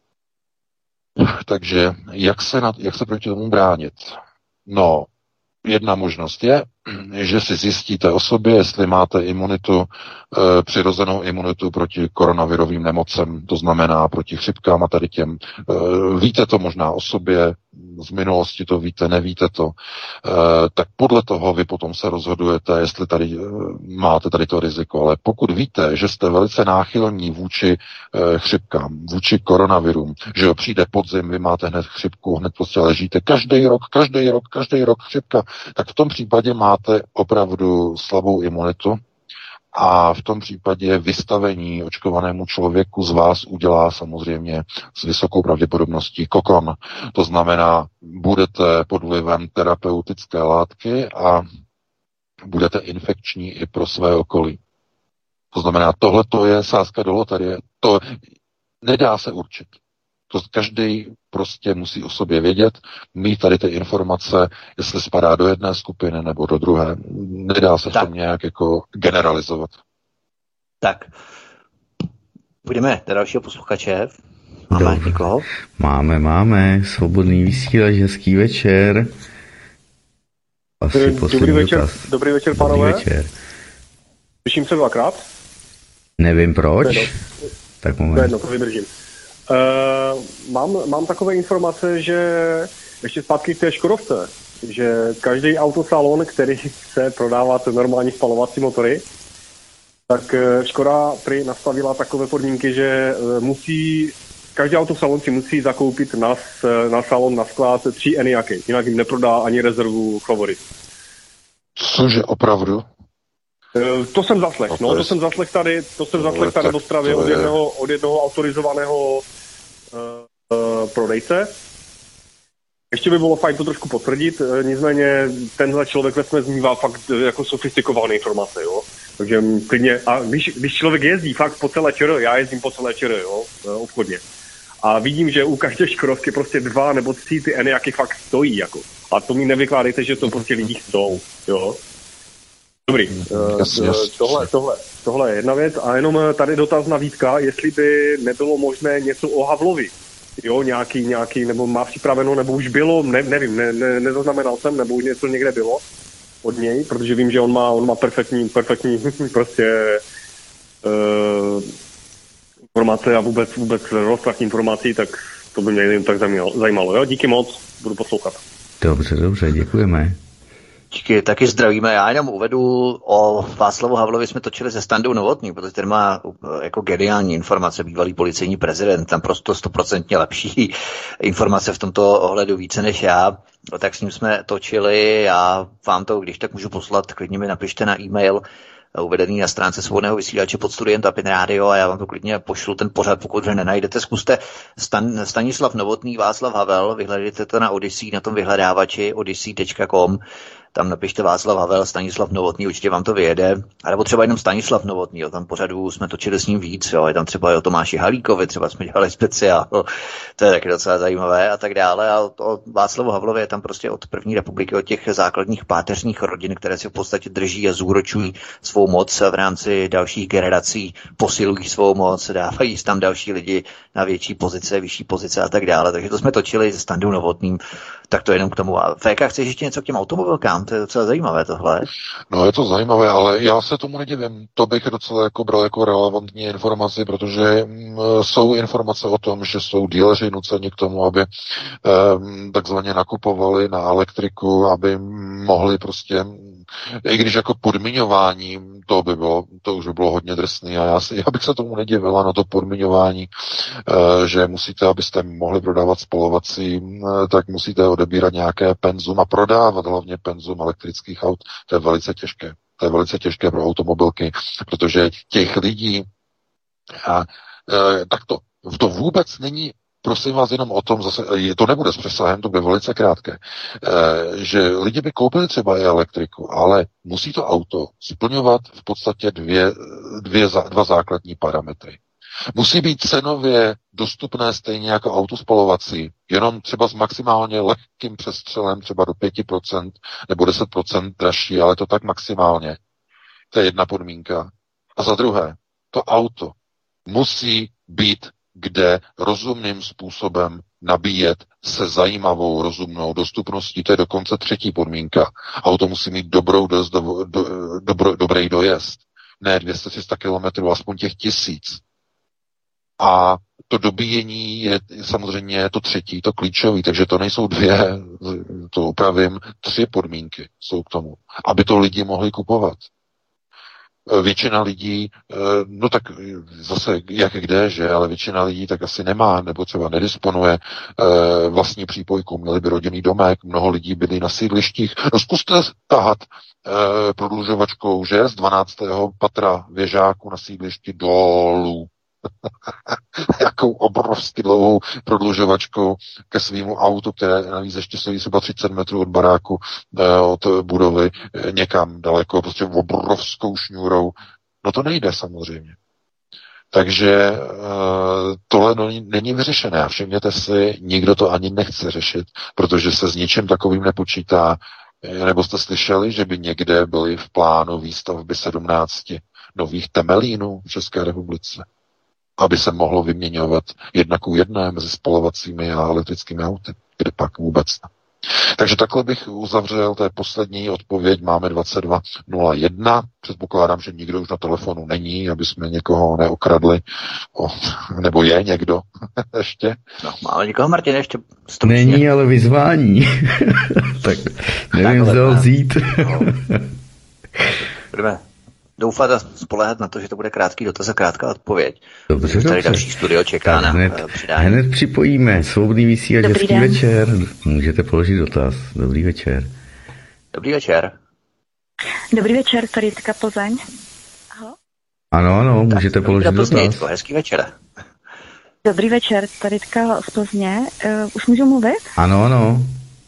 S3: Takže jak se proti tomu bránit? No, jedna možnost je, že si zjistíte o sobě, jestli máte imunitu, přirozenou imunitu proti koronavirovým nemocem, to znamená proti chřipkám a tady těm. Víte to možná o sobě, z minulosti to víte, nevíte to, tak podle toho vy potom se rozhodujete, jestli tady máte tady to riziko. Ale pokud víte, že jste velice náchylní vůči chřipkám, vůči koronavirům, že jo, přijde podzim, vy máte hned chřipku, hned prostě ležíte každý rok chřipka, tak v tom případě máte opravdu slabou imunitu a v tom případě vystavení očkovanému člověku z vás udělá samozřejmě s vysokou pravděpodobností kokon. To znamená, budete pod vlivem terapeutické látky a budete infekční i pro své okolí. To znamená, tohleto je sázka do loterie. To nedá se určit. To každý prostě musí o sobě vědět, mít tady ty informace, jestli spadá do jedné skupiny nebo do druhé. Nedá se v tom nějak jako generalizovat.
S1: Tak. Půjdeme do dalšího posluchače. Máme někoho?
S2: Máme. Svobodný vysílač, hezký večer. Asi
S8: Dobrý večer, pánové.
S2: Dobrý večer.
S8: Slyším se dvakrát?
S2: Nevím proč. Tak moment.
S8: To vydržím. Mám takové informace, že ještě zpátky k té Škodovce, že každý autosalon, který chce prodávat normální spalovací motory, tak Škoda prý nastavila takové podmínky, že každý autosalon si musí zakoupit na salon, na sklad 3 Enyaqy, jinak jim neprodá ani rezervu Favorit.
S3: Cože opravdu?
S8: To jsem zaslech, to jsem zaslech tady v Ostravě od jednoho autorizovaného prodejce. Ještě by bylo fajn to trošku potvrdit, nicméně tenhle člověk ve jsme zmívá fakt jako sofistikované informace, jo. Takže klidně, a když člověk jezdí fakt po celé ČR, já jezdím po celé ČR, jo, obchodně. A vidím, že u každé Škodovky prostě 2 nebo 3 ty Enyaqy fakt stojí, jako. A to mi nevykládejte, že to prostě lidi chcou, jo. Dobrý, tohle je jedna věc a jenom tady dotaz na Vítka, jestli by nebylo možné něco o Havlovi, jo, nějaký, nebo má připraveno, nebo už bylo, nevím, nezaznamenal jsem, nebo už něco někde bylo od něj, protože vím, že on má perfektní prostě informace a vůbec rozsah informací, tak to by mě jen tak zajímalo, jo, díky moc, budu poslouchat.
S2: Dobře, děkujeme.
S1: Díky, taky zdravíme. Já jenom uvedu, o Václavu Havlovi jsme točili se Standou Novotný, protože ten má jako geniální informace, bývalý policejní prezident, tam prostě 100% lepší informace v tomto ohledu více než já. Tak s ním jsme točili, já vám to, když tak můžu poslat, klidně mi napište na e-mail. uvedený na stránce Svobodného vysílače pod studiem Tapin Radio a já vám to klidně pošlu ten pořad, pokud ho nenajdete. Zkuste Stanislav Novotný, Václav Havel, vyhledejte to na Odyssey, na tom vyhledávači odyssey.com. Tam napište Václav Havel, Stanislav Novotný, určitě vám to vyjede. A nebo třeba jenom Stanislav Novotný, tam pořadu jsme točili s ním víc, jo. Je tam třeba o Tomáši Halíkovi, třeba jsme dělali speciál, to je taky docela zajímavé a tak dále. A o Václavu Havlovi je tam prostě od první republiky, od těch základních páteřních rodin, které si v podstatě drží a zúročují svou moc v rámci dalších generací, posilují svou moc, dávají tam další lidi na větší pozice, vyšší pozice a tak dále. Takže to jsme točili se Standou Novotným. Tak to jenom k tomu. A VK, chceš ještě něco k těm automobilkám? To je docela zajímavé tohle.
S3: No je to zajímavé, ale já se tomu nedivím. To bych docela jako bral jako relevantní informaci, protože jsou informace o tom, že jsou díleři nuceni k tomu, aby takzvaně nakupovali na elektriku, aby mohli prostě, i když jako podmiňování, to už by bylo hodně drsný a já bych se tomu nedivila na to podmiňování, že musíte, abyste mohli prodávat spalovací, tak musíte odebírat nějaké penzum a prodávat hlavně penzum elektrických aut. To je velice těžké. To je velice těžké pro automobilky, protože těch lidí to vůbec není, prosím vás, jenom o tom, zase, to nebude s přesahem, to bude velice krátké, že lidi by koupili třeba i elektriku, ale musí to auto splňovat v podstatě dva základní parametry. Musí být cenově dostupné stejně jako auto spalovací, jenom třeba s maximálně lehkým přestřelem, třeba do 5% nebo 10% dražší, ale to tak maximálně. To je jedna podmínka. A za druhé, to auto musí být kde rozumným způsobem nabíjet se zajímavou, rozumnou dostupností. To je dokonce třetí podmínka. Auto musí mít dobrý dojezd. Ne 200-300 kilometrů, aspoň těch 1000. A to dobíjení je samozřejmě to třetí, to klíčový, takže to nejsou to opravím, 3 podmínky jsou k tomu, aby to lidi mohli kupovat. Většina lidí, no tak zase jak kde, že, ale většina lidí tak asi nemá, nebo třeba nedisponuje vlastní přípojku, měli by rodinný domek, mnoho lidí byli na sídlištích. No zkuste tahat prodlužovačkou, že, z 12. patra věžáku na sídlišti dolů. Jakou obrovsky dlouhou prodlužovačkou ke svýmu autu, které navíc ještě stojí třeba 30 metrů od baráku, od budovy, někam daleko, prostě obrovskou šňůrou. No to nejde samozřejmě. Takže tohle není vyřešené. A všimněte si, nikdo to ani nechce řešit, protože se s ničím takovým nepočítá. Nebo jste slyšeli, že by někde byly v plánu výstavby 17 nových Temelínů v České republice, aby se mohlo vyměňovat 1:1 mezi spalovacími a elektrickými auty. Kde pak vůbec ne. Takže takhle bych uzavřel, to je poslední odpověď, máme 22:01. Předpokládám, že nikdo už na telefonu není, aby jsme někoho neokradli. Nebo je někdo ještě?
S1: No, máme někoho, Martin, ještě stručně.
S2: Není, ale vyzvání. Tak nevím, zda ho vzít.
S1: Budeme doufat a spoléhat na to, že to bude krátký dotaz a krátká odpověď.
S2: Dobře.
S1: Tady další studio čeká na přidání.
S2: Hned připojíme. Svobodný vysílač, hezký večer. Můžete položit dotaz. Dobrý večer.
S1: Dobrý večer.
S9: Dobrý večer, tady Jitka Plzeň.
S2: Ano, můžete položit dotaz.
S1: Hezký večer.
S9: Dobrý večer, tady Jitka z Plzně. Už můžu mluvit?
S2: Ano.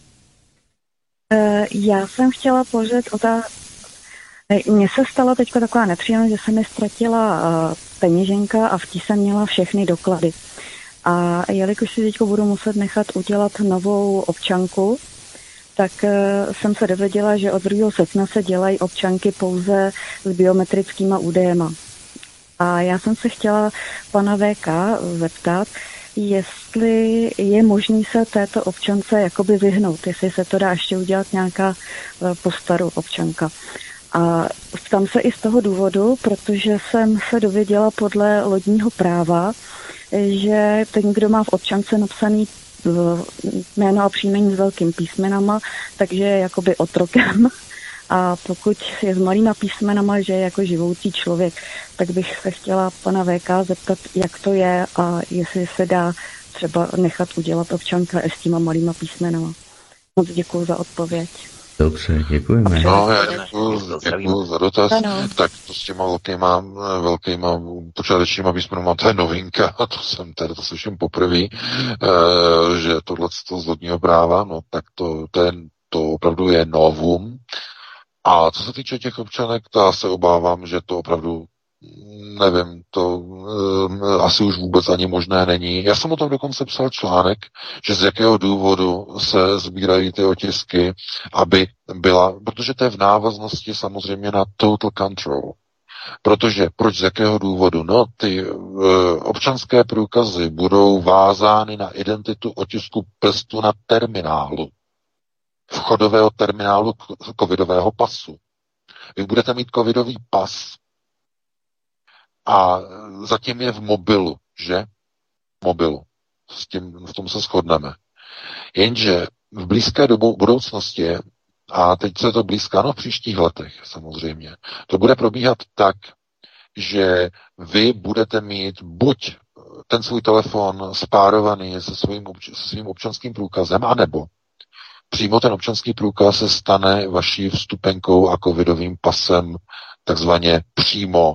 S9: Já jsem chtěla položit Mně se stala teď taková nepříjemnost, že se mi ztratila peněženka a v tí jsem měla všechny doklady. A jelikož si teď budu muset nechat udělat novou občanku, tak jsem se dozvěděla, že od 2. srpna se dělají občanky pouze s biometrickýma údajema. A já jsem se chtěla pana VK zeptat, jestli je možný se této občance jakoby vyhnout, jestli se to dá ještě udělat nějaká postaru občanka. A ptám se i z toho důvodu, protože jsem se dověděla podle lodního práva, že ten, kdo má v občance napsaný jméno a příjmení s velkým písmenama, takže je jakoby otrokem. A pokud je s malýma písmenama, že je jako živoucí člověk, tak bych se chtěla pana VK zeptat, jak to je a jestli se dá třeba nechat udělat občanka s těma malýma písmenama. Moc děkuju za odpověď.
S2: Dobře, děkujeme.
S3: No, já děkuji za dotaz.
S9: Ano.
S3: Tak to s těma velkýma počátečníma písmenama, to je novinka, to slyším poprvé, že tohle z lodního práva, no tak to opravdu je novum. A co se týče těch občanek, to já se obávám, že to opravdu nevím, to asi už vůbec ani možné není. Já jsem o tom dokonce psal článek, že z jakého důvodu se sbírají ty otisky, aby byla, protože to je v návaznosti samozřejmě na total control. Protože proč, z jakého důvodu? No, ty občanské průkazy budou vázány na identitu otisku prstu na terminálu. Vchodového terminálu covidového pasu. Vy budete mít covidový pas a zatím je v mobilu, že? Mobilu. V tom se shodneme. Jenže v blízké budoucnosti, a teď se to blízká, no v příštích letech samozřejmě, to bude probíhat tak, že vy budete mít buď ten svůj telefon spárovaný se svým občanským průkazem, anebo přímo ten občanský průkaz se stane vaší vstupenkou a covidovým pasem takzvaně přímo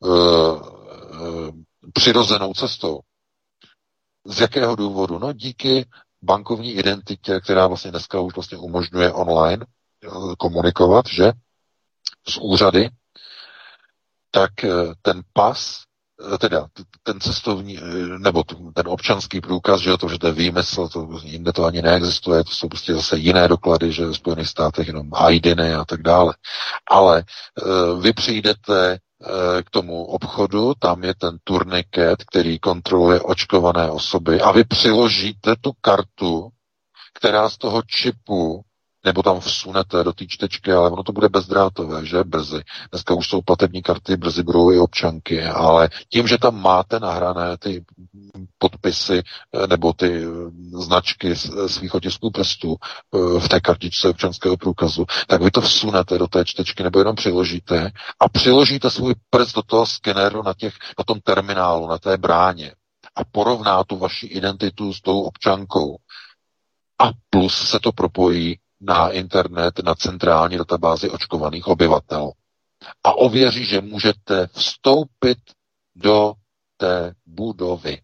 S3: přirozenou cestou. Z jakého důvodu? No díky bankovní identitě, která vlastně dneska už vlastně umožňuje online komunikovat, že? Z úřady, tak ten pas, teda ten cestovní, nebo ten občanský průkaz, že to je výmysl, to jinde to ani neexistuje, to jsou prostě zase jiné doklady, že v Spojených státech jenom IDny a tak dále. Ale vy přijdete k tomu obchodu, tam je ten turniket, který kontroluje očkované osoby a vy přiložíte tu kartu, která z toho čipu, nebo tam vsunete do té čtečky, ale ono to bude bezdrátové, že? Brzy. Dneska už jsou platební karty, brzy budou i občanky, ale tím, že tam máte nahrané ty podpisy nebo ty značky svých otisků prstů v té kartičce občanského průkazu, tak vy to vsunete do té čtečky nebo jenom přiložíte a přiložíte svůj prst do toho skeneru na tom terminálu, na té bráně a porovná tu vaši identitu s tou občankou. A plus se to propojí na internet, na centrální databázi očkovaných obyvatel. A ověří, že můžete vstoupit do té budovy.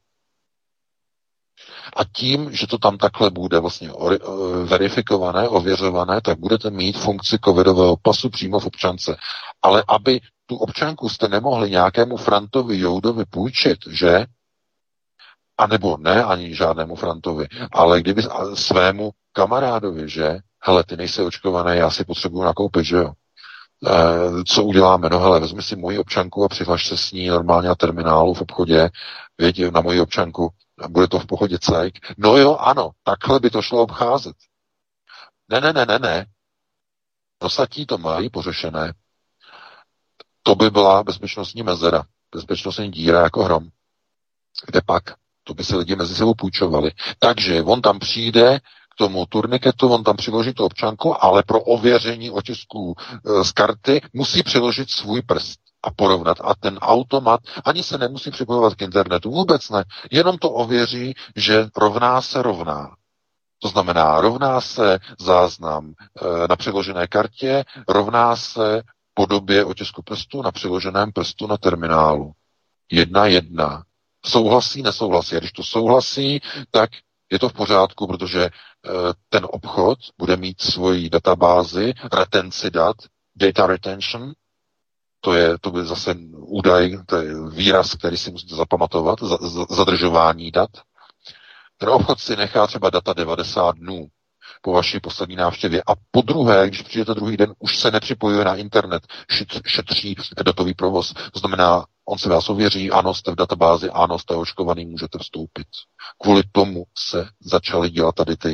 S3: A tím, že to tam takhle bude vlastně verifikované, ověřované, tak budete mít funkci covidového pasu přímo v občance. Ale aby tu občanku jste nemohli nějakému Frantovi Joudovi půjčit, že? A nebo ne ani žádnému Frantovi, ale kdyby svému kamarádovi, že? Hele, ty nejsi očkovaný, já si potřebuju nakoupit, že jo? Co uděláme? No hele, vezmi si moji občanku a přihlaš se s ní normálně na terminálu v obchodě, věď na moji občanku, bude to v pohodě cajk. No jo, ano, takhle by to šlo obcházet. Ne. Ostatní to mají pořešené. To by byla bezpečnostní mezera, bezpečnostní díra jako hrom. Kde pak? To by se lidi mezi sebou půjčovali. Takže on tam přijde k tomu turniketu, on tam přiloží tu občanku, ale pro ověření otisků z karty musí přiložit svůj prst a porovnat. A ten automat ani se nemusí připojovat k internetu, vůbec ne. Jenom to ověří, že rovná se rovná. To znamená, rovná se záznam na přiložené kartě, rovná se podobě otisku prstu na přiloženém prstu na terminálu. 1:1. Souhlasí, nesouhlasí. A když to souhlasí, tak je to v pořádku, protože ten obchod bude mít svoji databázi, retenci dat, data retention, to by zase údaj, to je výraz, který si musíte zapamatovat, zadržování dat. Ten obchod si nechá třeba data 90 dnů po vaší poslední návštěvě a po druhé, když přijdete druhý den, už se nepřipojuje na internet, šetří datový provoz. To znamená, on se vás ověří, ano, jste v databázi, ano, jste očkovaný, můžete vstoupit. Kvůli tomu se začaly dělat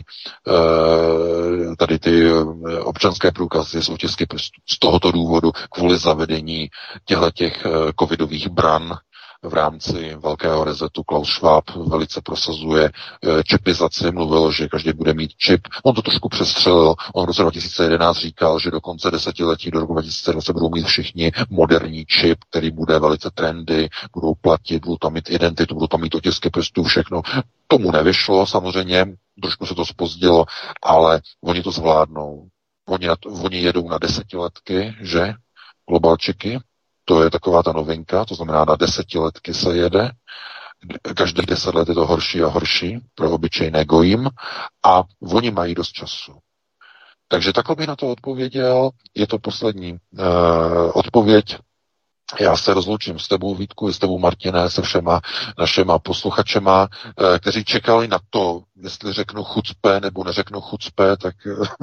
S3: tady ty občanské průkazy z otisky prstů. Z tohoto důvodu, kvůli zavedení těch covidových bran v rámci velkého resetu Klaus Schwab velice prosazuje čipizaci, mluvil, že každý bude mít čip. On to trošku přestřelil. On v roce 2011 říkal, že do konce desetiletí, do roku 2020 budou mít všichni moderní čip, který bude velice trendy, budou platit, budou tam mít identitu, budou tam mít otisky prstů, všechno. Tomu nevyšlo samozřejmě, trošku se to zpozdilo, ale oni to zvládnou. Oni jedou na 10letky, že? Globalčiky, to je taková ta novinka, to znamená na 10letky se jede, každých 10 let je to horší a horší pro obyčejné gojím a oni mají dost času. Takže takhle bych na to odpověděl, je to poslední odpověď. Já se rozloučím s tebou, Vítku, i s tebou, Martine, se všema našima posluchačema, kteří čekali na to, jestli řeknu chucpe nebo neřeknu chucpe, tak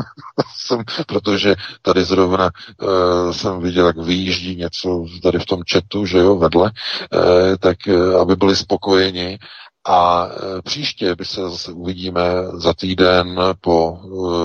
S3: protože tady zrovna jsem viděl, jak vyjíždí něco tady v tom chatu, že jo, vedle, tak aby byli spokojeni. A příště by se zase uvidíme za týden po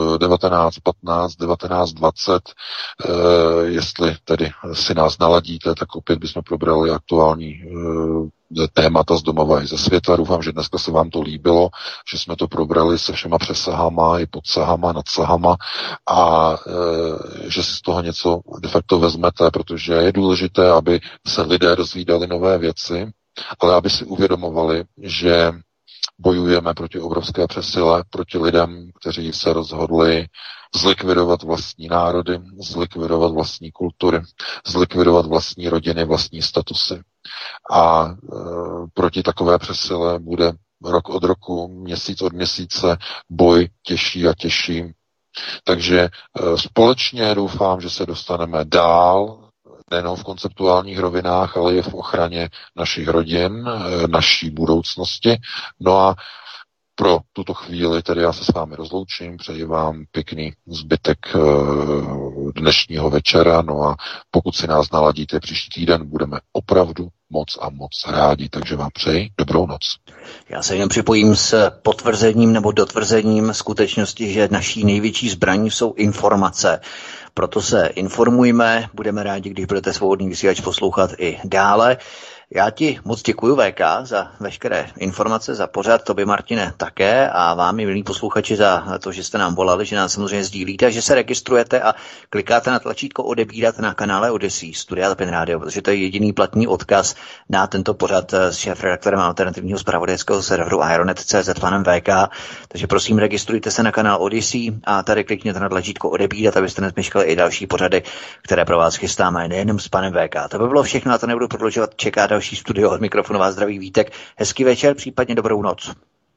S3: 19.15, 19.20, jestli tedy si nás naladíte, tak opět bychom probrali aktuální témata z domova i ze světa. Doufám, že dneska se vám to líbilo, že jsme to probrali se všema přesahama i podsahama, nadsahama a že si z toho něco de facto vezmete, protože je důležité, aby se lidé dozvídali nové věci, ale aby si uvědomovali, že bojujeme proti obrovské přesile, proti lidem, kteří se rozhodli zlikvidovat vlastní národy, zlikvidovat vlastní kultury, zlikvidovat vlastní rodiny, vlastní statusy. A proti takové přesile bude rok od roku, měsíc od měsíce boj těžší a těžší. Takže společně doufám, že se dostaneme dál, nejenom v konceptuálních rovinách, ale i v ochraně našich rodin, naší budoucnosti. No a pro tuto chvíli tedy já se s vámi rozloučím, přeji vám pěkný zbytek dnešního večera, no a pokud si nás naladíte příští týden, budeme opravdu moc a moc rádi, takže vám přeji dobrou noc.
S1: Já se jen připojím s potvrzením nebo dotvrzením skutečnosti, že naší největší zbraní jsou informace. Proto se informujme, budeme rádi, když budete Svobodný vysílač poslouchat i dále. Já ti moc děkuju, VK, za veškeré informace, za pořad, tobě, Martine, také a vám, milí posluchači, za to, že jste nám volali, že nás samozřejmě sdílíte, že se registrujete a klikáte na tlačítko odebírat na kanále Odyssey, Studia Tapin Radio, protože to je jediný platný odkaz na tento pořad s šéfredaktorem alternativního zpravodajského serveru Ironet.cz panem VK. Takže prosím, registrujte se na kanál Odyssey a tady klikněte na tlačítko odebírat, abyste nezmeškali i další pořady, které pro vás chystáme, nejenom s panem VK. To by bylo všechno, a to nebudu prodlužovat, čeká další studio, od mikrofonu vás zdraví Vítek. Hezký večer, případně dobrou noc.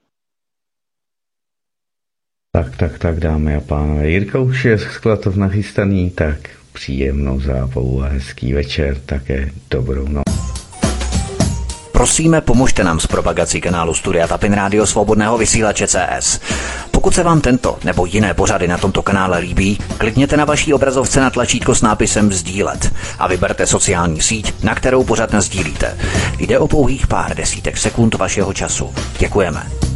S2: Tak, dámy a pánové. Jirka už je Sklatov nachystaný, tak příjemnou zábavu a hezký večer, také dobrou noc.
S1: Prosíme, pomožte nám s propagací kanálu Studia Tapin Radio Svobodného vysílače CS. Pokud se vám tento nebo jiné pořady na tomto kanále líbí, klikněte na vaší obrazovce na tlačítko s nápisem sdílet a vyberte sociální síť, na kterou pořad nasdílíte. Jde o pouhých pár desítek sekund vašeho času. Děkujeme.